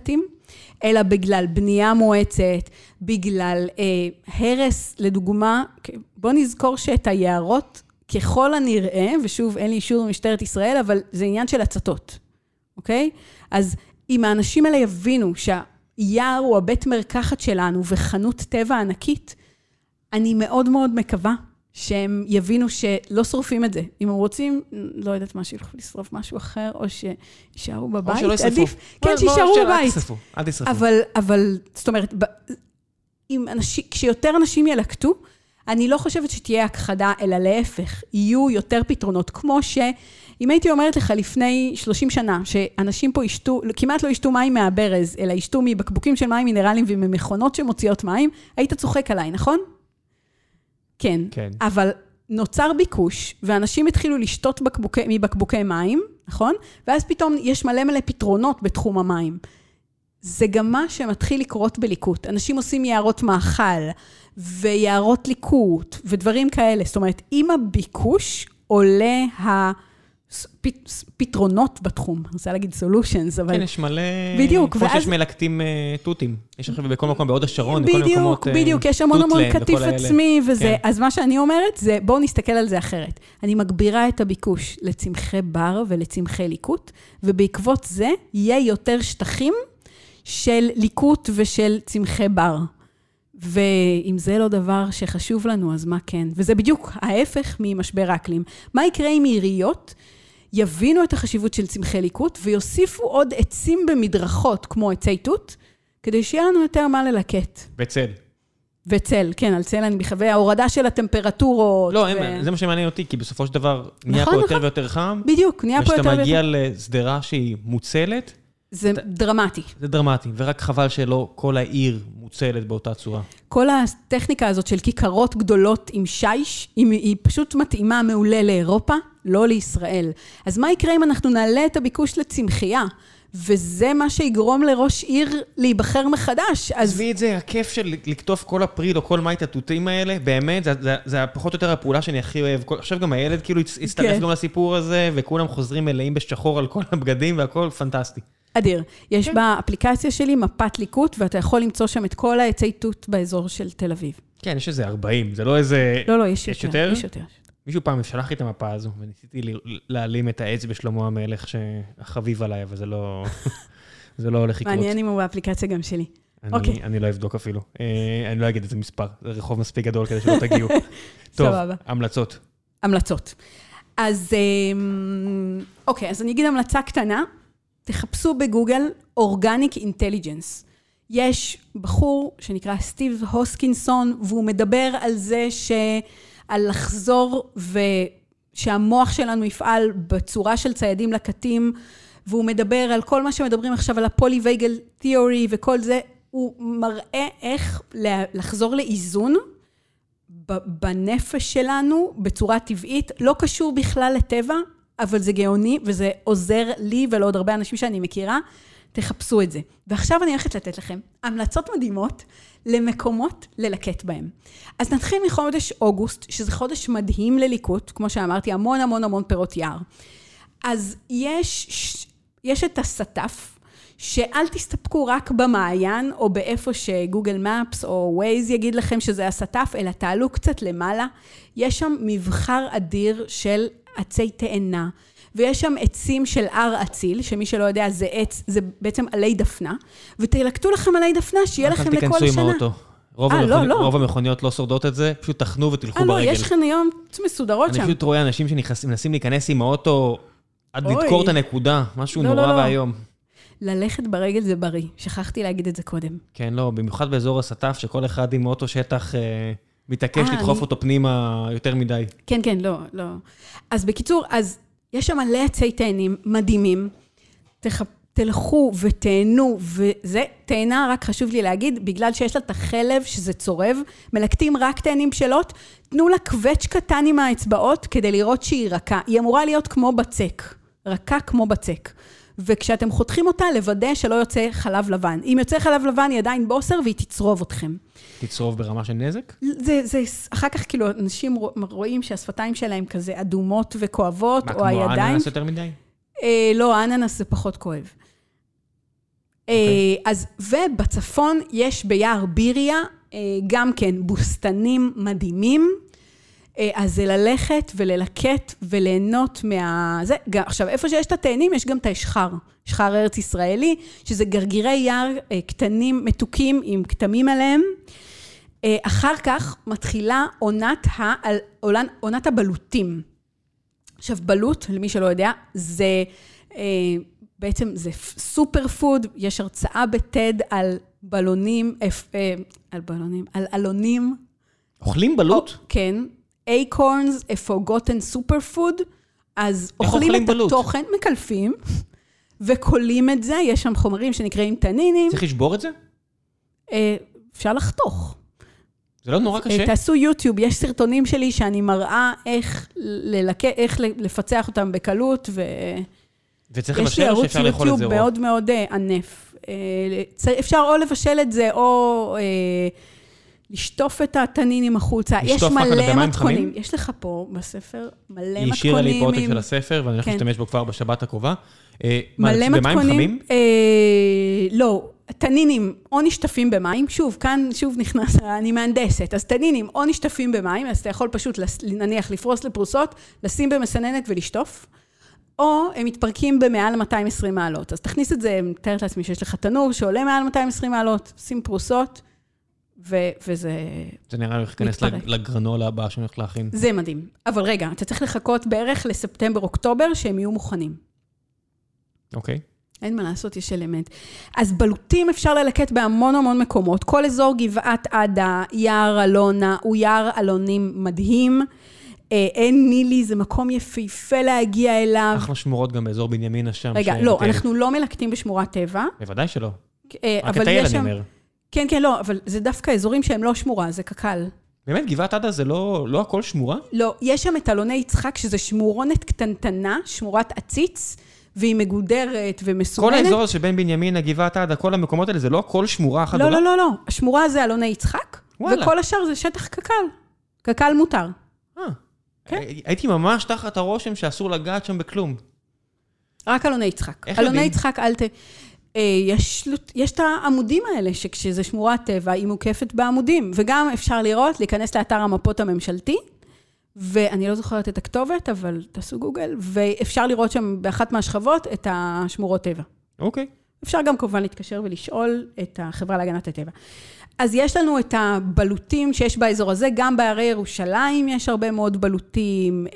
Speaker 2: אלא בגלל בנייה מואצת, בגלל הרס, לדוגמה, בוא נזכור שאת היערות, ככל הנראה, ושוב אין לי אישור במשטרת ישראל, אבל זה עניין של הצתות, אוקיי? אז אם האנשים האלה יבינו שהיער הוא הבית מרקחת שלנו וחנות טבע ענקית, אני מאוד מאוד מקווה שהם יבינו שלא שורפים את זה. אם הם רוצים, לא יודעת מה, שילכו לשרוף משהו אחר, או שישארו בבית.
Speaker 1: או שלא ישרפו.
Speaker 2: כן, שישארו בבית.
Speaker 1: אל תשרפו.
Speaker 2: אבל, זאת אומרת, כשיותר אנשים ילקטו, אני לא חושבת שתהיה הכחדה, אלא להפך, יהיו יותר פתרונות, כמו אם הייתי אומרת לך לפני 30 שנה, שאנשים פה כמעט לא ישתו מים מהברז, אלא ישתו מבקבוקים של מים מינרליים וממכונות שמוציאות מים, היית צוחק עליי, נכון? כן. אבל נוצר ביקוש, ואנשים התחילו לשתות מבקבוקי מים, נכון? ואז פתאום יש מלא פתרונות בתחום המים. זה גם מה שמתחיל לקרות בליקוט. אנשים עושים יערות מאכל, ויערות ליקוט, ודברים כאלה. זאת אומרת, עם הביקוש עולה הפתרונות בתחום. אני רוצה להגיד solutions, אבל...
Speaker 1: כן, יש מלא...
Speaker 2: בדיוק.
Speaker 1: כמו שיש מלקטים תותים. יש עכשיו בכל מקום, בעוד השרון, בכל מקומות...
Speaker 2: בדיוק, יש המון קטיף עצמי, וזה... אז מה שאני אומרת, זה בואו נסתכל על זה אחרת. אני מגבירה את הביקוש לצמחי בר ולצמחי ליקוט, ובעקבות זה יהיה יותר שטחים של ליקוט ושל צמחי בר. ואם זה לא דבר שחשוב לנו, אז מה כן? וזה בדיוק ההפך ממשבר האקלים. מה יקרה אם עיריות יבינו את החשיבות של צמחי ליקוט, ויוסיפו עוד עצים במדרכות, כמו עצי תות, כדי שיהיה לנו יותר מה ללקט.
Speaker 1: וצל.
Speaker 2: וצל, כן, על צל אני בחווה, ההורדה של הטמפרטורות.
Speaker 1: לא, זה מה שמעניין אותי, כי בסופו של דבר נהיה פה יותר ויותר חם.
Speaker 2: בדיוק, נהיה פה יותר ויותר.
Speaker 1: ושאתה מגיע לסדרה שהיא מוצלת,
Speaker 2: זה דרמטי.
Speaker 1: זה דרמטי, ורק חבל שלא כל העיר מוצלת באותה צורה.
Speaker 2: כל הטכניקה הזאת של כיכרות גדולות עם שיש, היא פשוט מתאימה מעולה לאירופה, לא לישראל. אז מה יקרה אם אנחנו נעלה את הביקוש לצמחייה? וזה מה שיגרום לראש עיר להיבחר מחדש.
Speaker 1: עזבי את זה, הכיף של לקטוף כל אפריל או כל מאי את התותים האלה, באמת, זה פחות או יותר הפעולה שאני הכי אוהב. עכשיו גם הילד כאילו הצטרף גם לסיפור הזה, וכולם חוזרים מלאים בשחור על כל הבגדים, והכל פנטסטי.
Speaker 2: אדיר, יש באפליקציה שלי מפת ליקוט, ואתה יכול למצוא שם את כל העצי תות באזור של תל אביב.
Speaker 1: כן, יש איזה 40, זה לא איזה...
Speaker 2: לא, יש יותר. יש יותר.
Speaker 1: מישהו פעם שלח לי את המפה הזו, וניסיתי להעלים את העץ בשלמה המלך שהחביב עליי, אבל זה לא הולך לקרות.
Speaker 2: מעניין אם הוא באפליקציה גם שלי.
Speaker 1: אני לא אבדוק אפילו. אני לא אגיד איזה מספר, זה רחוב מספיק גדול כדי שלא תגיעו. טוב, המלצות.
Speaker 2: המלצות. אז, אוקיי, אז אני אגיד המלצה קטנה. תחפשו בגוגל Organic Intelligence. יש בחור שנקרא סטיב הוסקינסון, והוא מדבר על זה על לחזור ושהמוח שלנו יפעל בצורה של ציידים לקטים, והוא מדבר על כל מה שמדברים עכשיו על הפוליווייגל תיאורי וכל זה, הוא מראה איך לחזור לאיזון בנפש שלנו בצורה טבעית, לא קשור בכלל לטבע, אבל זה גאוני וזה עוזר לי ולעוד הרבה אנשים שאני מכירה, תחפשו את זה. ועכשיו אני הולכת לתת לכם המלצות מדהימות למקומות ללקט בהם. אז נתחיל מחודש אוגוסט, שזה חודש מדהים לליקוט, כמו שאמרתי, המון המון המון פירות יער. אז יש את הסטף, שאל תסתפקו רק במעיין, או באיפה שגוגל מפס או ווייז יגיד לכם שזה הסטף, אלא תעלו קצת למעלה. יש שם מבחר אדיר של עצי תאנה, ויש שם עצים של הר אציל, שמי שלא יודע זה עץ, זה בעצם עלי דפנה, ותלקטו לכם עלי דפנה, שיהיה לכם לכל שנה.
Speaker 1: תיכנסו עם האוטו. רוב המכוניות לא שורדות את זה, פשוט תחנו ותלכו ברגל.
Speaker 2: לא, יש חניות מסודרות שם.
Speaker 1: אני פשוט רואה אנשים שמנסים להיכנס עם האוטו, עד לדקור את הנקודה, משהו נורא והיום.
Speaker 2: ללכת ברגל זה בריא, שכחתי להגיד את זה קודם.
Speaker 1: כן, לא, במיוחד באזור הסטף, שכל אחד עם אוטו שטח מתעקש לדחוף אותו פנימה יותר מדי. כן,
Speaker 2: כן, לא. אז בקיצור, אז יש שם מלא עצי תאנים מדהימים, תלכו ותהנו, וזה תאנה, רק חשוב לי להגיד, בגלל שיש לה את החלב שזה צורב, מלקטים רק תאנים בשלות, תנו לה קווץ' קטן עם האצבעות, כדי לראות שהיא רכה. היא אמורה להיות כמו בצק, רכה כמו בצק. וכשאתם חותכים אותה, לוודא שלא יוצא חלב לבן. אם יוצא חלב לבן, היא עדיין בוסר, והיא תצרוב אתכם.
Speaker 1: תצרוב ברמה של נזק?
Speaker 2: זה אחר כך, כאילו, אנשים רואים שהשפתיים שלהם כזה אדומות וכואבות, או הידיים.
Speaker 1: מה, כמו אננס יותר מדי?
Speaker 2: לא, אננס זה פחות כואב. אז, ובצפון יש ביער ביריה, גם כן בוסתנים מדהימים, אז זה ללכת וללקט וליהנות זה. עכשיו, איפה שיש את התאנים, יש גם את השחר, שחר ארץ ישראלי, שזה גרגירי יער קטנים, מתוקים עם כתמים עליהם. אחר כך מתחילה עונת הבלוטים. עכשיו, בלוט, למי שלא יודע, זה בעצם זה סופר פוד, יש הרצאה בטד על בלונים, על אלונים.
Speaker 1: אוכלים בלוט?
Speaker 2: כן. acorns, a forgotten superfood, אז אוכלים את התוכן, מקלפים, וקולים את זה, יש שם חומרים שנקראים תנינים.
Speaker 1: צריך לשבור את זה?
Speaker 2: אפשר לחתוך.
Speaker 1: זה לא נורא קשה?
Speaker 2: תעשו יוטיוב, יש סרטונים שלי שאני מראה איך לפצח אותם בקלות,
Speaker 1: וצריך לבשל או שאפשר לאכול את זה?
Speaker 2: יש לי ערוץ יוטיוב מאוד מאוד ענף. אפשר או לבשל את זה, או לשטוף את התנינים החוצה. יש מלא מתכונים. יש לך פה בספר מלא מתכונים.
Speaker 1: היא השאירה לי פרוטק של הספר, ואני הולך להשתמש בו כבר בשבת הקרובה.
Speaker 2: מלא מתכונים.
Speaker 1: במים חמים?
Speaker 2: לא. תנינים או נשטפים במים, שוב, כאן שוב נכנס, אני מהנדסת, אז תנינים או נשטפים במים, אז אתה יכול פשוט נניח לפרוס לפרוסות, לשים במסננת ולשטוף, או הם מתפרקים במעל 220 מעלות. אז תכניס את זה, מתארת לעצמי שיש לך תנור שעולה מעל 220 מעלות, שים פרוסות, וזה
Speaker 1: זה נראה לי להיכנס לגרנולה הבאה שאני הולך להכין.
Speaker 2: זה מדהים. אבל רגע, אתה צריך לחכות בערך לספטמבר-אוקטובר שהם יהיו מוכנים.
Speaker 1: אוקיי.
Speaker 2: אין מה לעשות, יש אלמנט. אז בלוטים אפשר ללקט בהמון המון מקומות. כל אזור גבעת עדה, יער אלונה, הוא יער אלונים מדהים. אין נילי, זה מקום יפהפה להגיע אליו.
Speaker 1: אנחנו שמורות גם באזור בנימינה שם.
Speaker 2: רגע, לא, אנחנו לא מלקטים בשמורת טבע.
Speaker 1: בוודאי שלא.
Speaker 2: רק את
Speaker 1: הילד אני אומר.
Speaker 2: כן, כן, לא, אבל זה דווקא אזורים שהם לא שמורה, זה קקל.
Speaker 1: באמת, גבעת עדה זה לא הכל שמורה?
Speaker 2: לא, יש שם את אלוני יצחק, שזה שמורונת קטנטנה, שמורת עציץ, והיא מגודרת ומסומנת.
Speaker 1: כל האזור שבין בנימינה, גבעת עדה, כל המקומות האלה, זה לא הכל שמורה אחת גדולה?
Speaker 2: לא, לא, לא. השמורה זה אלוני יצחק, וכל השאר זה שטח קקל. קקל מותר.
Speaker 1: הייתי ממש תחת הרושם שאסור לגעת שם בכלום.
Speaker 2: רק אלוני יצחק. אלוני יצחק, יש את העמודים האלה, שכשזה שמורת טבע, היא מוקפת בעמודים, וגם אפשר לראות, להיכנס לאתר המפות הממשלתי, ואני לא זוכרת את הכתובת, אבל תעשו גוגל, ואפשר לראות שם באחת מהשכבות את השמורות טבע.
Speaker 1: אוקיי.
Speaker 2: אפשר גם כמובן להתקשר ולשאול את החברה להגנת הטבע. אז יש לנו את הבלוטים שיש באזור הזה, גם בערי ירושלים יש הרבה מאוד בלוטים.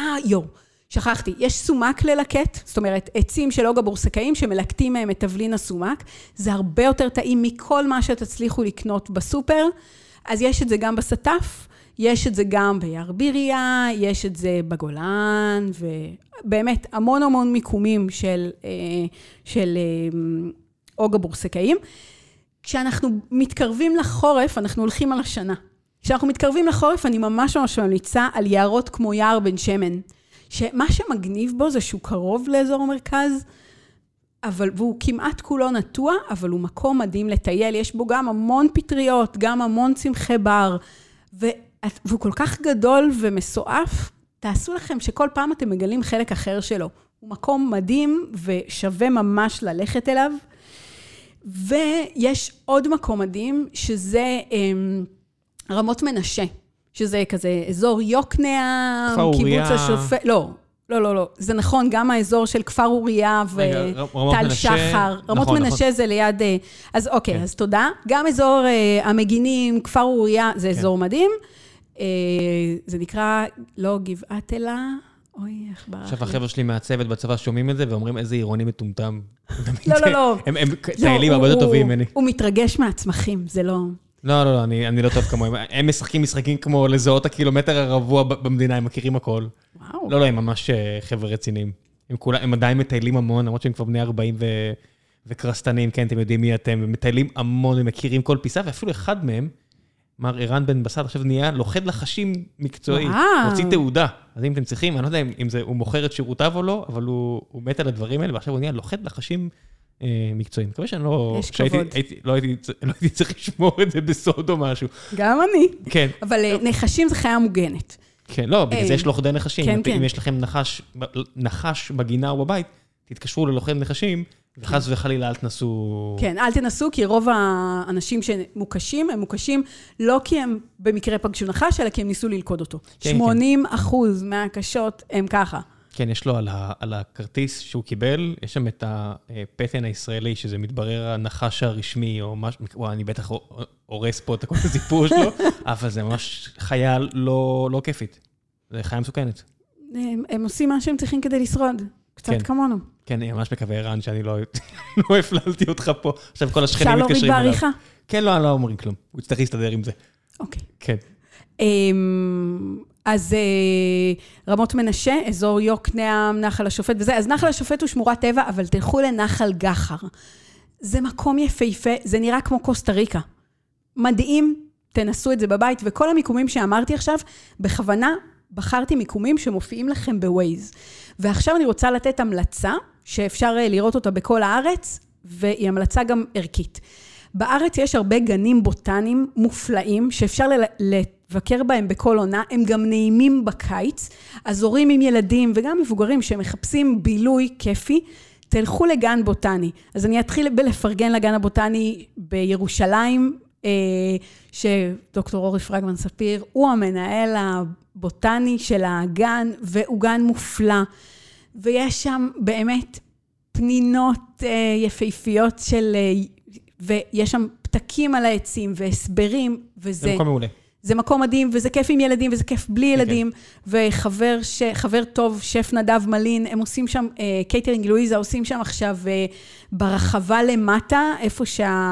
Speaker 2: שכחתי, יש סומק ללקט, זאת אומרת, עצים של אוגה בורסקאים שמלקטים מהם את תבלין הסומק, זה הרבה יותר טעים מכל מה שתצליחו לקנות בסופר, אז יש את זה גם בסטף, יש את זה גם ביער ביריה, יש את זה בגולן, ובאמת המון המון מיקומים של אוגה בורסקאים. כשאנחנו מתקרבים לחורף, אנחנו הולכים על השנה. כשאנחנו מתקרבים לחורף, אני ממש ממליצה על יערות כמו יער בן שמן, שמה שמגניב בו זה שהוא קרוב לאזור המרכז, והוא כמעט כולו נטוע, אבל הוא מקום מדהים לטייל, יש בו גם המון פטריות, גם המון צמחי בר, והוא כל כך גדול ומסועף, תעשו לכם שכל פעם אתם מגלים חלק אחר שלו. הוא מקום מדהים ושווה ממש ללכת אליו, ויש עוד מקום מדהים, שזה רמות מנשה. שזה כזה אזור יוקנעם, קיבוץ השופט, לא, זה נכון, גם האזור של כפר אוריה וטל שחר, רמות מנשה זה ליד, אז אוקיי, אז תודה, גם אזור המגינים, כפר אוריה, זה אזור מדהים, זה נקרא, לא גבעת אלא, אוי, איך ברח.
Speaker 1: עכשיו החבר'ה שלי מהצוות בצבא שומעים את זה, ואומרים איזה עירוני מטומטם.
Speaker 2: לא.
Speaker 1: הם טיילים הרבה יותר טובים ממני.
Speaker 2: הוא מתרגש מהצמחים, זה לא...
Speaker 1: לא, אני לא טוב כמוהם. הם משחקים כמו לזהות הקילומטר הרבוע במדינה, הם מכירים הכל.
Speaker 2: וואו.
Speaker 1: לא, הם ממש חבר'ה רציניים. הם עדיין מטיילים המון, למרות שהם כבר בני 40 וקרסטנים, כן, אתם יודעים מי אתם, הם מטיילים המון, הם מכירים כל פיסה, ואפילו אחד מהם, מר ערן בן בסט, עכשיו נהיה לוחד לחשים מקצועי, הוציא תעודה. אז אם אתם צריכים, אני לא יודע אם הוא מוכר את שירותיו או לא, אבל הוא מת על הדברים האלה, ועכשיו הוא נהיה לוחד לחשים מקצועיים. מקווה שאני לא הייתי צריך לשמור את זה בסוד או משהו.
Speaker 2: גם אני.
Speaker 1: כן.
Speaker 2: אבל נחשים זה חיה מוגנת.
Speaker 1: כן, לא, בגלל זה יש לוכדי נחשים. אם יש לכם נחש בגינה או בבית, תתקשרו ללוכד נחשים, וחס וחלילה אל תנסו...
Speaker 2: כן, אל תנסו, כי רוב האנשים שמוקשים, הם מוקשים לא כי הם במקרה פגשו נחש, אלא כי הם ניסו ללכוד אותו. 80% מהקשות הם ככה.
Speaker 1: כן, יש לו על הכרטיס שהוא קיבל, יש שם את הפטן הישראלי, שזה מתברר הנחש הרשמי, או משהו, וואי, אני בטח הורס פה את כל הסיפור שלו, אבל זה ממש חיה לא כיפית. זה חיה מסוכנת.
Speaker 2: הם עושים מה שהם צריכים כדי לשרוד, קצת כמונו.
Speaker 1: כן, אני ממש מקווה, ערן, שאני לא הפללתי אותך פה. עכשיו כל השכנים מתקשרים
Speaker 2: אליו. אפשר להוריד בעריכה?
Speaker 1: כן, לא אומרים כלום. הוא יצטרך להסתדר עם זה.
Speaker 2: אוקיי.
Speaker 1: כן.
Speaker 2: אז רמות מנשה, אזור יוקנעם, נחל השופט וזה. אז נחל השופט הוא שמורת טבע, אבל תלכו לנחל גחר. זה מקום יפהפה, זה נראה כמו קוסטה ריקה. מדהים, תנסו את זה בבית, וכל המיקומים שאמרתי עכשיו, בכוונה בחרתי מיקומים שמופיעים לכם בווייז. ועכשיו אני רוצה לתת המלצה, שאפשר לראות אותה בכל הארץ, והיא המלצה גם ערכית. בארץ יש הרבה גנים בוטניים מופלאים, שאפשר לבקר בהם בכל עונה, הם גם נעימים בקיץ, אז הורים עם ילדים וגם מבוגרים שמחפשים בילוי כיפי, תלכו לגן בוטני. אז אני אתחיל בלפרגן לגן הבוטני בירושלים, שדוקטור אורי פרגמן ספיר, הוא המנהל הבוטני של הגן, והוא גן מופלא, ויש שם באמת פנינות יפהפיות של... ויש שם פתקים על העצים והסברים, וזה...
Speaker 1: זה מקום מעולה.
Speaker 2: זה מקום מדהים, וזה כיף עם ילדים, וזה כיף בלי ילדים, וחבר טוב, שף נדב מלין, הם עושים שם, קייטרינג לואיזה, עושים שם עכשיו ברחבה למטה, איפה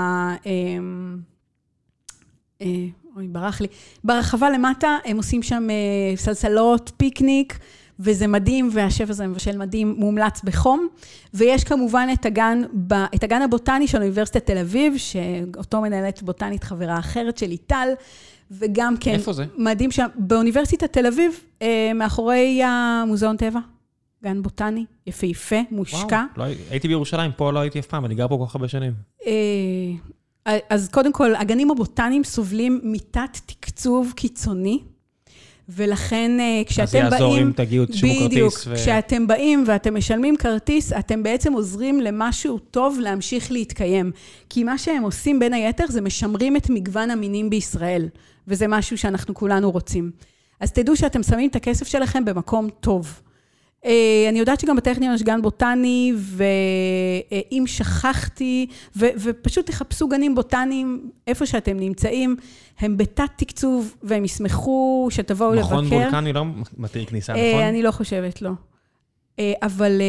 Speaker 2: אוי, ברח לי. ברחבה למטה, הם עושים שם סלסלות, פיקניק, וזה מדהים, והשף הזה מבשל מדהים, מומלץ בחום, ויש כמובן את הגן הבוטני של אוניברסיטת תל אביב, שאותו מנהלת בוטנית חברה אחרת של איטל, וגם כן...
Speaker 1: איפה זה?
Speaker 2: מדהים שם, באוניברסיטת תל אביב, מאחורי המוזיאון טבע, גן בוטני, יפהפה, מושקע.
Speaker 1: וואו, הייתי בירושלים, פה לא הייתי אף פעם, אני גר פה כל כך הרבה שנים.
Speaker 2: אז קודם כל, הגנים הבוטניים סובלים מתת תקצוב קיצוני, ולכן כשאתם באים... אז יעזור אם
Speaker 1: תגיעו, תשמו כרטיס.
Speaker 2: בדיוק, כשאתם באים ואתם משלמים כרטיס, אתם בעצם עוזרים למשהו טוב להמשיך להתקיים. כי מה שהם עושים בין היתר, זה משמרים את מגוון המינים בישראל, וזה משהו שאנחנו כולנו רוצים. אז תדעו שאתם שמים את הכסף שלכם במקום טוב. אני יודעת שגם בטכניון יש גן בוטני, ואם שכחתי, ופשוט תחפשו גנים בוטניים איפה שאתם נמצאים, הם בתת תקצוב, והם ישמחו שתבואו לבקר.
Speaker 1: מכון וולקני לא מתיר כניסה, נכון?
Speaker 2: אני לא חושבת, לא. אבל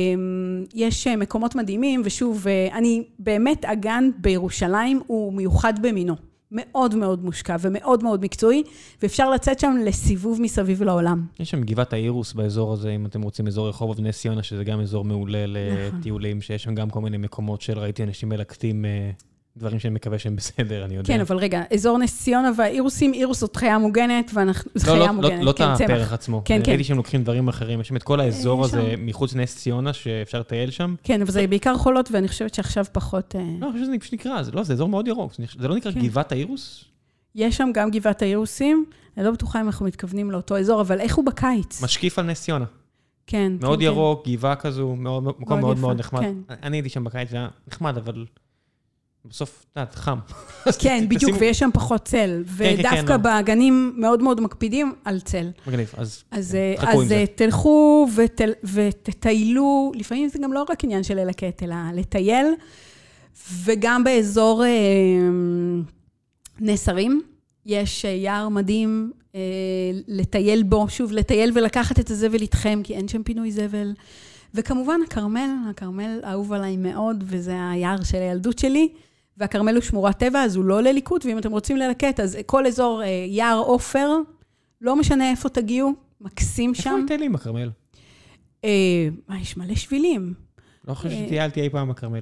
Speaker 2: יש מקומות מדהימים, ושוב, באמת הגן בירושלים הוא מיוחד במינו. מאוד מאוד מושקע ומאוד מאוד מקצועי, ואפשר לצאת שם לסיבוב מסביב לעולם.
Speaker 1: יש שם גבעת האירוס באזור הזה, אם אתם רוצים אזור רחובות בנס ציונה, שזה גם אזור מעולה לטיולים, שיש שם גם כל מיני מקומות של ראיתי אנשים מלקטים דברים שאני מקווה שהם בסדר, אני יודע.
Speaker 2: כן, אבל רגע, אזור נס ציונה והאירוסים, אירוס זאת חיה מוגנת, זו חיה מוגנת.
Speaker 1: לא את הפרח עצמו. ראיתי שהם לוקחים דברים אחרים, יש שם את כל האזור הזה מחוץ נס ציונה, שאפשר לטייל שם.
Speaker 2: כן, אבל זה בעיקר חולות, ואני חושבת שעכשיו פחות...
Speaker 1: לא, אני חושב שזה נקרא, זה אזור מאוד ירוק. זה לא נקרא גבעת האירוס?
Speaker 2: יש שם גם גבעת האירוסים, אני לא בטוחה אם אנחנו מתכוונים לאותו אזור, אבל איך הוא בקיץ?
Speaker 1: משקיף על נס ציונה.
Speaker 2: כן.
Speaker 1: מאוד ירוק, גבעה כזו, מקום מאוד מאוד נחמד. אני הייתי שם בקיץ, זה היה נחמד, אבל בסוף, חם.
Speaker 2: כן, בדיוק, ויש שם פחות צל, ודווקא בגנים מאוד מאוד מקפידים על צל.
Speaker 1: מגניב, אז
Speaker 2: תלכו ותטיילו, לפעמים זה גם לא רק עניין של ללקט, אלא לטייל, וגם באזור נסרים, יש יער מדהים לטייל בו, שוב, לטייל ולקחת את הזבל איתכם, כי אין שם פינוי זבל, וכמובן הכרמל אהוב עליי מאוד, וזה היער של הילדות שלי, והכרמל הוא שמורת טבע, אז הוא לא לליקוט, ואם אתם רוצים ללקט, אז כל אזור יער עופר, לא משנה איפה תגיעו, מקסים שם.
Speaker 1: איפה מטיילים בכרמל?
Speaker 2: יש מלא שבילים.
Speaker 1: לא חושב שטיילתי אי פעם בכרמל.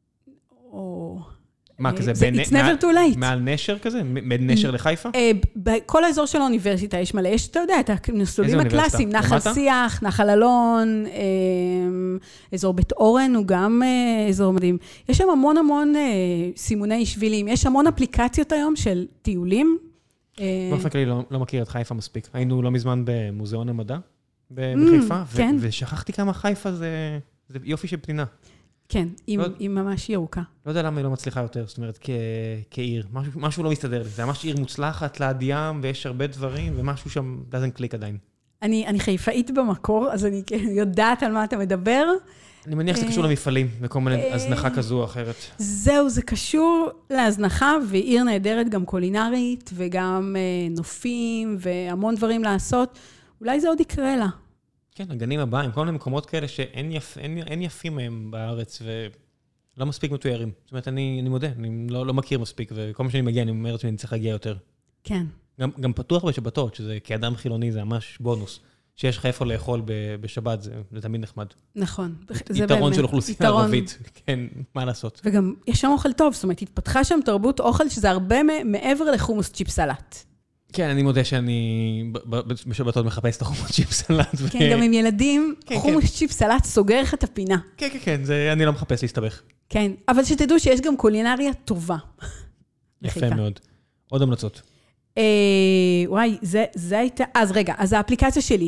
Speaker 1: מה כזה?
Speaker 2: It's never too late.
Speaker 1: מעל נשר כזה? בין נשר לחיפה?
Speaker 2: בכל האזור של האוניברסיטה יש מלא, יש, אתה יודע, את המסלולים הקלאסיים, נחל שיח, נחל אלון, אזור בית אורן הוא גם אזור מדהים. יש שם המון המון סימוני שבילים, יש המון אפליקציות היום של טיולים.
Speaker 1: באופן כללי לא מכיר את חיפה מספיק. היינו לא מזמן במוזיאון המדע בחיפה, ושכחתי כמה חיפה זה יופי של פנינה.
Speaker 2: כן, היא ממש ירוקה.
Speaker 1: לא יודע למה היא לא מצליחה יותר, זאת אומרת, כעיר. משהו לא מסתדר לי. זה ממש עיר מוצלחת ליד ים, ויש הרבה דברים, ומשהו שם doesn't click עדיין.
Speaker 2: אני חיפאית במקור, אז אני יודעת על מה אתה מדבר.
Speaker 1: אני מניח שזה קשור למפעלים, וכל מיני הזנחה כזו או אחרת.
Speaker 2: זהו, זה קשור להזנחה, ועיר נהדרת גם קולינרית, וגם נופים, והמון דברים לעשות. אולי זה עוד יקרה לה.
Speaker 1: כן, הגנים הבאים, כל מיני מקומות כאלה שאין יפים מהם בארץ, ולא מספיק מתוירים. זאת אומרת, אני מודה, אני לא מכיר מספיק, וכל מה שאני מגיע, אני אומר שאני צריך להגיע יותר.
Speaker 2: כן.
Speaker 1: גם פתוח בשבתות, שזה כאדם חילוני, זה ממש בונוס. שיש לך איפה לאכול בשבת, זה תמיד נחמד.
Speaker 2: נכון.
Speaker 1: יתרון של אוכלוסייה ערבית. כן, מה לעשות?
Speaker 2: וגם יש שם אוכל טוב, זאת אומרת, התפתחה שם תרבות אוכל שזה הרבה מעבר לחומוס צ'יפ סלט.
Speaker 1: כן, אני מודה שאני בשבתות מחפש את החומוס צ'יפ סלט.
Speaker 2: כן, גם עם ילדים, חומוס צ'יפ סלט סוגר לך את הפינה.
Speaker 1: כן, כן, כן, אני לא מחפש להסתבך.
Speaker 2: כן, אבל שתדעו שיש גם קולינריה טובה.
Speaker 1: יפה מאוד. עוד המלצות.
Speaker 2: וואי, זה הייתה... אז רגע, אז האפליקציה שלי,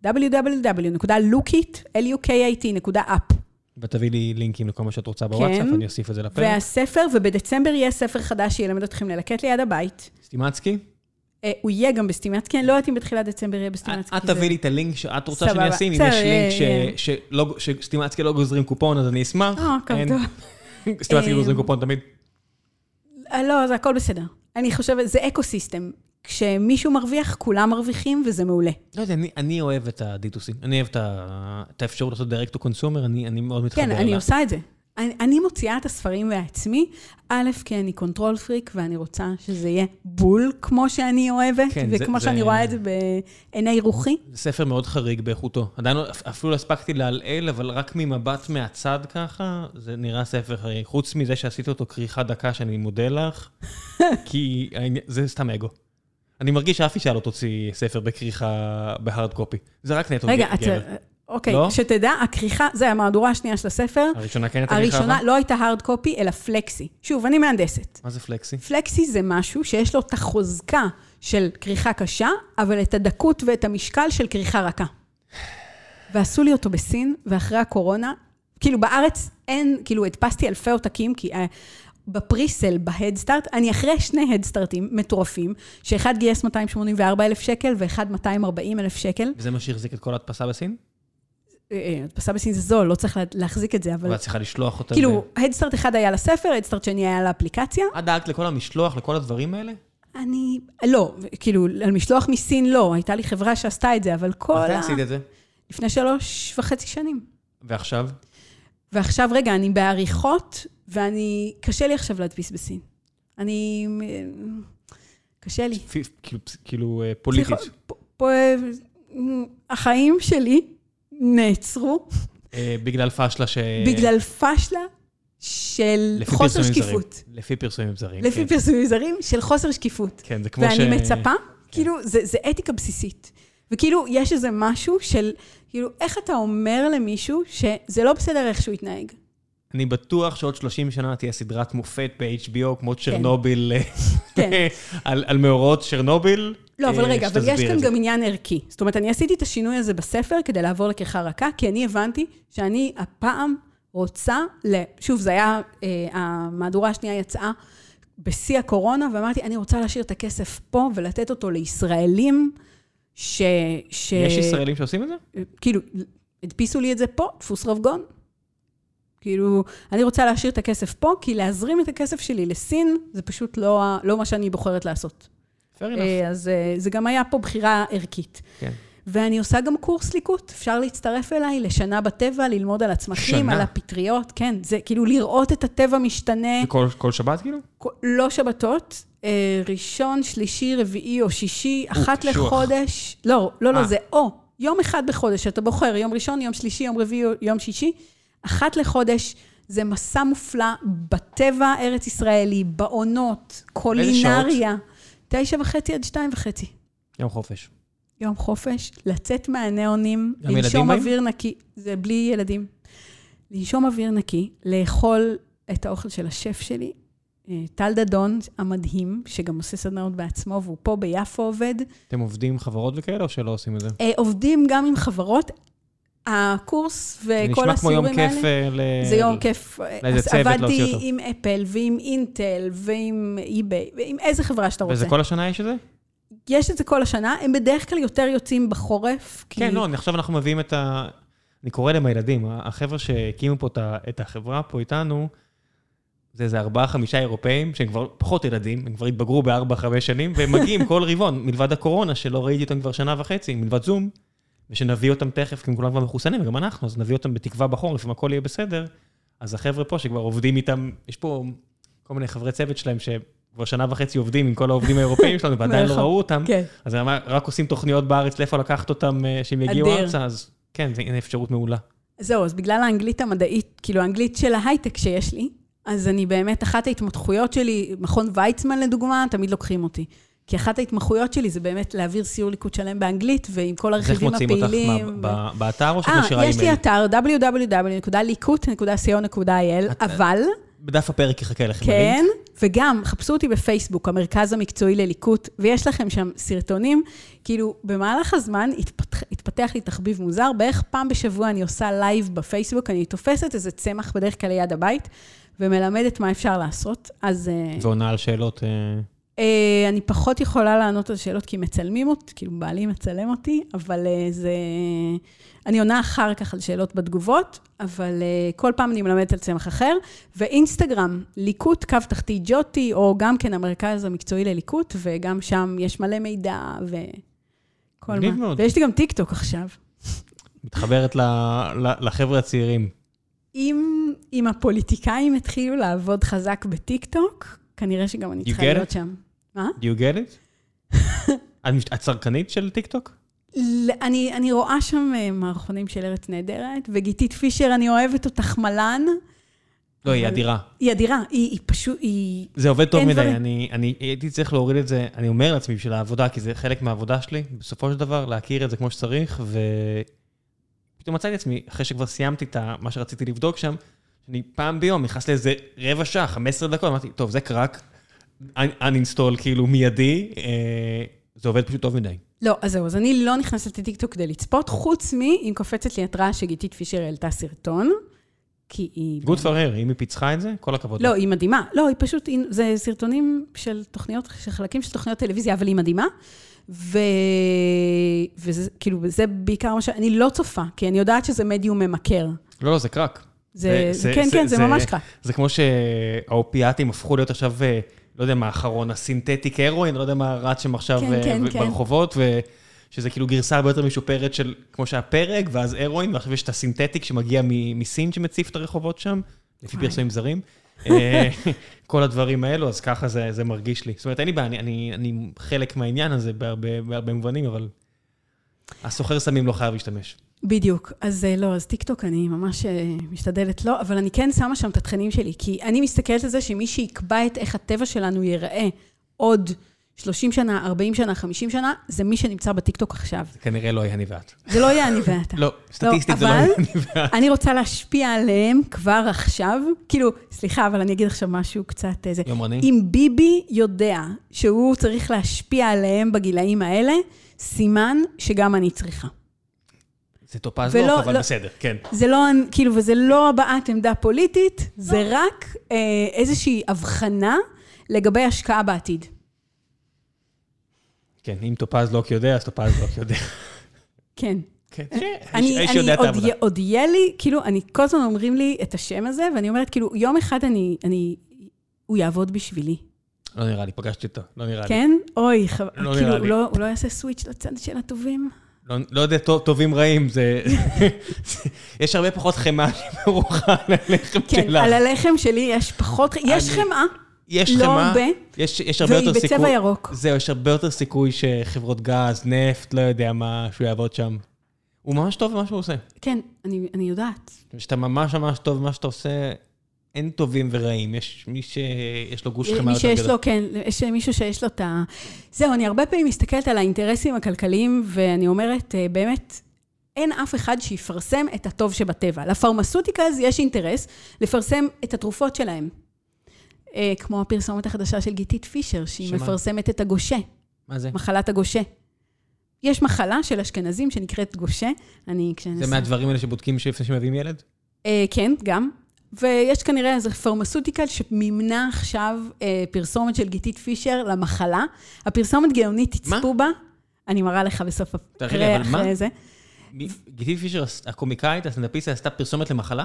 Speaker 2: www.lookit.app.
Speaker 1: ותביא לי לינקים לכל מה שאת רוצה בוואטסאפ, אני אוסיף את זה לפרק.
Speaker 2: והספר, ובדצמבר יהיה ספר חדש שילמד אתכם ללקט ליד הבית.
Speaker 1: סטימצקי?
Speaker 2: הוא יהיה גם בסטימצקי, אני לא יודעת אם בתחילת דצמבר יהיה בסטימצקי.
Speaker 1: את תביא לי את הלינק שאת רוצה שאני אשים, אם יש לינק שסטימצקי לא גוזרים קופון, אז אני אשמח. סטימצקי גוזרים קופון תמיד.
Speaker 2: לא, זה הכל בסדר. אני חושבת, זה אקוסיסטם. כשמישהו מרוויח, כולם מרוויחים, וזה מעולה.
Speaker 1: לא יודע, אני אוהב את ה-D2C. אני אוהב את האפשרות לעשות direct to consumer, אני מאוד מתחבר לה.
Speaker 2: כן, אני עושה את זה. אני מוציאה את הספרים בעצמי, א', כי אני קונטרול פריק, ואני רוצה שזה יהיה בול, כמו שאני אוהבת, וכמו שאני רואה את זה בעיני רוחי.
Speaker 1: זה ספר מאוד חריג באיכותו. עדיין אפילו לא הספקתי להלעל, אבל רק ממבט מהצד ככה, זה נראה ספר חריג. חוץ מזה שעשיתי אותו כריכה דקה, שאני מודה לך, כי זה סתם אגו. אני מרגיש שאף אישה לא תוציא ספר בכריכה בהארד קופי. זה רק נטו גבר.
Speaker 2: רגע, אוקיי, שתדע, הכריכה, זה המהדורה השנייה של הספר.
Speaker 1: הראשונה כן הייתה כריכה?
Speaker 2: הראשונה לא הייתה הארד קופי, אלא פלקסי. שוב, אני מהנדסת.
Speaker 1: מה זה פלקסי?
Speaker 2: פלקסי זה משהו שיש לו את החוזקה של כריכה קשה, אבל את הדקות ואת המשקל של כריכה רכה. ועשו לי אותו בסין, ואחרי הקורונה, כאילו בארץ אין, כאילו הדפסתי אלפי עותקים, כי בפריסל, בהדסטארט, אני אחרי שני הדסטארטים מטורפים, שאחד גייס 284,000 שקל, ואחד 240,000 שקל.
Speaker 1: וזה מה שהחזיק את כל ההדפסה בסין?
Speaker 2: הדפסה בסין זה זול, לא צריך להחזיק את זה, אבל...
Speaker 1: ואת צריכה לשלוח אותה...
Speaker 2: כאילו, הדסטארט אחד היה לספר, הדסטארט שני היה לאפליקציה.
Speaker 1: את דאגת לכל המשלוח, לכל הדברים האלה?
Speaker 2: לא, כאילו, על משלוח מסין לא, הייתה לי חברה שעשתה את זה, אבל כל
Speaker 1: מתי עשית את זה?
Speaker 2: לפני 3.5 שנים.
Speaker 1: ועכשיו?
Speaker 2: ועכשיו, רגע, אני בעריכות, קשה לי עכשיו להדפיס בסין. קשה לי.
Speaker 1: כאילו, פוליטית.
Speaker 2: החיים שלי נעצרו.
Speaker 1: בגלל פשלה
Speaker 2: בגלל פשלה של חוסר שקיפות.
Speaker 1: לפי פרסומים זרים.
Speaker 2: לפי פרסומים זרים של חוסר שקיפות.
Speaker 1: כן, זה כמו
Speaker 2: ואני מצפה, כאילו, זה אתיקה בסיסית. וכאילו, יש איזה משהו של, כאילו, איך אתה אומר למישהו שזה לא בסדר איך שהוא יתנהג?
Speaker 1: אני בטוח שעוד 30 שנה תהיה סדרת מופת ב-HBO, כמו צ'רנוביל, על מאורעות צ'רנוביל.
Speaker 2: לא, אבל רגע, אבל יש כאן גם עניין ערכי. זאת אומרת, אני עשיתי את השינוי הזה בספר כדי לעבור לכריכה רכה, כי אני הבנתי שאני הפעם רוצה, שוב, זה היה, המהדורה השנייה יצאה בשיא הקורונה, ואמרתי, אני רוצה להשאיר את הכסף פה ולתת אותו לישראלים, יש
Speaker 1: ישראלים שעושים את זה?
Speaker 2: כאילו, הדפיסו לי את זה פה, דפוס רבגון. כאילו, אני רוצה להשאיר את הכסף פה, כי להזרים את הכסף שלי לסין, זה פשוט לא מה שאני בוחרת לעשות. אז זה גם היה פה בחירה ערכית.
Speaker 1: כן.
Speaker 2: ואני עושה גם קורס ליקוט, אפשר להצטרף אליי לשנה בטבע, ללמוד על הצמחים, על הפטריות, כן, זה כאילו לראות את הטבע משתנה.
Speaker 1: כל שבת כאילו?
Speaker 2: לא שבתות, ראשון, שלישי, רביעי או שישי, אחת לחודש, לא, זה יום אחד בחודש, אתה בוחר, יום ראשון, יום שלישי, יום רביעי, יום שישי, אחת לחודש, זה מסע מופלא בטבע ארץ ישראלי, בעונות, קולינריה. 9:30 עד 2:30.
Speaker 1: יום חופש.
Speaker 2: יום חופש, לצאת מהניאונים, לנשום אוויר נקי, זה בלי ילדים. לנשום אוויר נקי, לאכול את האוכל של השף שלי, טל דדון המדהים, שגם עושה סדנאות בעצמו, והוא פה ביפו עובד.
Speaker 1: אתם עובדים עם חברות וכאלה או שלא עושים את זה?
Speaker 2: עובדים גם עם חברות. הקורס וכל
Speaker 1: הסיורים האלה. נשמע כמו יום כיף
Speaker 2: זה יום כיף.
Speaker 1: לאיזה צוות להוציא אותו.
Speaker 2: עבדתי עם אפל ועם אינטל ועם eBay ועם איזה חברה שאתה רוצה.
Speaker 1: וזה כל השנה יש את זה?
Speaker 2: יש את זה כל השנה. הם בדרך כלל יותר יוצאים בחורף.
Speaker 1: כן, לא, עכשיו אנחנו מביאים את אני קורא להם הילדים, החבר'ה שהקימו פה את החברה פה איתנו, זה איזה 4-5 אירופאים, שהם כבר פחות ילדים, הם כבר התבגרו ב4-5 שנים, והם מגיעים כל רבעון, מלבד הקורונה, שלא ראיתי אותם כבר 1.5 שנה, מלבד זום, ושנביא אותם תכף, כי הם כולם כבר מחוסנים, וגם אנחנו, אז נביא אותם בתקווה בחורף, אם הכל יהיה בסדר, אז החבר'ה פה שכבר עובדים איתם, יש פה כל מיני חברי צוות שלהם, שכבר 1.5 שנה עובדים עם כל העובדים האירופאים שלנו, ועדיין לא ראו אותם, אז הם רק עושים תוכניות בארץ, לאיפה לקחת אותם, שהם יגיעו ארצה, אז כן, זה אפשרות מעולה.
Speaker 2: זהו, אז בגלל האנגלית המדעית, כאילו האנגלית של ההייטק שיש לי, אז אני באמת, אחת ההתמתחויות שלי, מכון ויצמן לדוגמה, תמיד לוקחים אותי. כי אחת ההתמחויות שלי זה באמת להעביר סיור ליקוט שלם באנגלית, ועם כל הרכיבים הפעילים. איך מוצאים אותך באתר או שמשאירה אימייל? יש לי אתר, www.likut.co.il, אבל...
Speaker 1: בדף הפרק יחכה לכם.
Speaker 2: כן, וגם חפשו אותי בפייסבוק, המרכז המקצועי לליקוט, ויש לכם שם סרטונים, כאילו במהלך הזמן התפתח לי תחביב מוזר, בערך פעם בשבוע אני עושה לייב בפייסבוק, אני תופסת איזה צמח בדרך כלל ליד הבית, ומלמדת מה אפשר לעשות, אז...
Speaker 1: ועונה על שאלות...
Speaker 2: אני פחות יכולה לענות על שאלות, כי מצלמים אותי, כאילו בעלי מצלם אותי, אבל זה... אני עונה אחר כך על שאלות בתגובות, אבל כל פעם אני מלמדת על צמח אחר, ואינסטגרם, ליקוט, קו תחתי ג'וטי, או גם כן המרכז המקצועי לליקוט, וגם שם יש מלא מידע וכל מה. ויש לי גם טיק טוק עכשיו.
Speaker 1: מתחברת לחבר'ה הצעירים.
Speaker 2: אם הפוליטיקאים התחילו לעבוד חזק בטיק טוק, כנראה שגם אני צריכה להיות שם. מה?
Speaker 1: Do you get it? את צרכנית של טיק טוק?
Speaker 2: אני רואה שם מערכונים של ארץ נהדרת, וגיתית פישר, אני אוהבת אותך מלן.
Speaker 1: לא, היא אדירה.
Speaker 2: היא אדירה, היא פשוט,
Speaker 1: זה עובד טוב מדי, אני הייתי צריך להוריד את זה, אני אומר לעצמי בשביל העבודה, כי זה חלק מהעבודה שלי, בסופו של דבר, להכיר את זה כמו שצריך, ופתאום מצאתי עצמי, אחרי שכבר סיימתי את מה שרציתי לבדוק שם, שאני פעם ביום נכנס לאיזה רבע שעה, 15 דקות, אמרתי, טוב, זה קרק, uninstall כאילו מיידי, זה עובד פשוט טוב מדי.
Speaker 2: לא, אז זהו, אז אני לא נכנסת לטיקטוק כדי לצפות, חוץ אם קופצת לי התראה שגיתית פישר העלתה סרטון, כי היא...
Speaker 1: Good for her, אם היא פיצחה את זה, כל הכבוד.
Speaker 2: לא, היא מדהימה. לא, היא פשוט, זה סרטונים של תוכניות, של חלקים של תוכניות טלוויזיה, אבל היא מדהימה, וזה, כאילו, זה בעיקר מה שאני לא צופה, כי אני יודעת שזה מדיום ממכר.
Speaker 1: לא, זה קרק.
Speaker 2: כן, זה ממש קרק.
Speaker 1: זה כמו שהאופיאטים הפכו להיות עכשיו... לא יודע מה האחרון, הסינתטיק הרואין, לא יודע מה רץ שם עכשיו ברחובות, ושזה כאילו גרסה הרבה יותר משופרת של, כמו שהפרק, ואז הרואין, ועכשיו יש את הסינתטיק שמגיע מסין שמציף את הרחובות שם, לפי פרסומים זרים. כל הדברים האלו, אז ככה זה מרגיש לי. זאת אומרת, אין לי בעיה, אני חלק מהעניין הזה בהרבה מובנים, אבל הסוחר סמים לא חייב להשתמש.
Speaker 2: בדיוק, אז לא, אז טיק טוק אני ממש משתדלת לא, אבל אני כן שמה שם את התכנים שלי, כי אני מסתכלת על זה שמי שיקבע את איך הטבע שלנו ייראה עוד 30 שנה, 40 שנה, 50 שנה, זה מי שנמצא בטיק טוק עכשיו.
Speaker 1: זה כנראה לא יהיה אני ואתה.
Speaker 2: זה לא יהיה אני ואתה.
Speaker 1: לא, סטטיסטית זה לא יהיה אני ואתה.
Speaker 2: אבל אני רוצה להשפיע עליהם כבר עכשיו, כאילו, סליחה, אבל אני אגיד עכשיו משהו קצת איזה.
Speaker 1: יומרני.
Speaker 2: אם ביבי יודע שהוא צריך להשפיע עליהם בגילאים האלה, סימן שגם אני צריכה.
Speaker 1: זה טופז לא, אבל בסדר, כן.
Speaker 2: זה לא, כאילו, וזה לא הבעת עמדה פוליטית, זה רק איזושהי הבחנה לגבי השקעה בעתיד.
Speaker 1: כן, אם טופז לא יודע, אז טופז לא יודע.
Speaker 2: כן.
Speaker 1: כן,
Speaker 2: אני עוד יהיה לי, כאילו, כל הזמן אומרים לי את השם הזה, ואני אומרת, כאילו, יום אחד הוא יעבוד בשבילי.
Speaker 1: לא נראה לי, פגשתי אותו, לא נראה לי.
Speaker 2: כן? אוי, כאילו, הוא לא יעשה סוויץ' לצד של הטובים?
Speaker 1: לא יודע, טובים רעים, יש הרבה פחות חמאה שמרוחה על הלחם שלך.
Speaker 2: כן, על הלחם שלי יש פחות, יש חמאה.
Speaker 1: יש חמאה,
Speaker 2: והיא בצבע ירוק.
Speaker 1: זהו, יש הרבה יותר סיכוי שחברות גז, נפט, לא יודע מה, שהוא יעבוד שם. הוא ממש טוב במה שהוא עושה.
Speaker 2: כן, אני יודעת.
Speaker 1: שאתה ממש ממש טוב במה שאתה עושה, אין טובים ורעים. יש מי שיש לו גוש חמאה יותר גדול.
Speaker 2: מי שיש לו, כן, יש מישהו שיש לו את ה... זהו, אני הרבה פעמים מסתכלת על האינטרסים הכלכליים, ואני אומרת, באמת, אין אף אחד שיפרסם את הטוב שבטבע. לפרמסוטיקלס יש אינטרס לפרסם את התרופות שלהם. כמו הפרסומת החדשה של גיתית פישר, שהיא מפרסמת את הגושה.
Speaker 1: מה זה?
Speaker 2: מחלת הגושה. יש מחלה של אשכנזים שנקראת גושה.
Speaker 1: זה מהדברים האלה שבודקים שלפני שמביאים ילד?
Speaker 2: כן, גם. ויש כנראה איזה פרמסוטיקל שמימנה עכשיו פרסומת של גיתית פישר למחלה. הפרסומת גאונית, תצפו בה. אני מראה לך בסוף הפרק אחרי זה.
Speaker 1: גיתית פישר, הקומיקאית, הסטנדאפיסטית, עשתה פרסומת למחלה?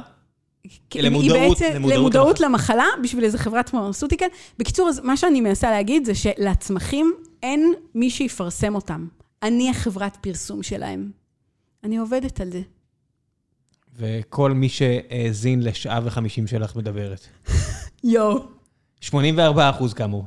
Speaker 2: למודעות למחלה, בשביל איזה חברת פרמסוטיקל. בקיצור, מה שאני מנסה להגיד זה שלצמחים אין מי שיפרסם אותם. אני החברת פרסום שלהם. אני עובדת על זה.
Speaker 1: וכל מי שהאזין לשעה ו50 שלך מדברת. 84% כאמור.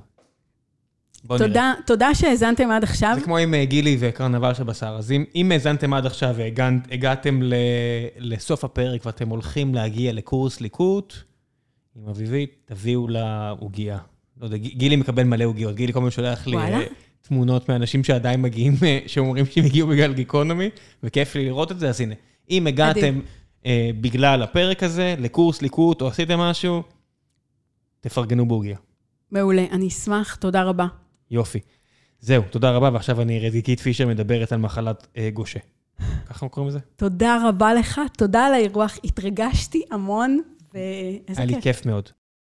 Speaker 2: תודה שהאזנתם עד עכשיו.
Speaker 1: זה כמו עם גילי וקרנבל שבשר. אז אם האזנתם עד עכשיו והגעתם לסוף הפרק ואתם הולכים להגיע לקורס ליקוט, עם אביבית, תביאו לה עוגיה. לא יודע, גילי מקבל מלא עוגיות. גילי כל מיני שולח לי תמונות מאנשים שעדיין מגיעים, שאומרים שהם הגיעו בגלל גיקונומי, וכיף לי לראות את זה. אז הנה, אם הגעתם בגלל הפרק הזה, לקורס ליקוט או עשיתם משהו, תפרגנו בעוגיה.
Speaker 2: מעולה, אני אשמח, תודה רבה.
Speaker 1: יופי. זהו, תודה רבה, ועכשיו אני אראה גיתית פישר מדברת על מחלת גושה. ככה קוראים לזה?
Speaker 2: תודה רבה לך, תודה על האירוח, התרגשתי המון, ואיזה כיף.
Speaker 1: היה לי כיף מאוד.